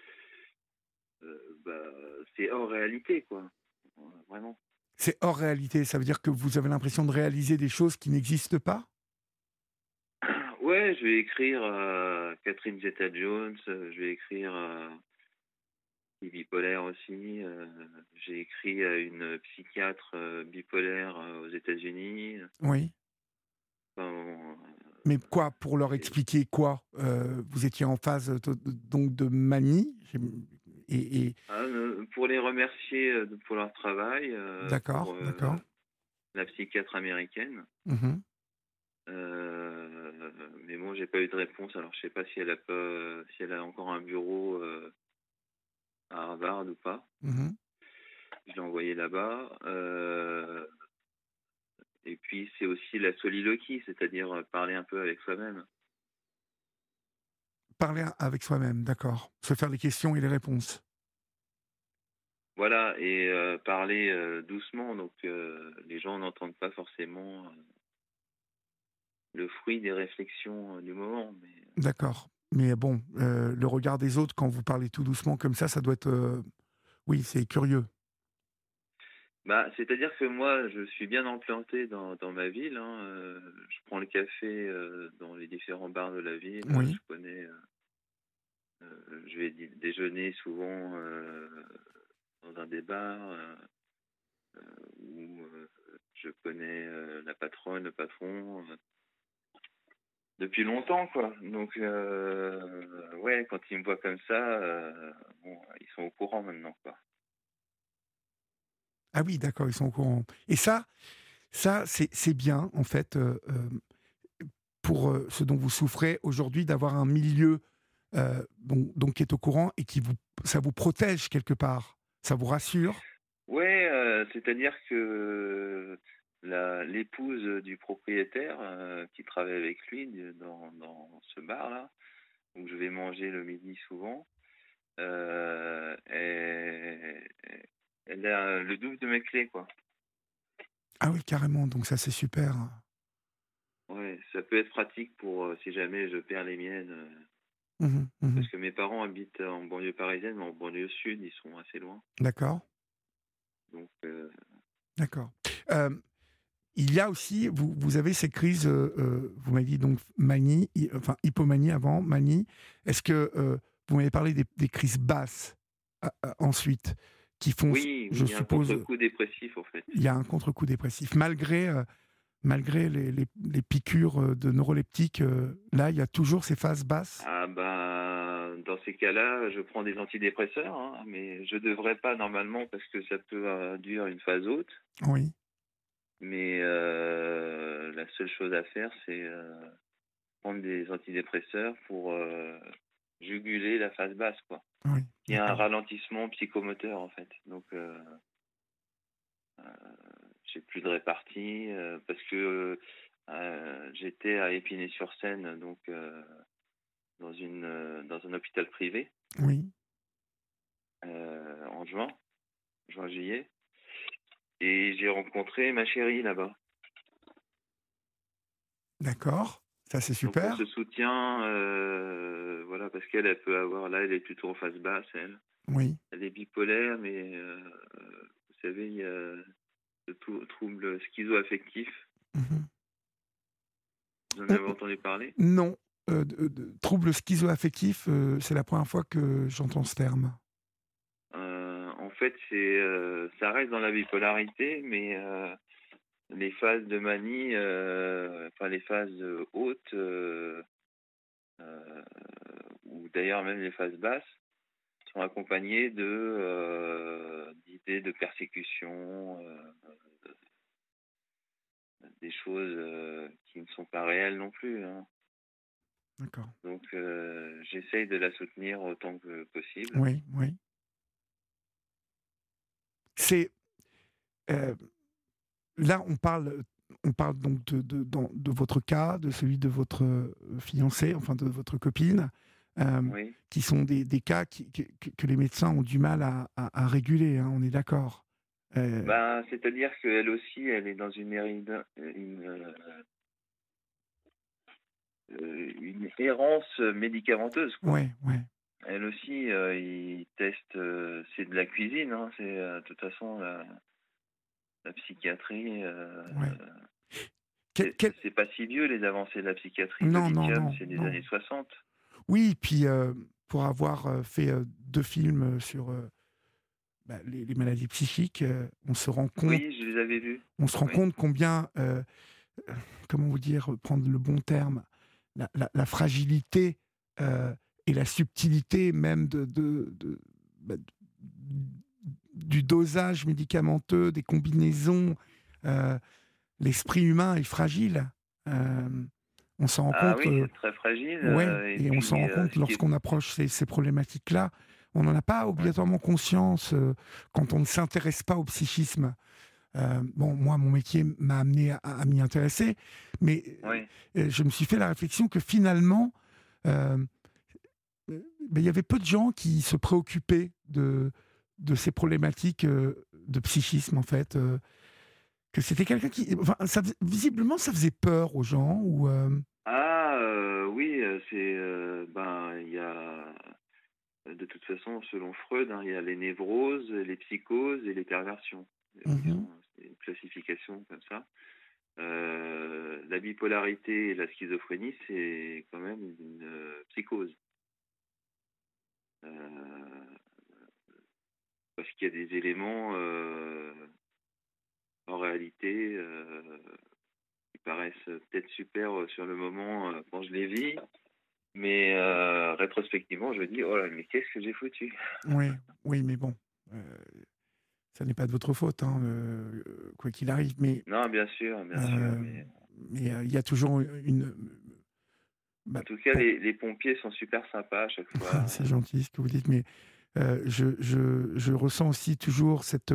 c'est hors réalité, quoi. Vraiment. C'est hors réalité, ça veut dire que vous avez l'impression de réaliser des choses qui n'existent pas? Ouais, je vais écrire Catherine Zeta-Jones, je vais écrire bipolaire aussi. J'ai écrit à une psychiatre bipolaire aux États-Unis. Oui. Mais quoi, pour leur expliquer quoi? Vous étiez en phase donc de manie pour les remercier pour leur travail. D'accord, d'accord. La psychiatre américaine. Mm-hmm. Mais bon, j'ai pas eu de réponse. Alors, je sais pas si elle a encore un bureau à Harvard ou pas. Mm-hmm. Je l'ai envoyé là-bas. Et puis, c'est aussi la soliloquie, c'est-à-dire parler un peu avec soi-même. Parler avec soi-même, d'accord. Se faire les questions et les réponses. Voilà, et parler doucement. Donc, les gens n'entendent pas forcément le fruit des réflexions du moment. Mais... D'accord. Mais bon, le regard des autres, quand vous parlez tout doucement comme ça doit être... Oui, c'est curieux. C'est-à-dire que moi, je suis bien implanté dans ma ville. Je prends le café dans les différents bars de la ville. Oui. Je connais... je vais déjeuner souvent dans un des bars où je connais la patronne, le patron... depuis longtemps, quoi. Donc, ouais, quand ils me voient comme ça, ils sont au courant maintenant, quoi. Ah oui, d'accord, ils sont au courant. Et ça c'est bien, en fait, pour ce dont vous souffrez aujourd'hui, d'avoir un milieu donc qui est au courant et ça vous protège quelque part, ça vous rassure. Ouais, c'est-à-dire que l'épouse du propriétaire qui travaille avec lui dans ce bar-là, où je vais manger le midi souvent, elle a le double de mes clés, quoi. Ah oui, carrément, donc ça c'est super. Ouais, ça peut être pratique pour si jamais je perds les miennes. Parce que mes parents habitent en banlieue parisienne, mais en banlieue sud, ils sont assez loin. D'accord. Donc, d'accord. Il y a aussi, vous avez ces crises, vous m'avez dit donc manie, enfin hypomanie avant, manie. Est-ce que vous m'avez parlé des crises basses ensuite qui font, oui, je il y a suppose, un contre-coup dépressif en fait. Il y a un contre-coup dépressif malgré les piqûres de neuroleptiques. Là, il y a toujours ces phases basses. Ah dans ces cas-là, je prends des antidépresseurs, mais je devrais pas normalement parce que ça peut induire une phase haute. Oui. Mais la seule chose à faire, c'est prendre des antidépresseurs pour juguler la phase basse, quoi. Oui, il y a un ralentissement psychomoteur, en fait. Donc, j'ai plus de répartie parce que J'étais à Épinay-sur-Seine, donc dans un hôpital privé. Oui. En juillet. Et j'ai rencontré ma chérie là-bas. D'accord, ça c'est super. Donc on se soutient, voilà, parce qu'elle peut avoir, là, elle est plutôt en phase basse, elle. Oui. Elle est bipolaire, mais vous savez, il y a le trouble schizo-affectif. Vous en avez entendu parler? Non. Trouble schizo-affectif, c'est la première fois que j'entends ce terme. En fait, ça reste dans la bipolarité, mais les phases de manie, enfin les phases hautes, ou d'ailleurs même les phases basses, sont accompagnées d'idées de persécution, des choses qui ne sont pas réelles non plus. Hein. D'accord. Donc j'essaye de la soutenir autant que possible. Oui. C'est là, on parle donc de votre cas, de celui de votre fiancée, enfin de votre copine, Oui. qui sont des cas que les médecins ont du mal à réguler. Hein, on est d'accord. C'est-à-dire qu'elle aussi, elle est dans une errance médicamenteuse. Ouais. Elle aussi, ils testent, c'est de la cuisine, hein, c'est de toute façon la psychiatrie. C'est pas si vieux les avancées de la psychiatrie. Non, le lithium, non, c'est des non. années 60. Oui, puis pour avoir fait 2 films sur les maladies psychiques, on se rend compte. Oui, je les avais vus. On se rend compte combien, comment vous dire, prendre le bon terme, la fragilité et la subtilité même du dosage médicamenteux, des combinaisons. L'esprit humain est fragile. On s'en rend compte. Oui, c'est très fragile. Et on s'en rend compte lorsqu'on approche ces problématiques-là. On n'en a pas obligatoirement conscience quand on ne s'intéresse pas au psychisme. Moi, mon métier m'a amené à m'y intéresser, mais je me suis fait la réflexion que finalement, il y avait peu de gens qui se préoccupaient de ces problématiques de psychisme, en fait. Que c'était quelqu'un qui... visiblement, ça faisait peur aux gens ou... Oui, il y a... De toute façon, selon Freud, il y a les névroses, les psychoses et les perversions. C'est une classification comme ça. La bipolarité et la schizophrénie, c'est quand même une psychose. Parce qu'il y a des éléments, en réalité, qui paraissent peut-être super sur le moment quand je les vis. Mais rétrospectivement, je me dis, oh là, mais qu'est-ce que j'ai foutu? Oui, mais bon, ça n'est pas de votre faute, hein, quoi qu'il arrive. Mais, non, bien sûr. Mais il y a toujours une... en tout cas, les pompiers sont super sympas à chaque fois. C'est gentil ce que vous dites, mais je ressens aussi toujours cette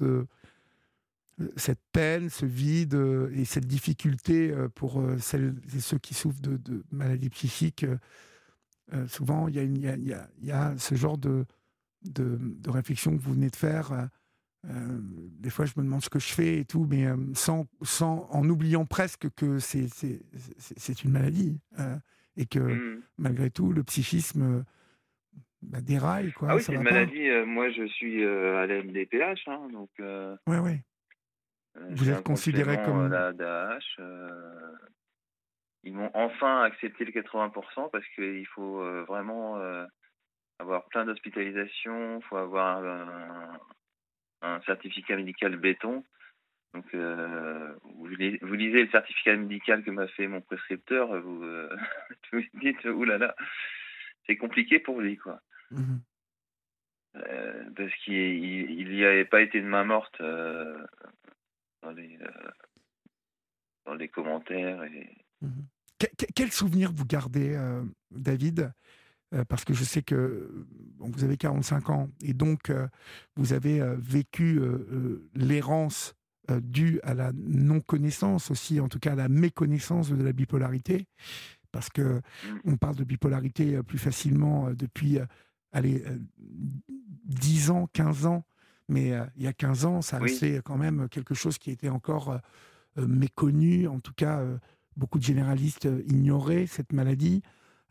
peine, ce vide et cette difficulté pour celles et ceux qui souffrent de maladies psychiques. Souvent, il y a ce genre de réflexion que vous venez de faire. Des fois, je me demande ce que je fais et tout, mais en oubliant presque que c'est une maladie et que malgré tout, le psychisme déraille. Quoi, ah oui, ça c'est une maladie. Moi, je suis à la MDPH, hein, donc... Oui. Vous êtes considéré comme... la DAH. Ils m'ont enfin accepté le 80% parce qu'il faut vraiment avoir plein d'hospitalisations, il faut avoir un certificat médical béton. Donc, vous lisez le certificat médical que m'a fait mon prescripteur, vous vous dites, oulala, c'est compliqué pour lui, quoi. Parce qu'il n'y avait pas été de main morte dans les commentaires. Quel souvenir vous gardez, David? Parce que je sais que vous avez 45 ans et donc vous avez vécu l'errance due à la non-connaissance aussi, en tout cas à la méconnaissance de la bipolarité, parce que on parle de bipolarité plus facilement depuis 10 ans, 15 ans, mais il y a 15 ans, ça restait quand même quelque chose qui était encore méconnu, en tout cas beaucoup de généralistes ignoraient cette maladie.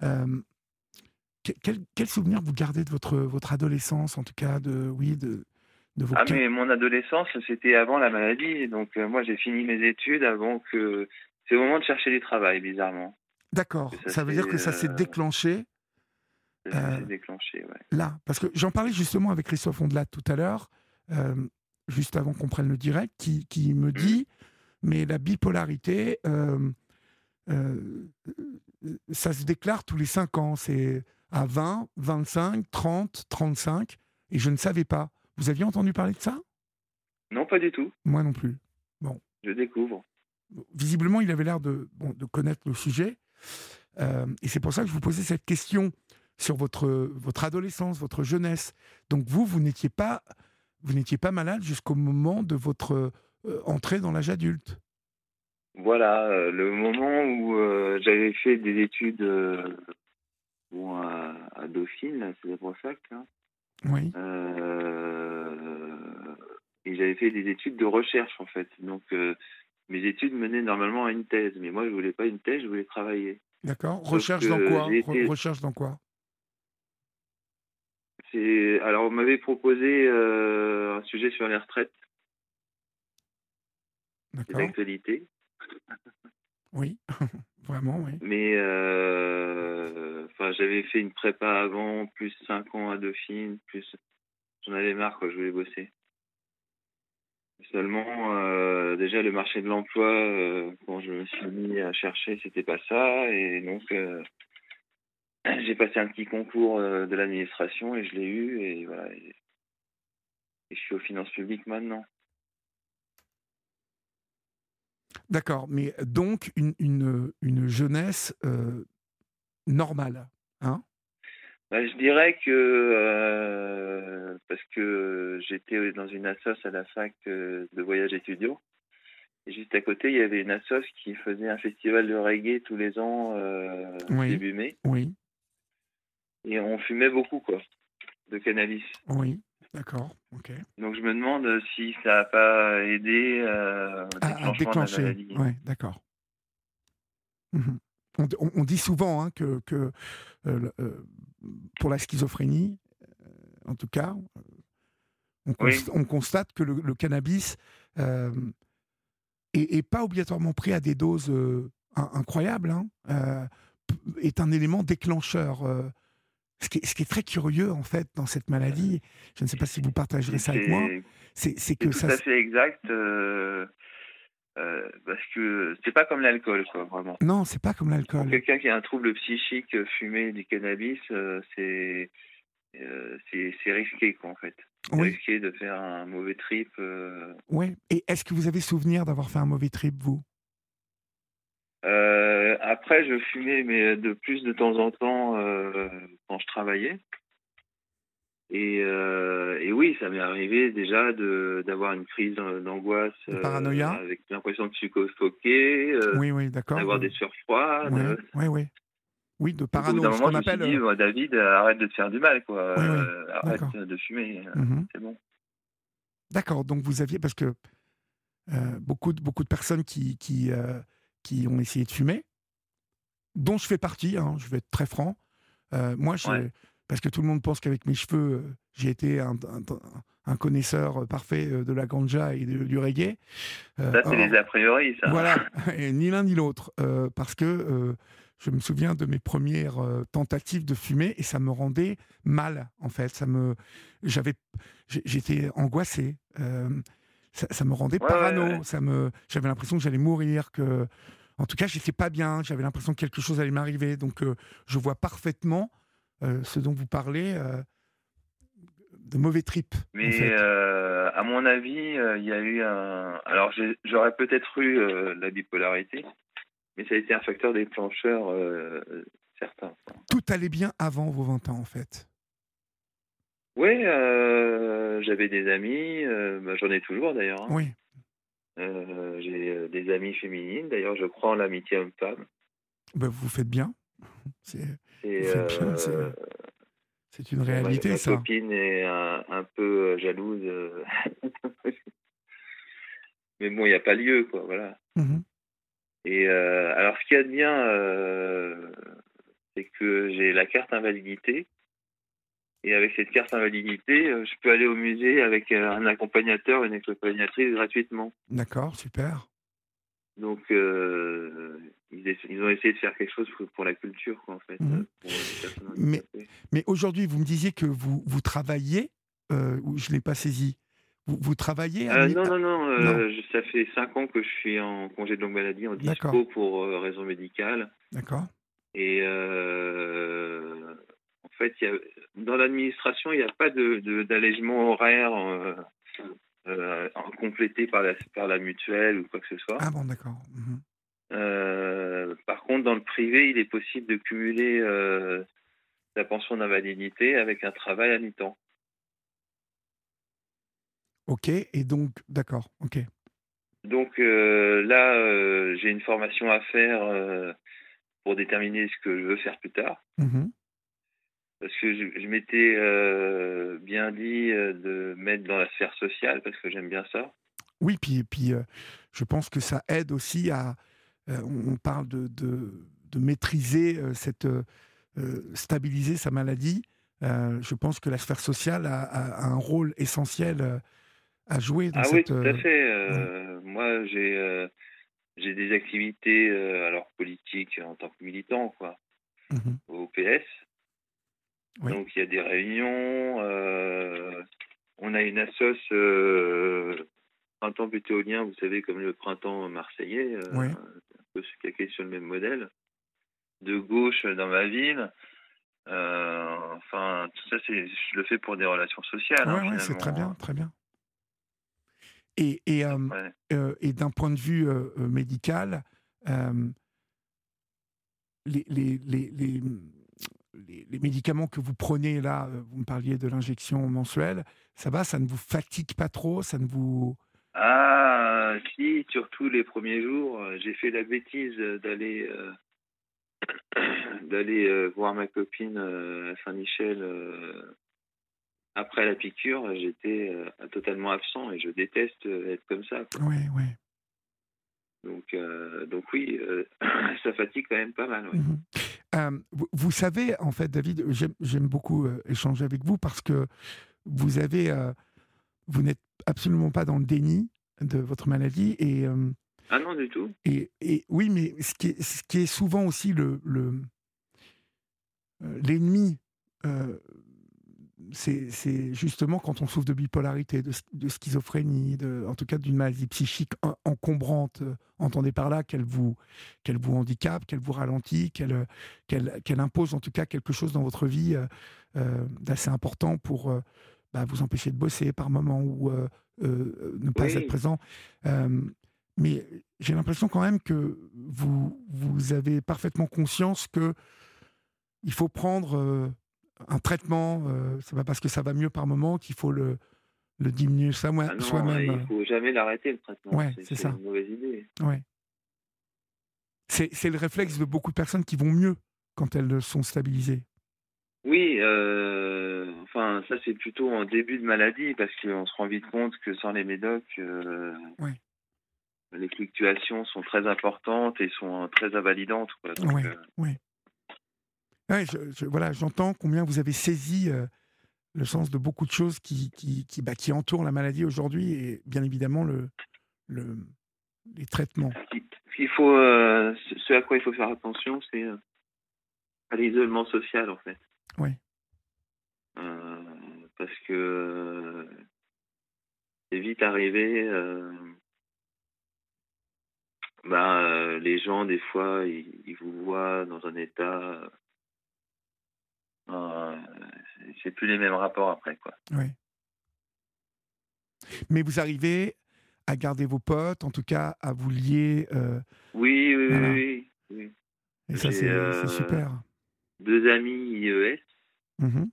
Quel souvenir vous gardez de votre adolescence, en tout cas, de vos... mais mon adolescence, c'était avant la maladie. Donc, moi, j'ai fini mes études avant que... C'est au moment de chercher du travail, bizarrement. D'accord. Ça veut dire que ça s'est déclenché. Ça s'est déclenché, ouais. Là, parce que j'en parlais justement avec Christophe Ondelat tout à l'heure, juste avant qu'on prenne le direct, qui me dit, mais la bipolarité, ça se déclare tous les 5 ans. C'est à 20, 25, 30, 35, et je ne savais pas. Vous aviez entendu parler de ça ? Non, pas du tout. Moi non plus. Bon. Je découvre. Visiblement, il avait l'air de connaître le sujet. Et c'est pour ça que je vous posais cette question sur votre adolescence, votre jeunesse. Donc vous n'étiez pas malade jusqu'au moment de votre entrée dans l'âge adulte. Voilà, le moment où j'avais fait des études à Dauphine, là, c'est pour ça que... Oui. Et j'avais fait des études de recherche, en fait. Donc, mes études menaient normalement à une thèse. Mais moi, je voulais pas une thèse, je voulais travailler. D'accord. Recherche dans quoi ? Recherche dans quoi ? Alors, on m'avait proposé un sujet sur les retraites. D'accord. C'est l'actualité. Oui, vraiment, oui. Mais j'avais fait une prépa avant, plus 5 ans à Dauphine, plus j'en avais marre, quoi, je voulais bosser. Seulement, déjà le marché de l'emploi, quand je me suis mis à chercher, c'était pas ça, et donc j'ai passé un petit concours de l'administration et je l'ai eu, et voilà. Et je suis aux finances publiques maintenant. D'accord, mais donc une jeunesse normale, hein ? Je dirais que parce que j'étais dans une assoce à la fac de voyage étudiant, et juste à côté il y avait une assoce qui faisait un festival de reggae tous les ans début mai. Oui. Et on fumait beaucoup, quoi, de cannabis. Oui. D'accord, ok. Donc je me demande si ça n'a pas aidé à déclencher. De la maladie. Oui, d'accord. On dit souvent que pour la schizophrénie, en tout cas, on constate que le cannabis est pas obligatoirement pris à des doses incroyables, est un élément déclencheur. Ce qui est très curieux, en fait, dans cette maladie, je ne sais pas si vous partagerez ça avec moi, c'est que c'est tout à fait exact, parce que c'est pas comme l'alcool, quoi, vraiment. Non, c'est pas comme l'alcool. Pour quelqu'un qui a un trouble psychique, fumer du cannabis, c'est risqué, quoi, en fait. C'est risqué de faire un mauvais trip. Oui, et est-ce que vous avez souvenir d'avoir fait un mauvais trip, vous ? Après, je fumais, mais de temps en temps quand je travaillais. Et oui, ça m'est arrivé déjà d'avoir une crise d'angoisse, de paranoïa, avec l'impression de suffoquer, oui, d'accord, d'avoir des sueurs froides. Oui, de parano. Au bout d'un moment, je me suis dit, David, arrête de te faire du mal, quoi. Arrête de fumer, c'est bon. D'accord, donc vous aviez, parce que beaucoup de personnes qui ont essayé de fumer, dont je fais partie, je vais être très franc. Moi, parce que tout le monde pense qu'avec mes cheveux, j'ai été un connaisseur parfait de la ganja et du reggae. Ça, c'est les a priori, ça. Voilà, et ni l'un ni l'autre. Parce que je me souviens de mes premières tentatives de fumer et ça me rendait mal, en fait. J'étais angoissé. Ça me rendait parano. J'avais l'impression que j'allais mourir, en tout cas, j'étais pas bien. J'avais l'impression que quelque chose allait m'arriver. Donc, je vois parfaitement ce dont vous parlez, de mauvais tripes. Mais en fait. À mon avis, il y a eu un... Alors, j'aurais peut-être eu la bipolarité, mais ça a été un facteur déclencheur certain. Tout allait bien avant vos 20 ans, en fait. Oui, j'avais des amis, j'en ai toujours d'ailleurs. Oui. J'ai des amies féminines. D'ailleurs, je crois en l'amitié homme-femme. Ben, vous faites bien. Et Vous faites bien. C'est une réalité, ma ça. copine est un peu jalouse. Mais bon, il n'y a pas lieu, quoi. Voilà. Mhm. Et alors, ce qu'il y a de bien, c'est que j'ai la carte invalidité. Et avec cette carte invalidité, je peux aller au musée avec un accompagnateur, une accompagnatrice gratuitement. D'accord, super. Donc, ils ont essayé de faire quelque chose pour la culture, quoi, en fait, Mhm. pour les personnes Mais, handicapées. mais aujourd'hui, vous me disiez que vous travaillez, ou je ne l'ai pas saisi. Vous travaillez Non, non. ça fait 5 ans que je suis en congé de longue maladie, en D'accord. dispo pour raison médicale. D'accord. Et en fait, dans l'administration, il n'y a pas d'allègement horaire complété par la mutuelle ou quoi que ce soit. Ah bon, d'accord. Mhm. Par contre, dans le privé, il est possible de cumuler la pension d'invalidité avec un travail à mi-temps. Ok, et donc, d'accord, ok. Donc là, j'ai une formation à faire pour déterminer ce que je veux faire plus tard. Mhm. Parce que je m'étais bien dit de mettre dans la sphère sociale, parce que j'aime bien ça. Oui, puis je pense que ça aide aussi à... on parle de maîtriser stabiliser sa maladie. Je pense que la sphère sociale a un rôle essentiel à jouer dans Ah oui, cette... tout à fait. ouais. Moi, j'ai des activités alors politiques en tant que militant, quoi, Mhm. au PS. Oui. Donc, il y a des réunions. On a une assoce printemps butéolien, vous savez, comme le printemps marseillais, Oui. un peu calqué sur le même modèle. De gauche dans ma ville. Enfin, tout ça, je le fais pour des relations sociales, Ouais, finalement. c'est très bien, très bien. Et Ouais. et d'un point de vue médical, les, les, les, les, les médicaments que vous prenez là, vous me parliez de l'injection mensuelle, ça va, ça ne vous fatigue pas trop, ça ne vous... Ah, si, surtout les premiers jours, j'ai fait la bêtise d'aller voir ma copine à Saint-Michel après la piqûre. J'étais totalement absent et je déteste être comme ça, quoi. Oui, oui. Donc oui, ça fatigue quand même pas mal. Ouais. Vous savez, en fait, David, j'aime beaucoup échanger avec vous parce que vous n'êtes absolument pas dans le déni de votre maladie et Ah non, du tout. et oui, mais ce qui est souvent aussi l'ennemi, c'est justement quand on souffre de bipolarité, de schizophrénie, en tout cas d'une maladie psychique encombrante. Entendez par là qu'elle vous handicape, qu'elle vous ralentit, qu'elle impose en tout cas quelque chose dans votre vie d'assez important pour vous empêcher de bosser par moment ou ne pas être présent. Mais j'ai l'impression quand même que vous avez parfaitement conscience que il faut prendre un traitement, c'est pas parce que ça va mieux par moment qu'il faut le diminuer soi-même. Il ne faut jamais l'arrêter, le traitement. Ouais, c'est ça. une mauvaise idée. Ouais. C'est le réflexe de beaucoup de personnes qui vont mieux quand elles sont stabilisées. Oui, enfin, ça c'est plutôt en début de maladie, parce qu'on se rend vite compte que sans les médocs, les fluctuations sont très importantes et sont très invalidantes, quoi. Donc, oui. Ouais, voilà, j'entends combien vous avez saisi le sens de beaucoup de choses qui entourent la maladie aujourd'hui et bien évidemment les traitements. Ce à quoi il faut faire attention, c'est à l'isolement social, en fait. Oui. Parce que c'est vite arrivé. Les gens, des fois, ils vous voient dans un état. C'est plus les mêmes rapports après, quoi. Oui. Mais vous arrivez à garder vos potes, en tout cas à vous lier. Oui. Et ça, c'est super. 2 amis IES.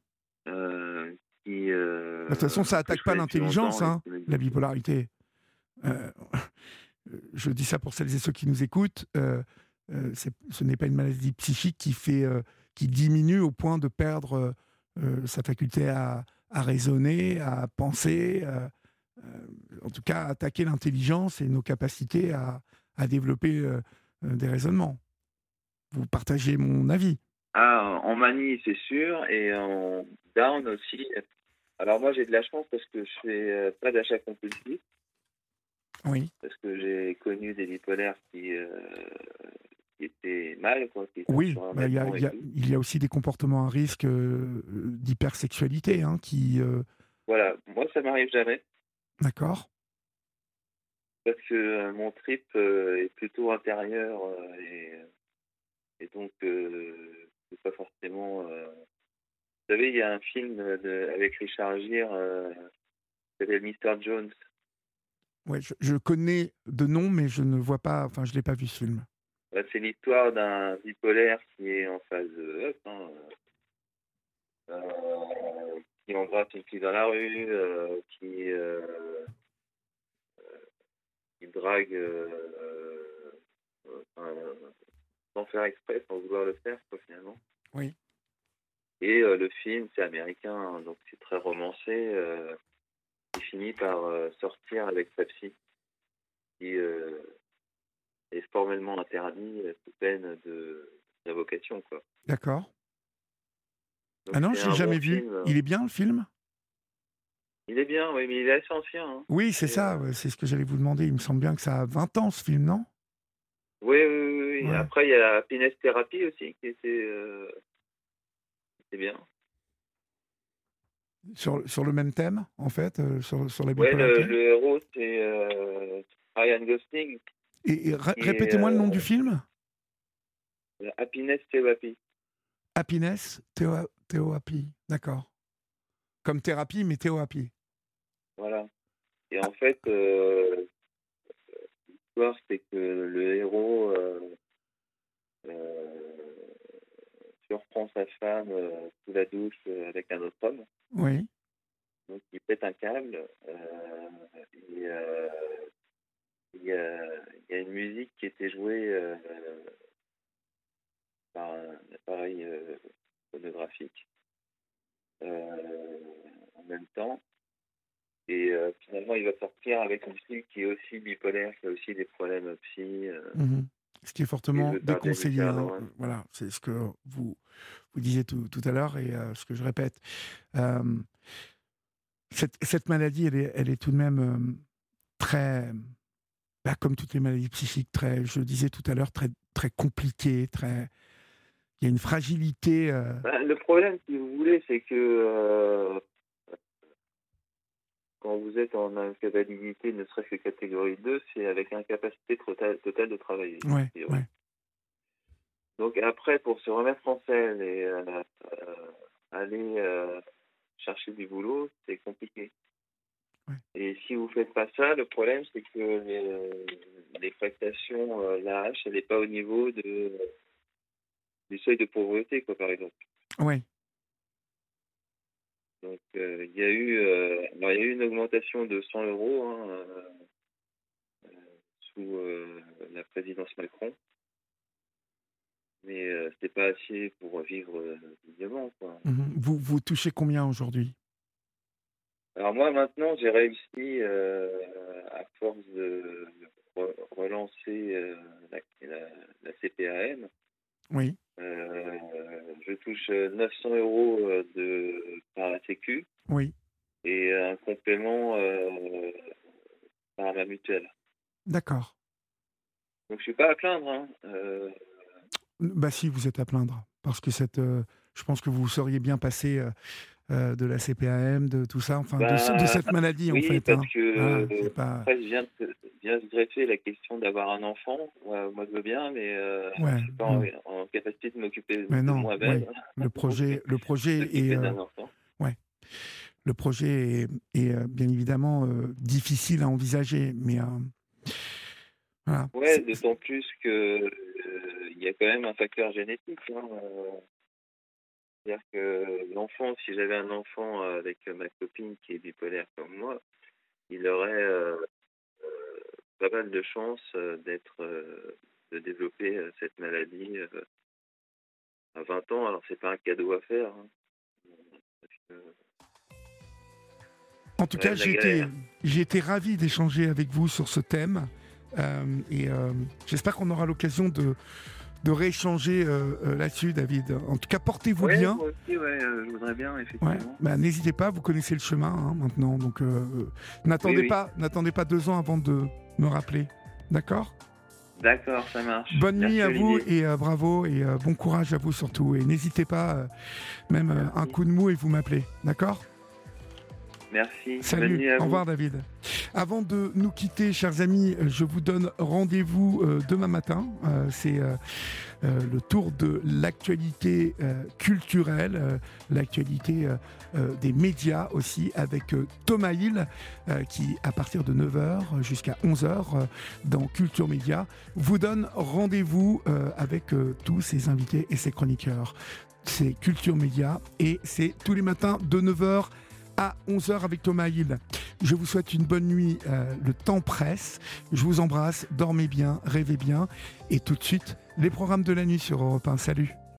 De toute façon, ça attaque pas l'intelligence, la bipolarité. euh, je dis ça pour celles et ceux qui nous écoutent, ce n'est pas une maladie psychique qui diminue au point de perdre sa faculté à raisonner, à penser, en tout cas à attaquer l'intelligence et nos capacités à développer des raisonnements. Vous partagez mon avis. Ah, en manie, c'est sûr, et en down aussi. Alors moi, j'ai de la chance parce que je fais pas d'achat compulsif, Oui. parce que j'ai connu des bipolaires qui étaient mal, quoi, qui étaient Oui, sur un il y a, traitement il et y a- tout. il y a aussi des comportements à risque d'hypersexualité qui... Voilà, moi, ça m'arrive jamais, D'accord. parce que mon trip est plutôt intérieur, et donc c'est pas forcément... Vous savez, il y a un film avec Richard Gere qui s'appelle Mr. Jones. Ouais, je connais de nom, mais je ne vois pas... Enfin, je ne l'ai pas vu, ce film. Bah, c'est l'histoire d'un bipolaire qui est en phase up, qui embrasse une fille dans la rue, qui drague enfin, sans faire exprès, sans vouloir le faire, quoi, finalement. Oui. Et le film, c'est américain, hein, donc c'est très romancé. Il finit par sortir avec sa psy, qui est formellement interdit sous peine d'invocation, quoi. D'accord. Donc, Ah non, c'est je l'ai un jamais bon vu. film. Il est bien, le film? Il est bien, oui, mais il est assez ancien. Hein. Oui, c'est ça. Ouais, c'est ce que j'allais vous demander. Il me semble bien que ça a 20 ans, ce film, non? Oui, oui, oui, oui. Ouais. Après, il y a la Happiness Therapy aussi, qui était bien. Sur le même thème, en fait, sur la Ouais, bipolarité. le héros, c'est Ryan Gosling. Et répétez-moi le nom du film. Happiness Therapy. Happiness Therapy. D'accord. Comme thérapie, mais thérapie. Voilà. Et en fait, l'histoire, c'est que le héros surprend sa femme sous la douche avec un autre homme. Oui. Donc, il pète un câble. Et il y a une musique qui était jouée par un appareil phonographique en même temps. Et finalement, il va sortir avec une fille qui est aussi bipolaire, qui a aussi des problèmes psy. Ce qui est fortement veut faire déconseillé. Jennifer Hein. Lawrence. Voilà, c'est ce que vous disiez tout à l'heure et ce que je répète. Cette maladie, elle est tout de même très, comme toutes les maladies psychiques, très, je disais tout à l'heure, très, très compliquée, très... Il y a une fragilité. Le problème, si vous voulez, c'est que quand vous êtes en incapacité, ne serait-ce que catégorie 2, c'est avec incapacité totale de travailler. Ouais. Donc après, pour se remettre en scène et aller chercher du boulot, c'est compliqué. Ouais. Et si vous ne faites pas ça, le problème, c'est que les prestations, l'AH, elle n'est pas au niveau du seuil de pauvreté, quoi, par exemple. Oui. Donc, il y a eu une augmentation de 100 € sous la présidence Macron. Mais c'est pas assez pour vivre dignement, quoi. Vous touchez combien aujourd'hui? Alors moi, maintenant, j'ai réussi, à force de relancer la CPAM. Oui. Je touche 900 € par la Sécu. Oui. Et un complément par ma mutuelle. D'accord. Donc je suis pas à plaindre. Hein. Si, vous êtes à plaindre. Parce que je pense que vous seriez bien passé de la CPAM, de tout ça, enfin de cette maladie, oui, en fait. Parce que après, vient de se greffer la question d'avoir un enfant. Moi, je veux bien, mais je suis pas en capacité de m'occuper de moi-même. Ouais. Le projet est... d'un enfant. Ouais. Le projet est bien évidemment difficile à envisager, mais... voilà. Ouais, d'autant plus que il y a quand même un facteur génétique. C'est-à-dire que l'enfant, si j'avais un enfant avec ma copine qui est bipolaire comme moi, il aurait pas mal de chances de développer cette maladie à 20 ans. Alors, c'est pas un cadeau à faire. Hein. Parce que, En tout cas, j'ai été ravi d'échanger avec vous sur ce thème. Et j'espère qu'on aura l'occasion de rééchanger là-dessus, David. En tout cas, portez-vous bien. Moi aussi, je voudrais bien, effectivement. N'hésitez pas, vous connaissez le chemin maintenant. Donc, n'attendez pas 2 ans avant de me rappeler. D'accord ? D'accord, ça marche. Bonne nuit à vous Olivier. et bravo et bon courage à vous surtout. Et n'hésitez pas, même un coup de mou et vous m'appelez. D'accord ? Merci. Bonne Salut, nuit à au vous. revoir David. Avant de nous quitter, chers amis, je vous donne rendez-vous demain matin. C'est le tour de l'actualité culturelle, l'actualité des médias aussi, avec Thomas Hill, qui à partir de 9h jusqu'à 11h dans Culture Média, vous donne rendez-vous avec tous ses invités et ses chroniqueurs. C'est Culture Média et c'est tous les matins de 9h à 11h avec Thomas Hill. Je vous souhaite une bonne nuit, le temps presse. Je vous embrasse, dormez bien, rêvez bien. Et tout de suite, les programmes de la nuit sur Europe 1. Salut.